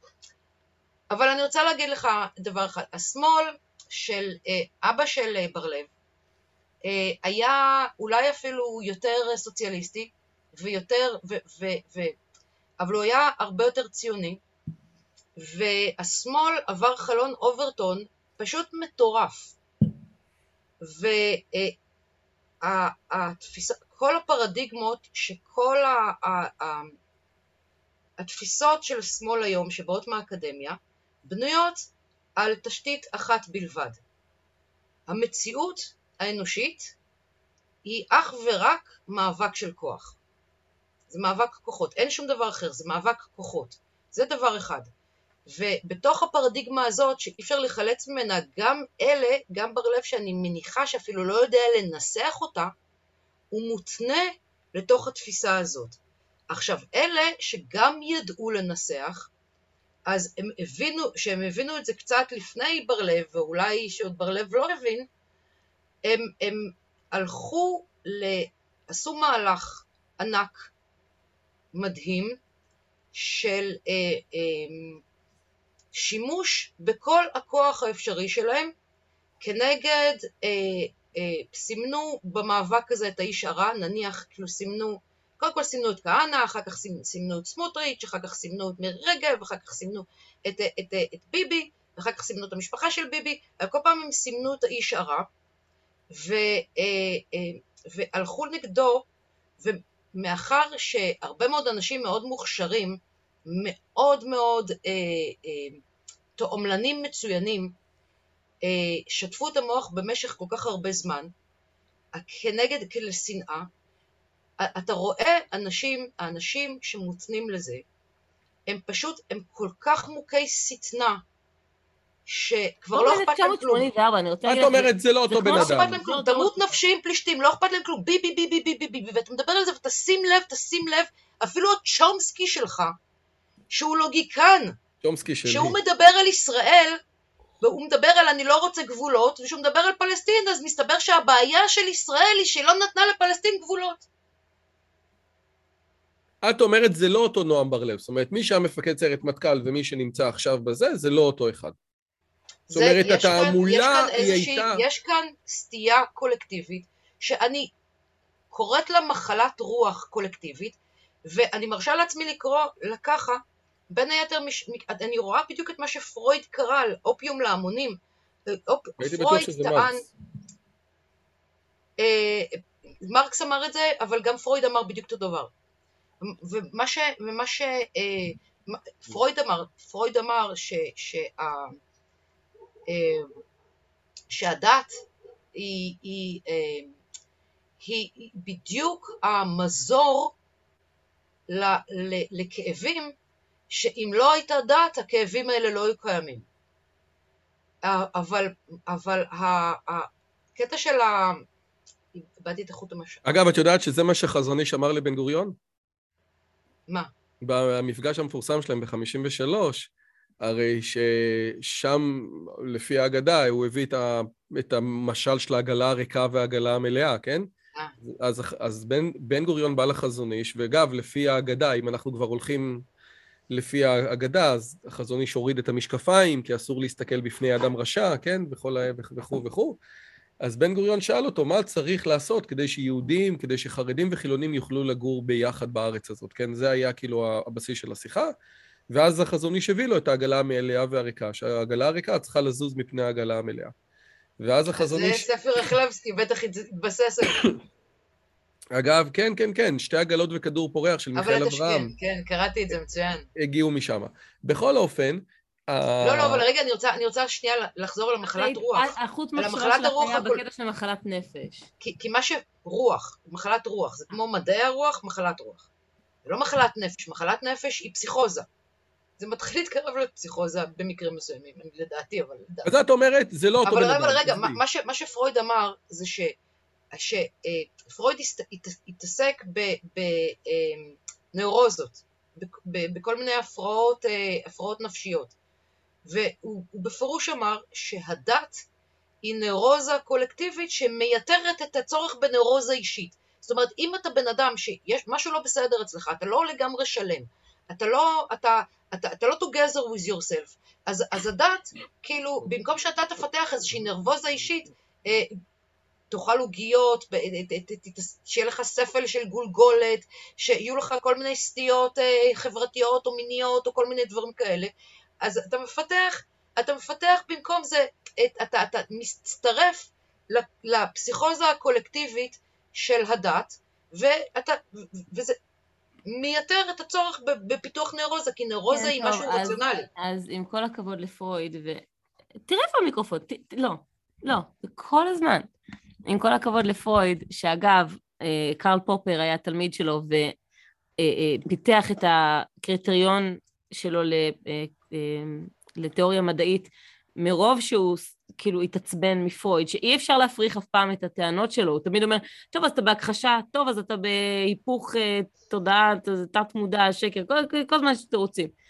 אבל אני רוצה להגיד לך דבר אחד, השמאל של אה, אבא של אה, ברלב, אה, היה אולי אפילו יותר סוציאליסטי, ויותר, ו, ו, ו, אבל הוא היה הרבה יותר ציוני, והשמאל עבר חלון אוברטון פשוט מטורף. ו... אה, התפיסה, כל הפרדיגמות שכל ה, ה, ה, התפיסות של שמאל היום שבאות מהאקדמיה בנויות על תשתית אחת בלבד. המציאות האנושית היא אך ורק מאבק של כוח. זה מאבק כוחות, אין שום דבר אחר, זה מאבק כוחות. זה דבר אחד. ובתוך הפרדיגמה הזאת שאי אפשר לחלץ ממנה גם אלה, גם ברלב שאני מניחה שאפילו לא יודע לנסח אותה, הוא מותנה לתוך התפיסה הזאת. עכשיו, אלה שגם ידעו לנסח, אז הם הבינו, שהם הבינו את זה קצת לפני בר-לב, ואולי שעוד בר-לב לא הבין, הם, הם הלכו, ל... עשו מהלך ענק, מדהים, של אה, אה, שימוש בכל הכוח האפשרי שלהם, כנגד, אה, אה, סימנו במאבק הזה את האיש הרע, נניח, כאילו סימנו, קודם כל סימנו את כהנא, אחר כך סימנו את סמוטריץ', אחר כך סימנו את מירי רגב, אחר כך סימנו את, את, את, את ביבי, אחר כך סימנו את המשפחה של ביבי, כל פעם הם סימנו את האיש הרע, ו, אה, אה, והלכו נגדו, ומאחר שהרבה מאוד אנשים מאוד מוכשרים, מאוד מאוד אה, אה, תועמלנים מצוינים, אה, שטפו את המוח במשך כל כך הרבה זמן, כנגד, כשנאה, אתה רואה אנשים, האנשים שמותנים לזה, הם פשוט, הם כל כך מוכי שטנה, שכבר לא אכפת להם כלום. מה את אומרת? זה לא אותו בן אדם. לא אכפת להם כלום, תמות נפשי עם פלישתים, לא אכפת להם כלום, ביבי, ביבי, ביבי, ביבי, ואתה מדבר על זה ותשים לב, תשים לב, אפילו הצ'ומסקי שלך, שהוא לוגיקן, צ'ומסקי שלי. שהוא מדבר על ישראל, והוא מדבר על אני לא רוצה גבולות, ושהוא מדבר על פלסטין, אז מסתבר שהבעיה של ישראל היא שלא נתנה לפלסטין גבולות. את אומרת, זה לא אותו נועם בר-לב, זאת אומרת, מי שהמפקד סיירת מטכ"ל ומי שנמצא עכשיו בזה, זה לא אותו אחד. זאת אומרת, התעמולה היא הייתה... יש כאן סטייה קולקטיבית, שאני קוראת לה מחלת רוח קולקטיבית, ואני מרשה לעצמי לקרוא לככה, בין היתר, אני רואה בדיוק את מה שפרויד קרא על אופיום להמונים. פרויד טען... מרקס אמר את זה, אבל גם פרויד אמר בדיוק את הדבר. ומה ש... ומה ש... פרויד אמר, פרויד אמר ש... שה... שהדת היא, היא, היא, היא בדיוק המזור ל, ל, לכאבים, שאם לא הייתה דת, הכאבים האלה לא היו קיימים. אבל, אבל הקטע של ה... איבדתי את החוט המשל. אגב, את יודעת שזה מה שחזון איש אמר לבן גוריון? מה? במפגש המפורסם שלהם ב-חמישים ושלוש, הרי ששם, לפי ההגדה, הוא הביא את, ה, את המשל של העגלה הריקה והעגלה המלאה, כן? אה. אז, אז בן, בן גוריון בא לחזון איש, ואגב, לפי ההגדה, אם אנחנו כבר הולכים לפי ההגדה, אז החזון איש הוריד את המשקפיים, כי אסור להסתכל בפני אדם רשע, כן? וכל, וכו' וכו'. אז בן גוריון שאל אותו, מה צריך לעשות כדי שיהודים, כדי שחרדים וחילונים יוכלו לגור ביחד בארץ הזאת, כן? זה היה כאילו הבסיס של השיחה. ואז החזון איש הביא לו את העגלה המלאה והריקה, שהעגלה הריקה צריכה לזוז מפני העגלה המלאה. ואז החזון איש... זה ספר רחלבסקי, בטח התבסס על... אגב, כן, כן, כן, שתי עגלות וכדור פורח של מיכאל אברהם. כן, כן, קראתי את זה מצוין. הגיעו משם. בכל אופן... לא, לא, אבל רגע, אני רוצה, אני רוצה שנייה לחזור על המחלת רוח. החוט מחשבה שלך היה בקטע של מחלת נפש. כי, כי מה שרוח, מחלת רוח, זה כמו מדעי הרוח, מחלת רוח. זה לא מחלת נפש, מחלת נפש היא פסיכוזה. זה מתחיל להתקרב לפסיכוזה במקרים מסוימים, לדעתי, אבל... אז את אומרת, זה לא אותו בן אדם. אבל רגע, מה, ש, מה שפרויד אמר, זה ש... שפרויד התעסק בנאורוזות, בכל מיני הפרעות, הפרעות נפשיות. והוא בפירוש אמר שהדת היא נאורוזה קולקטיבית שמייתרת את הצורך בנאורוזה אישית. זאת אומרת, אם אתה בן אדם שיש משהו לא בסדר אצלך, אתה לא לגמרי שלם, אתה לא, אתה, אתה, אתה לא together with yourself, אז, אז הדת, כאילו, במקום שאתה תפתח איזושהי נרבוזה אישית, אה, תאכל עוגיות, שיהיה לך ספל של גולגולת, שיהיו לך כל מיני סטיות אה, חברתיות או מיניות או כל מיני דברים כאלה, אז אתה מפתח, אתה מפתח במקום זה, את, אתה, אתה מצטרף לפסיכוזה הקולקטיבית של הדת, ואתה, וזה מייתר את הצורך בפיתוח נאורוזה, כי נאורוזה היא משהו רציונלי. אז עם כל הכבוד לפרויד, ו... תראה איפה המיקרופון, לא, לא, כל הזמן. עם כל הכבוד לפרויד, שאגב, קרל פופר היה תלמיד שלו, ופיתח את הקריטריון שלו לתיאוריה מדעית, מרוב שהוא כאילו התעצבן מפרויד, שאי אפשר להפריך אף פעם את הטענות שלו, הוא תמיד אומר, טוב, אז אתה בהכחשה, טוב, אז אתה בהיפוך תודעה, תת מודע, שקר, כל, כל, כל זמן שאתם רוצים.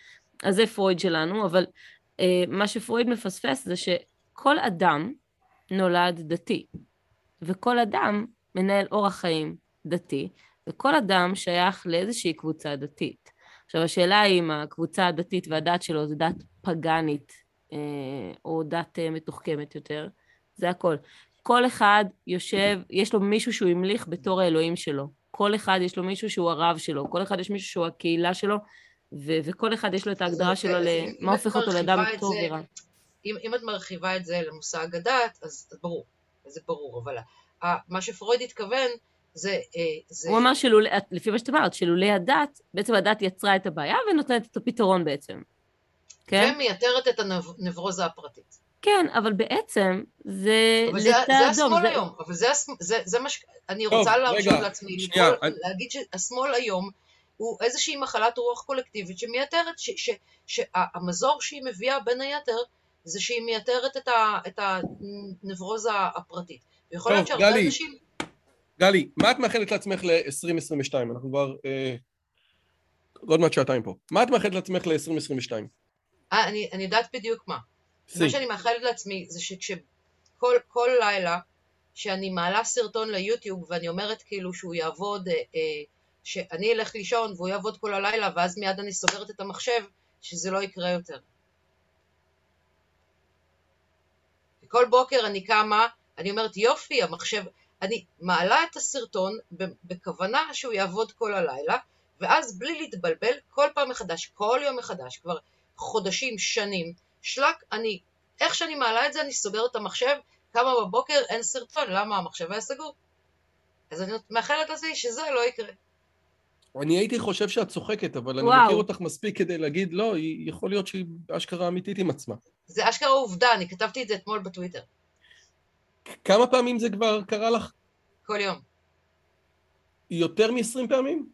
אז זה פרויד שלנו, אבל אה, מה שפרויד מפספס זה שכל אדם נולד דתי, וכל אדם מנהל אורח חיים דתי, וכל אדם שייך לאיזושהי קבוצה דתית. עכשיו, השאלה היא אם הקבוצה הדתית והדת שלו זה דת פגנית, אה, או דת אה, מתוחכמת יותר, זה הכל. כל אחד יושב, יש לו מישהו שהוא המליך בתור האלוהים שלו. כל אחד יש לו מישהו שהוא הרב שלו, כל אחד יש מישהו שהוא הקהילה שלו, ו- וכל אחד יש לו את ההגדרה שלו למה הופך אותו לאדם טוב ורע. אם, אם את מרחיבה את זה למושג הדת, אז זה ברור, זה ברור, אבל מה שפרויד התכוון, זה, זה... הוא אמר שלולא, לפי מה שאת אמרת, שלולא הדת, בעצם הדת יצרה את הבעיה ונותנת את הפתרון בעצם. כן? ומייתרת את הנברוזה הפרטית. כן, אבל בעצם זה... אבל זה, זה השמאל זה... היום, אבל זה, זה, זה מה ש... אני רוצה טוב, להרשות רגע, לעצמי, שנייה, לכל, אני... להגיד שהשמאל היום הוא איזושהי מחלת רוח קולקטיבית שמייתרת, ש, ש, שהמזור שהיא מביאה בין היתר, זה שהיא מייתרת את, ה, את הנברוזה הפרטית. ויכול להיות שהרבה גלי, אנשים... גלי, מה את מאחלת לעצמך ל-עשרים עשרים ושתיים? אנחנו כבר... אה, עוד מעט שעתיים פה. מה את מאחלת לעצמך ל-עשרים עשרים ושתיים? אה, אני, אני יודעת בדיוק מה. מה שאני מאחלת לעצמי זה שכל כל לילה שאני מעלה סרטון ליוטיוב ואני אומרת כאילו שהוא יעבוד, אה, אה, שאני אלך לישון והוא יעבוד כל הלילה ואז מיד אני סוגרת את המחשב, שזה לא יקרה יותר. כל בוקר אני קמה, אני אומרת יופי, המחשב, אני מעלה את הסרטון בכוונה שהוא יעבוד כל הלילה, ואז בלי להתבלבל, כל פעם מחדש, כל יום מחדש, כבר חודשים, שנים, שלק, אני, איך שאני מעלה את זה, אני סוגרת את המחשב, קמה בבוקר, אין סרטון, למה המחשב היה סגור? אז אני מאחלת לזה שזה לא יקרה. אני הייתי חושב שאת צוחקת, אבל אני מכיר אותך מספיק כדי להגיד, לא, יכול להיות שהיא אשכרה אמיתית עם עצמה. זה אשכרה עובדה, אני כתבתי את זה אתמול בטוויטר. כמה פעמים זה כבר קרה לך? כל יום. יותר מ-עשרים פעמים?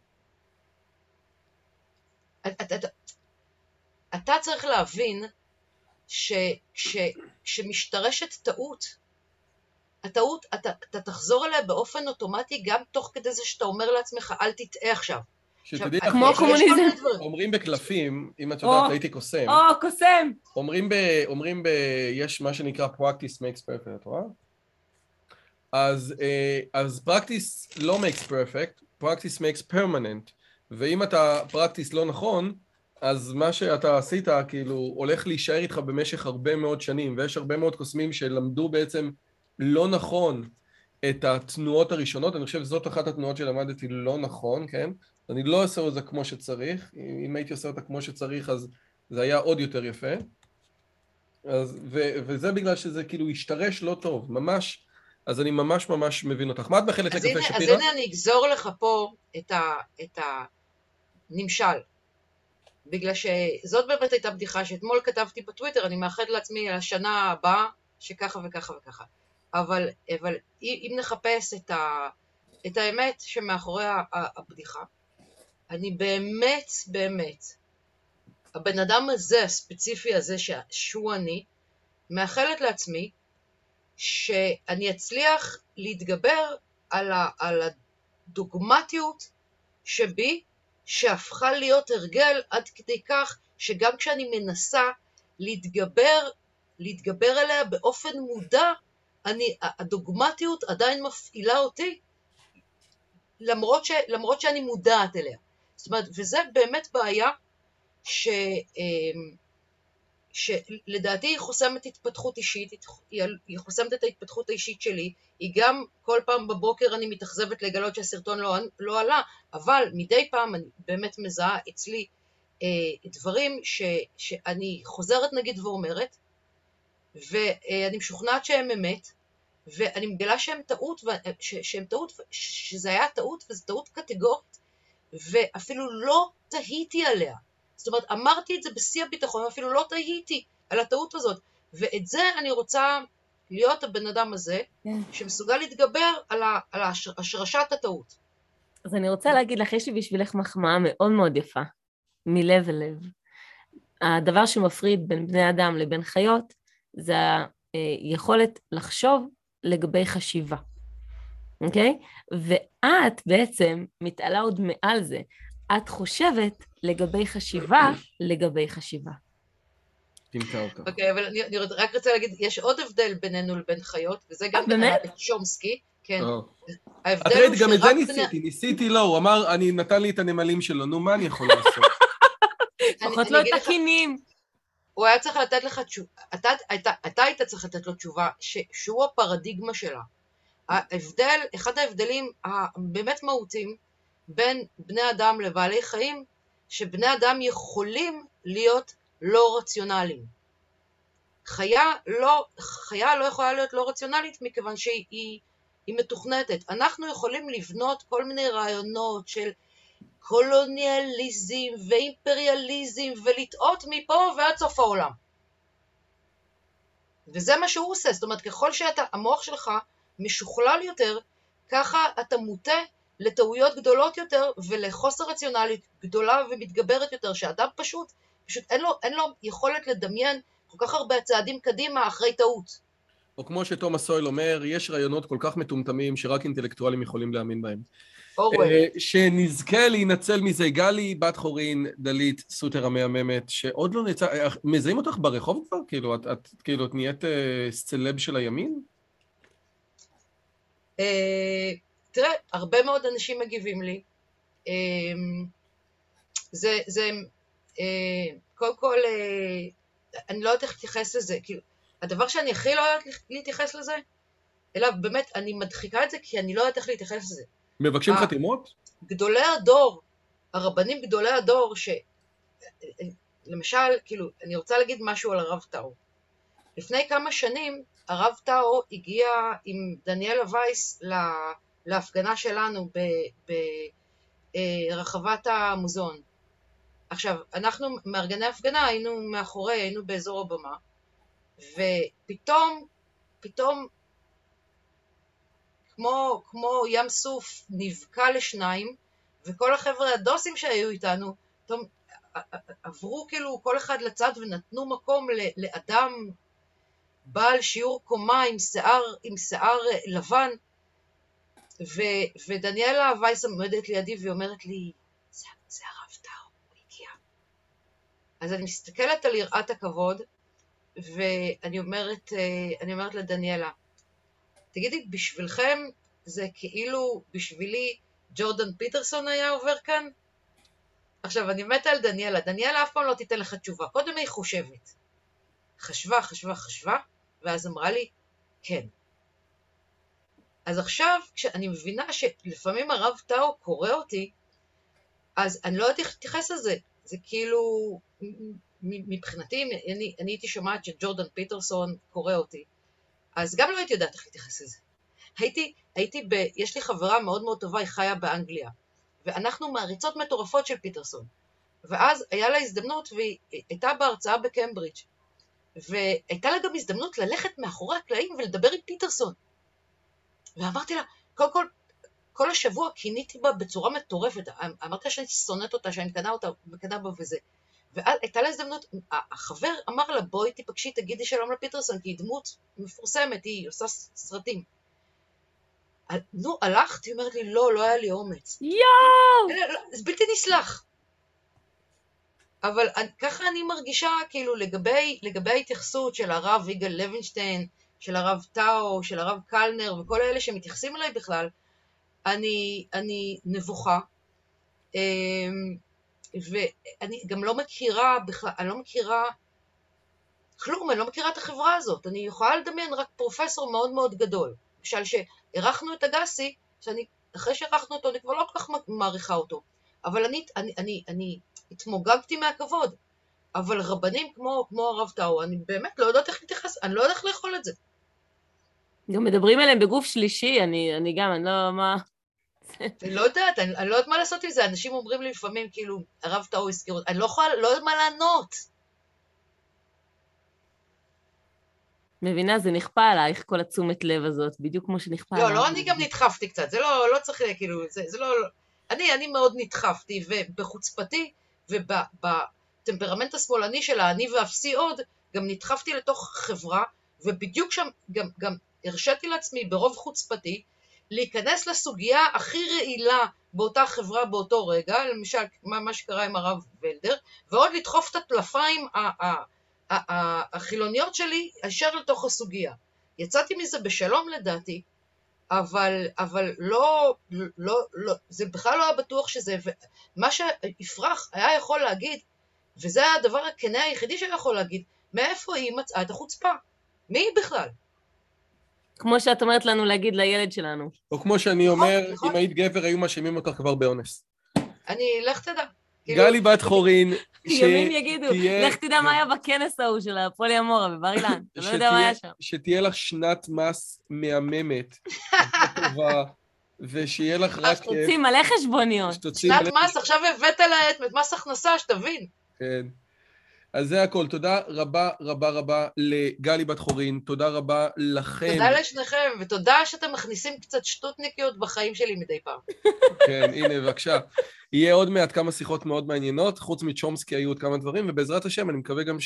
אתה צריך להבין שכשמשתרשת טעות, הטעות, אתה, אתה תחזור אליה באופן אוטומטי, גם תוך כדי זה שאתה אומר לעצמך, אל תטעה עכשיו. שתדעי, כמו קומוניזם. אומרים בקלפים, אם את יודעת, הייתי קוסם. או, קוסם. אומרים ב, אומרים ב, יש מה שנקרא practice makes perfect, את רואה? אז, אז practice לא makes perfect, practice makes permanent, ואם אתה practice לא נכון, אז מה שאתה עשית, כאילו, הולך להישאר איתך במשך הרבה מאוד שנים, ויש הרבה מאוד קוסמים שלמדו בעצם לא נכון את התנועות הראשונות, אני חושב שזאת אחת התנועות שלמדתי לא נכון, כן? אני לא עושה את זה כמו שצריך, אם הייתי עושה אותה כמו שצריך, אז זה היה עוד יותר יפה, אז, ו, וזה בגלל שזה כאילו השתרש לא טוב, ממש, אז אני ממש ממש מבין אותך. מה את מאחלת לקפה שפירה? אז הנה אני אגזור לך פה את, ה, את הנמשל, בגלל שזאת באמת הייתה בדיחה שאתמול כתבתי בטוויטר, אני מאחלת לעצמי על השנה הבאה שככה וככה וככה. אבל, אבל אם נחפש את, ה, את האמת שמאחורי הבדיחה, אני באמת, באמת, הבן אדם הזה, הספציפי הזה, שהוא אני, מאחלת לעצמי שאני אצליח להתגבר על, ה, על הדוגמטיות שבי, שהפכה להיות הרגל עד כדי כך שגם כשאני מנסה להתגבר, להתגבר עליה באופן מודע, אני, הדוגמטיות עדיין מפעילה אותי, למרות, ש, למרות שאני מודעת אליה. זאת אומרת, וזה באמת בעיה ש, שלדעתי היא חוסמת התפתחות אישית, היא חוסמת את ההתפתחות האישית שלי, היא גם כל פעם בבוקר אני מתאכזבת לגלות שהסרטון לא, לא עלה, אבל מדי פעם אני באמת מזהה אצלי אה, דברים ש, שאני חוזרת נגיד ואומרת, ואני משוכנעת שהם אמת, ואני מגלה שהם טעות, שהם טעות, שזה היה טעות, וזו טעות קטגורית, ואפילו לא תהיתי עליה. זאת אומרת, אמרתי את זה בשיא הביטחון, ואפילו לא תהיתי על הטעות הזאת. ואת זה אני רוצה להיות הבן אדם הזה, שמסוגל להתגבר על, ה, על השרשת הטעות. אז אני רוצה להגיד לך, יש לי בשבילך מחמאה מאוד מאוד יפה, מלב אל לב. הדבר שמפריד בין בני אדם לבין חיות, זה היכולת לחשוב לגבי חשיבה. אוקיי? ואת בעצם מתעלה עוד מעל זה. את חושבת לגבי חשיבה לגבי חשיבה. תמצא אותך. אוקיי, אבל אני, אני רק רוצה להגיד, יש עוד הבדל בינינו לבין חיות, וזה גם באמת? את צ'ומסקי, כן. או. את ההבדל ראית, הוא גם את זה שרק ניסיתי, ניסיתי לא, הוא אמר, אני נתן לי את הנמלים שלו, נו, מה אני יכול לעשות? אני- לפחות אני לא אגיד לך- תקינים. הוא היה צריך לתת לך תשובה, אתה, אתה, אתה היית צריך לתת לו תשובה ש, שהוא הפרדיגמה שלה. ההבדל, אחד ההבדלים הבאמת מהותיים בין בני אדם לבעלי חיים, שבני אדם יכולים להיות לא רציונליים. חיה לא, חיה לא יכולה להיות לא רציונלית מכיוון שהיא היא, היא מתוכנתת. אנחנו יכולים לבנות כל מיני רעיונות של קולוניאליזם ואימפריאליזם ולטעות מפה ועד סוף העולם. וזה מה שהוא עושה, זאת אומרת, ככל שהמוח שלך משוכלל יותר, ככה אתה מוטה לטעויות גדולות יותר ולחוסר רציונלית גדולה ומתגברת יותר, שאדם פשוט, פשוט אין לו, אין לו יכולת לדמיין כל כך הרבה צעדים קדימה אחרי טעות. או כמו שתומאס סויל אומר, יש רעיונות כל כך מטומטמים שרק אינטלקטואלים יכולים להאמין בהם. אורוול. אה, שנזכה להינצל מזה. גלי, בת חורין, דלית, סוטר המהממת, שעוד לא נצא, אה, מזהים אותך ברחוב כבר? כאילו, את, את, כאילו, את נהיית אה, סלב של הימין? אה, תראה, הרבה מאוד אנשים מגיבים לי. אה, זה, זה, אה, קודם כל, אה, אני לא יודעת איך להתייחס לזה, כאילו, הדבר שאני הכי לא יודעת להתייחס לזה, אלא באמת, אני מדחיקה את זה כי אני לא יודעת איך להתייחס לזה. מבקשים אה. חתימות? גדולי הדור, הרבנים גדולי הדור, ש... למשל, כאילו, אני רוצה להגיד משהו על הרב טאו. לפני כמה שנים, הרב טאו הגיע עם דניאלה וייס לה... להפגנה שלנו ברחבת המוזיאון. עכשיו, אנחנו מארגני הפגנה, היינו מאחורי, היינו באזור הבמה, ופתאום, פתאום, כמו, כמו ים סוף נבקע לשניים, וכל החבר'ה הדוסים שהיו איתנו, פתאום עברו כאילו כל אחד לצד ונתנו מקום לאדם בעל שיעור קומה עם שיער, עם שיער לבן, ו, ודניאלה וייס עומדת לידי ואומרת לי, זה, זה הרב טאו, הוא הגיע. אז אני מסתכלת על יראת הכבוד, ואני אומרת, אני אומרת לדניאלה, תגידי, בשבילכם זה כאילו בשבילי ג'ורדן פיטרסון היה עובר כאן? עכשיו, אני מתה על דניאלה. דניאלה אף פעם לא תיתן לך תשובה. קודם היא חושבת. חשבה, חשבה, חשבה, ואז אמרה לי, כן. אז עכשיו, כשאני מבינה שלפעמים הרב טאו קורא אותי, אז אני לא יודעת איך להתייחס לזה. זה כאילו, מבחינתי, אני, אני הייתי שומעת שג'ורדן פיטרסון קורא אותי. אז גם לא הייתי יודעת איך להתייחס לזה. הייתי, הייתי ב... יש לי חברה מאוד מאוד טובה, היא חיה באנגליה, ואנחנו מעריצות מטורפות של פיטרסון. ואז היה לה הזדמנות, והיא הייתה בהרצאה בקמברידג', והייתה לה גם הזדמנות ללכת מאחורי הקלעים ולדבר עם פיטרסון. ואמרתי לה, קודם כל, כל השבוע כיניתי בה בצורה מטורפת, אמרתי לה שאני שונאת אותה, שאני מקנה אותה, מקנה בה וזה. ואז הייתה לה הזדמנות, החבר אמר לה, בואי תיפגשי, תגידי שלום לפיטרסון, כי היא דמות מפורסמת, היא עושה סרטים. נו, הלכתי, היא אומרת לי, לא, לא היה לי אומץ. יואו! זה בלתי נסלח. אבל ככה אני מרגישה, כאילו, לגבי, לגבי ההתייחסות של הרב יגאל לוינשטיין, של הרב טאו, של הרב קלנר, וכל אלה שמתייחסים אליי בכלל, אני, אני נבוכה, ואני גם לא מכירה בכלל, אני לא מכירה כלום, אני לא מכירה את החברה הזאת. אני יכולה לדמיין רק פרופסור מאוד מאוד גדול. למשל שערכנו את אגסי, שאני, אחרי שערכנו אותו, אני כבר לא כל כך מעריכה אותו. אבל אני, אני, אני, אני התמוגגתי מהכבוד. אבל רבנים כמו, כמו הרב טאו, אני באמת לא יודעת איך להתייחס, אני לא יודעת איך לאכול את זה. גם מדברים עליהם בגוף שלישי, אני, אני גם, אני לא, מה... אני לא יודעת, אני, אני לא יודעת מה לעשות עם זה. אנשים אומרים לי לפעמים, כאילו, הרב טאו הזכיר אותי, אני לא יכולה, לא יודעת מה לענות. מבינה, זה נכפה עלייך, כל התשומת לב הזאת, בדיוק כמו שנכפה עלייך. לא, לא, אני גם נדחפתי קצת, זה לא, לא צריך, כאילו, זה, זה לא, אני, אני מאוד נדחפתי, ובחוצפתי, ובטמפרמנט השמאלני שלה, אני ואפסי עוד, גם נדחפתי לתוך חברה, ובדיוק שם, גם, גם הרשיתי לעצמי ברוב חוצפתי, להיכנס לסוגיה הכי רעילה באותה חברה באותו רגע, למשל מה, מה שקרה עם הרב ולדר, ועוד לדחוף את הטלפיים ה- ה- ה- ה- החילוניות שלי אשר לתוך הסוגיה. יצאתי מזה בשלום לדעתי, אבל, אבל לא, לא, לא, זה בכלל לא היה בטוח שזה, מה שיפרח היה יכול להגיד, וזה היה הדבר הכנה היחידי שהיה יכול להגיד, מאיפה היא מצאה את החוצפה? מי היא בכלל? כמו שאת אומרת לנו להגיד לילד שלנו. או כמו שאני נכון, אומר, נכון. אם היית גבר, היו מאשימים אותך כבר באונס. אני, לך תדע. כאילו, גלי בת חורין, ימים יגידו, שתהיה- לך תדע מה היה בכנס ההוא של הפולי אמורה בבר אילן. אתה לא יודע מה היה שם. שתהיה לך שנת מס מהממת, טובה, ושיהיה לך רק... תוציא מלא חשבוניות. שתוציא שנת מלא- מס, עכשיו הבאת לה את מס הכנסה, שתבין. כן. אז זה הכל. תודה רבה רבה רבה לגלי בת חורין, תודה רבה לכם. תודה לשניכם, ותודה שאתם מכניסים קצת שטותניקיות בחיים שלי מדי פעם. כן, הנה, בבקשה. יהיה עוד מעט כמה שיחות מאוד מעניינות, חוץ מצ'ומסקי היו עוד כמה דברים, ובעזרת השם אני מקווה גם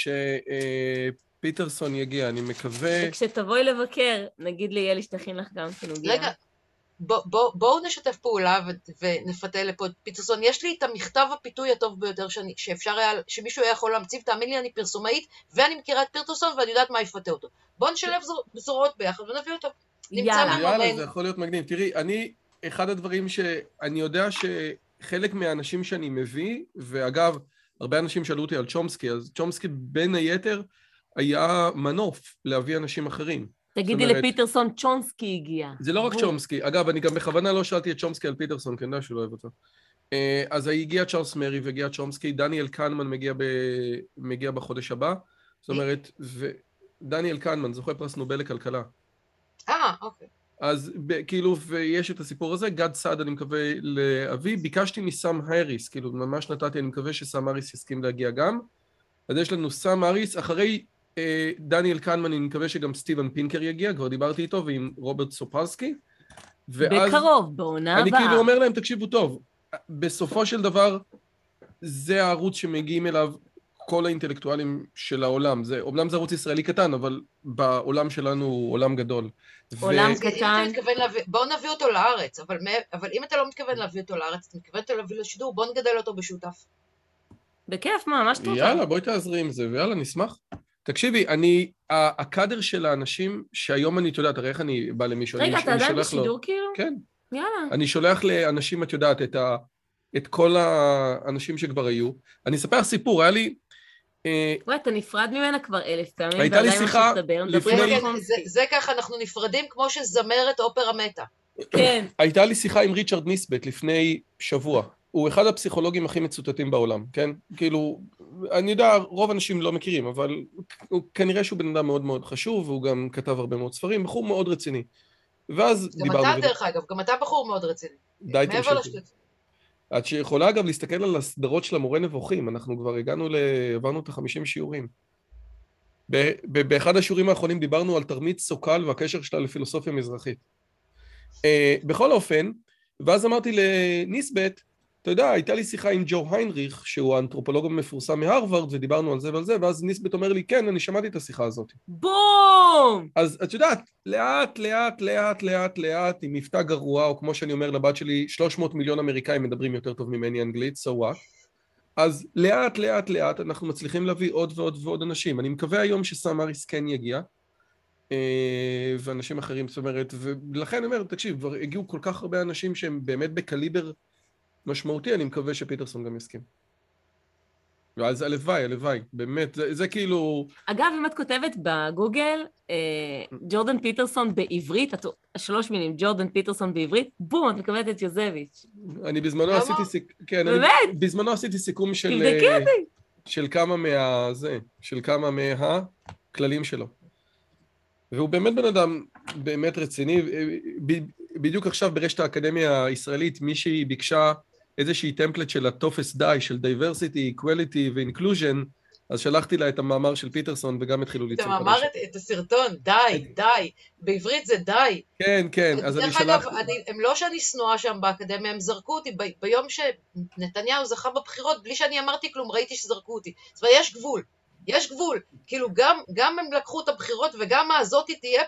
שפיטרסון יגיע, אני מקווה... וכשתבואי לבקר, נגיד ליאלי שתכין לך גם תנוגיה. רגע, בוא, בוא, בואו נשתף פעולה ו- ונפתה לפה את פיטרסון. יש לי את המכתב הפיתוי הטוב ביותר שאני, שאפשר היה, שמישהו היה יכול להמציא, תאמין לי, אני פרסומאית, ואני מכירה את פיטרסון ואני יודעת מה יפתה אותו. בואו נשלב זור, זרועות ביחד ונביא אותו. נמצא יאללה. יאללה, מממן. זה יכול להיות מגניב. תראי, אני, אחד הדברים שאני יודע שחלק מהאנשים שאני מביא, ואגב, הרבה אנשים שאלו אותי על צ'ומסקי, אז צ'ומסקי בין היתר היה מנוף להביא אנשים אחרים. תגידי זאת אומרת- לפיטרסון, צ'ונסקי הגיע. זה לא רק בוא. צ'ומסקי, אגב, אני גם בכוונה לא שאלתי את צ'ומסקי על פיטרסון, כי אני יודע שהוא לא אוהב אותו. אה, אז הגיע צ'ארלס מרי והגיע צ'ומסקי, דניאל קנמן מגיע, ב... מגיע בחודש הבא, זאת אומרת, ו... דניאל קנמן, זוכה פרס נובל לכלכלה. אה, אוקיי. אז ב... כאילו, ויש את הסיפור הזה, גד סעד אני מקווה להביא, ביקשתי מסם האריס, כאילו ממש נתתי, אני מקווה שסם האריס יסכים להגיע גם, אז יש לנו סם האריס, אחרי אה, דניאל קנמן אני מקווה שגם סטיבן פינקר יגיע, כבר דיברתי איתו, ועם רוברט סופלסקי, ואז בקרוב, בעונה אני הבאה. כאילו אומר להם, תקשיבו טוב, בסופו של דבר, זה הערוץ שמגיעים אליו כל האינטלקטואלים של העולם. זה, אומנם זה ערוץ ישראלי קטן, אבל בעולם שלנו הוא עולם גדול. עולם אז אם קטן. אתה מתכוון להביא, בואו נביא אותו לארץ, אבל, מא- אבל אם אתה לא מתכוון להביא אותו לארץ, אתה מתכוון אותו להביא לשידור, בואו נגדל אותו בשותף. בכיף, מה, מה שאת רוצה. יאללה, בואי תעזרי עם זה, ויאללה, נשמח. תקשיבי, אני, ה- הקאדר של האנשים, שהיום אני, את יודעת, הרי איך אני בא למישהו, רגע, אני, אתה אני עדיין שולח לו- בשידור כאילו? כן. יאללה. אני שולח לאנשים, את יודעת, את, ה, את כל האנשים שכבר היו. אני אספר סיפור, היה לי... אה, וואי, אתה נפרד ממנה כבר אלף פעמים, הייתה לי ועדיין שיחה ממשיך לדבר, מדברים לפני- על כן, זה, צ'ונסקי. זה ככה, אנחנו נפרדים כמו שזמרת אופרה מתה. כן. הייתה לי שיחה עם ריצ'רד ניסבט לפני שבוע. הוא אחד הפסיכולוגים הכי מצוטטים בעולם, כן? כאילו, אני יודע, רוב אנשים לא מכירים, אבל הוא, כנראה שהוא בן אדם מאוד מאוד חשוב, והוא גם כתב הרבה מאוד ספרים, בחור מאוד רציני. ואז גם דיברנו... אתה, ודיבר- דרך אגב, גם אתה בחור מאוד רציני. די מעבר תמשיכי. לשטות. את שיכולה אגב להסתכל על הסדרות של המורה נבוכים, אנחנו כבר הגענו ל... עברנו את ה-חמישים שיעורים. ב- ב- באחד השיעורים האחרונים דיברנו על תרמית סוקל והקשר שלה לפילוסופיה מזרחית. Uh, בכל אופן, ואז אמרתי לניסבט, אתה יודע, הייתה לי שיחה עם ג'ו היינריך, שהוא האנתרופולוג המפורסם מהרווארד, ודיברנו על זה ועל זה, ואז ניסבט אומר לי, כן, אני שמעתי את השיחה הזאת. בום! אז את יודעת, לאט, לאט, לאט, לאט, לאט, עם מבטא גרוע, או כמו שאני אומר לבת שלי, שלוש מאות מיליון אמריקאים מדברים יותר טוב ממני אנגלית, so what? אז לאט, לאט, לאט, אנחנו מצליחים להביא עוד ועוד ועוד אנשים. אני מקווה היום שסם האריס כן יגיע, אה, ואנשים אחרים, זאת אומרת, ולכן אני אומר, תקשיב, כבר הגיעו כל כך הרבה אנשים שהם באמת בקליבר משמעותי, אני מקווה שפיטרסון גם יסכים. ואז הלוואי, הלוואי, באמת, זה, זה כאילו... אגב, אם את כותבת בגוגל, אה, ג'ורדן פיטרסון בעברית, את, שלוש מילים, ג'ורדן פיטרסון בעברית, בום, את מקבלת את יוזביץ'. אני בזמנו למה? עשיתי סיכום, כן, באמת? אני בזמנו עשיתי סיכום של... תבדקי אה, אותי. של כמה מה... זה, של כמה מהכללים שלו. והוא באמת בן אדם באמת רציני, ב- בדיוק עכשיו ברשת האקדמיה הישראלית, מישהי ביקשה איזושהי טמפלט של הטופס די, של diversity, equality ו-inclusion, אז שלחתי לה את המאמר של פיטרסון וגם התחילו אתה ליצור מאמר את, את הסרטון, די, די. בעברית זה די. כן, כן, אז אני דרך אגב, שלחתי... אני, הם לא שאני שנואה שם באקדמיה, הם זרקו אותי. ב, ביום שנתניהו זכה בבחירות, בלי שאני אמרתי כלום, ראיתי שזרקו אותי. זאת אומרת, יש גבול. יש גבול. כאילו, גם, גם הם לקחו את הבחירות וגם הזאתי תהיה פה,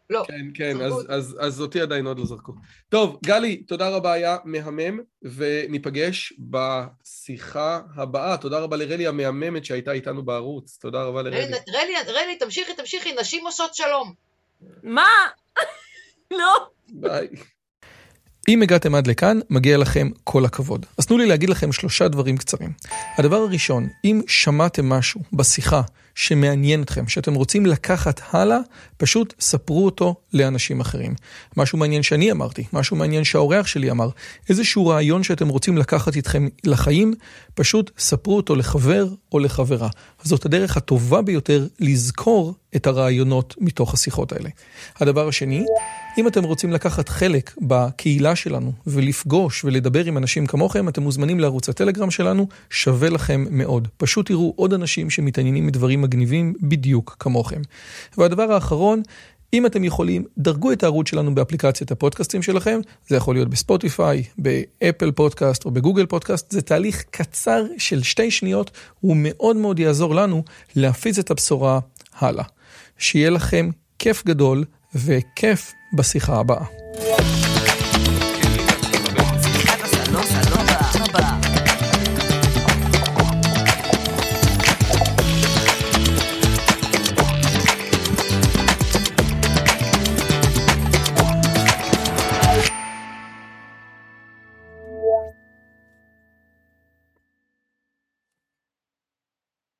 לא. כן, כן, זרקו אז, אז, אז אותי עדיין עוד לא זרקו. טוב, גלי, תודה רבה, היה מהמם, וניפגש בשיחה הבאה. תודה רבה לרלי המהממת שהייתה איתנו בערוץ. תודה רבה לרלי. רלי, רלי, רלי, תמשיכי, תמשיכי, נשים עושות שלום. מה? לא. ביי. אם הגעתם עד לכאן, מגיע לכם כל הכבוד. אז תנו לי להגיד לכם שלושה דברים קצרים. הדבר הראשון, אם שמעתם משהו בשיחה שמעניין אתכם, שאתם רוצים לקחת הלאה, פשוט ספרו אותו לאנשים אחרים. משהו מעניין שאני אמרתי, משהו מעניין שהאורח שלי אמר, איזשהו רעיון שאתם רוצים לקחת איתכם לחיים, פשוט ספרו אותו לחבר או לחברה. זאת הדרך הטובה ביותר לזכור את הרעיונות מתוך השיחות האלה. הדבר השני, אם אתם רוצים לקחת חלק בקהילה שלנו ולפגוש ולדבר עם אנשים כמוכם, אתם מוזמנים לערוץ הטלגרם שלנו, שווה לכם מאוד. פשוט תראו עוד אנשים שמתעניינים מדברים מגניבים בדיוק כמוכם. והדבר האחרון, אם אתם יכולים, דרגו את הערוץ שלנו באפליקציית הפודקאסטים שלכם, זה יכול להיות בספוטיפיי, באפל פודקאסט או בגוגל פודקאסט, זה תהליך קצר של שתי שניות, הוא מאוד מאוד יעזור לנו להפיץ את הבשורה הלאה. שיהיה לכם כיף גדול וכיף בשיחה הבאה.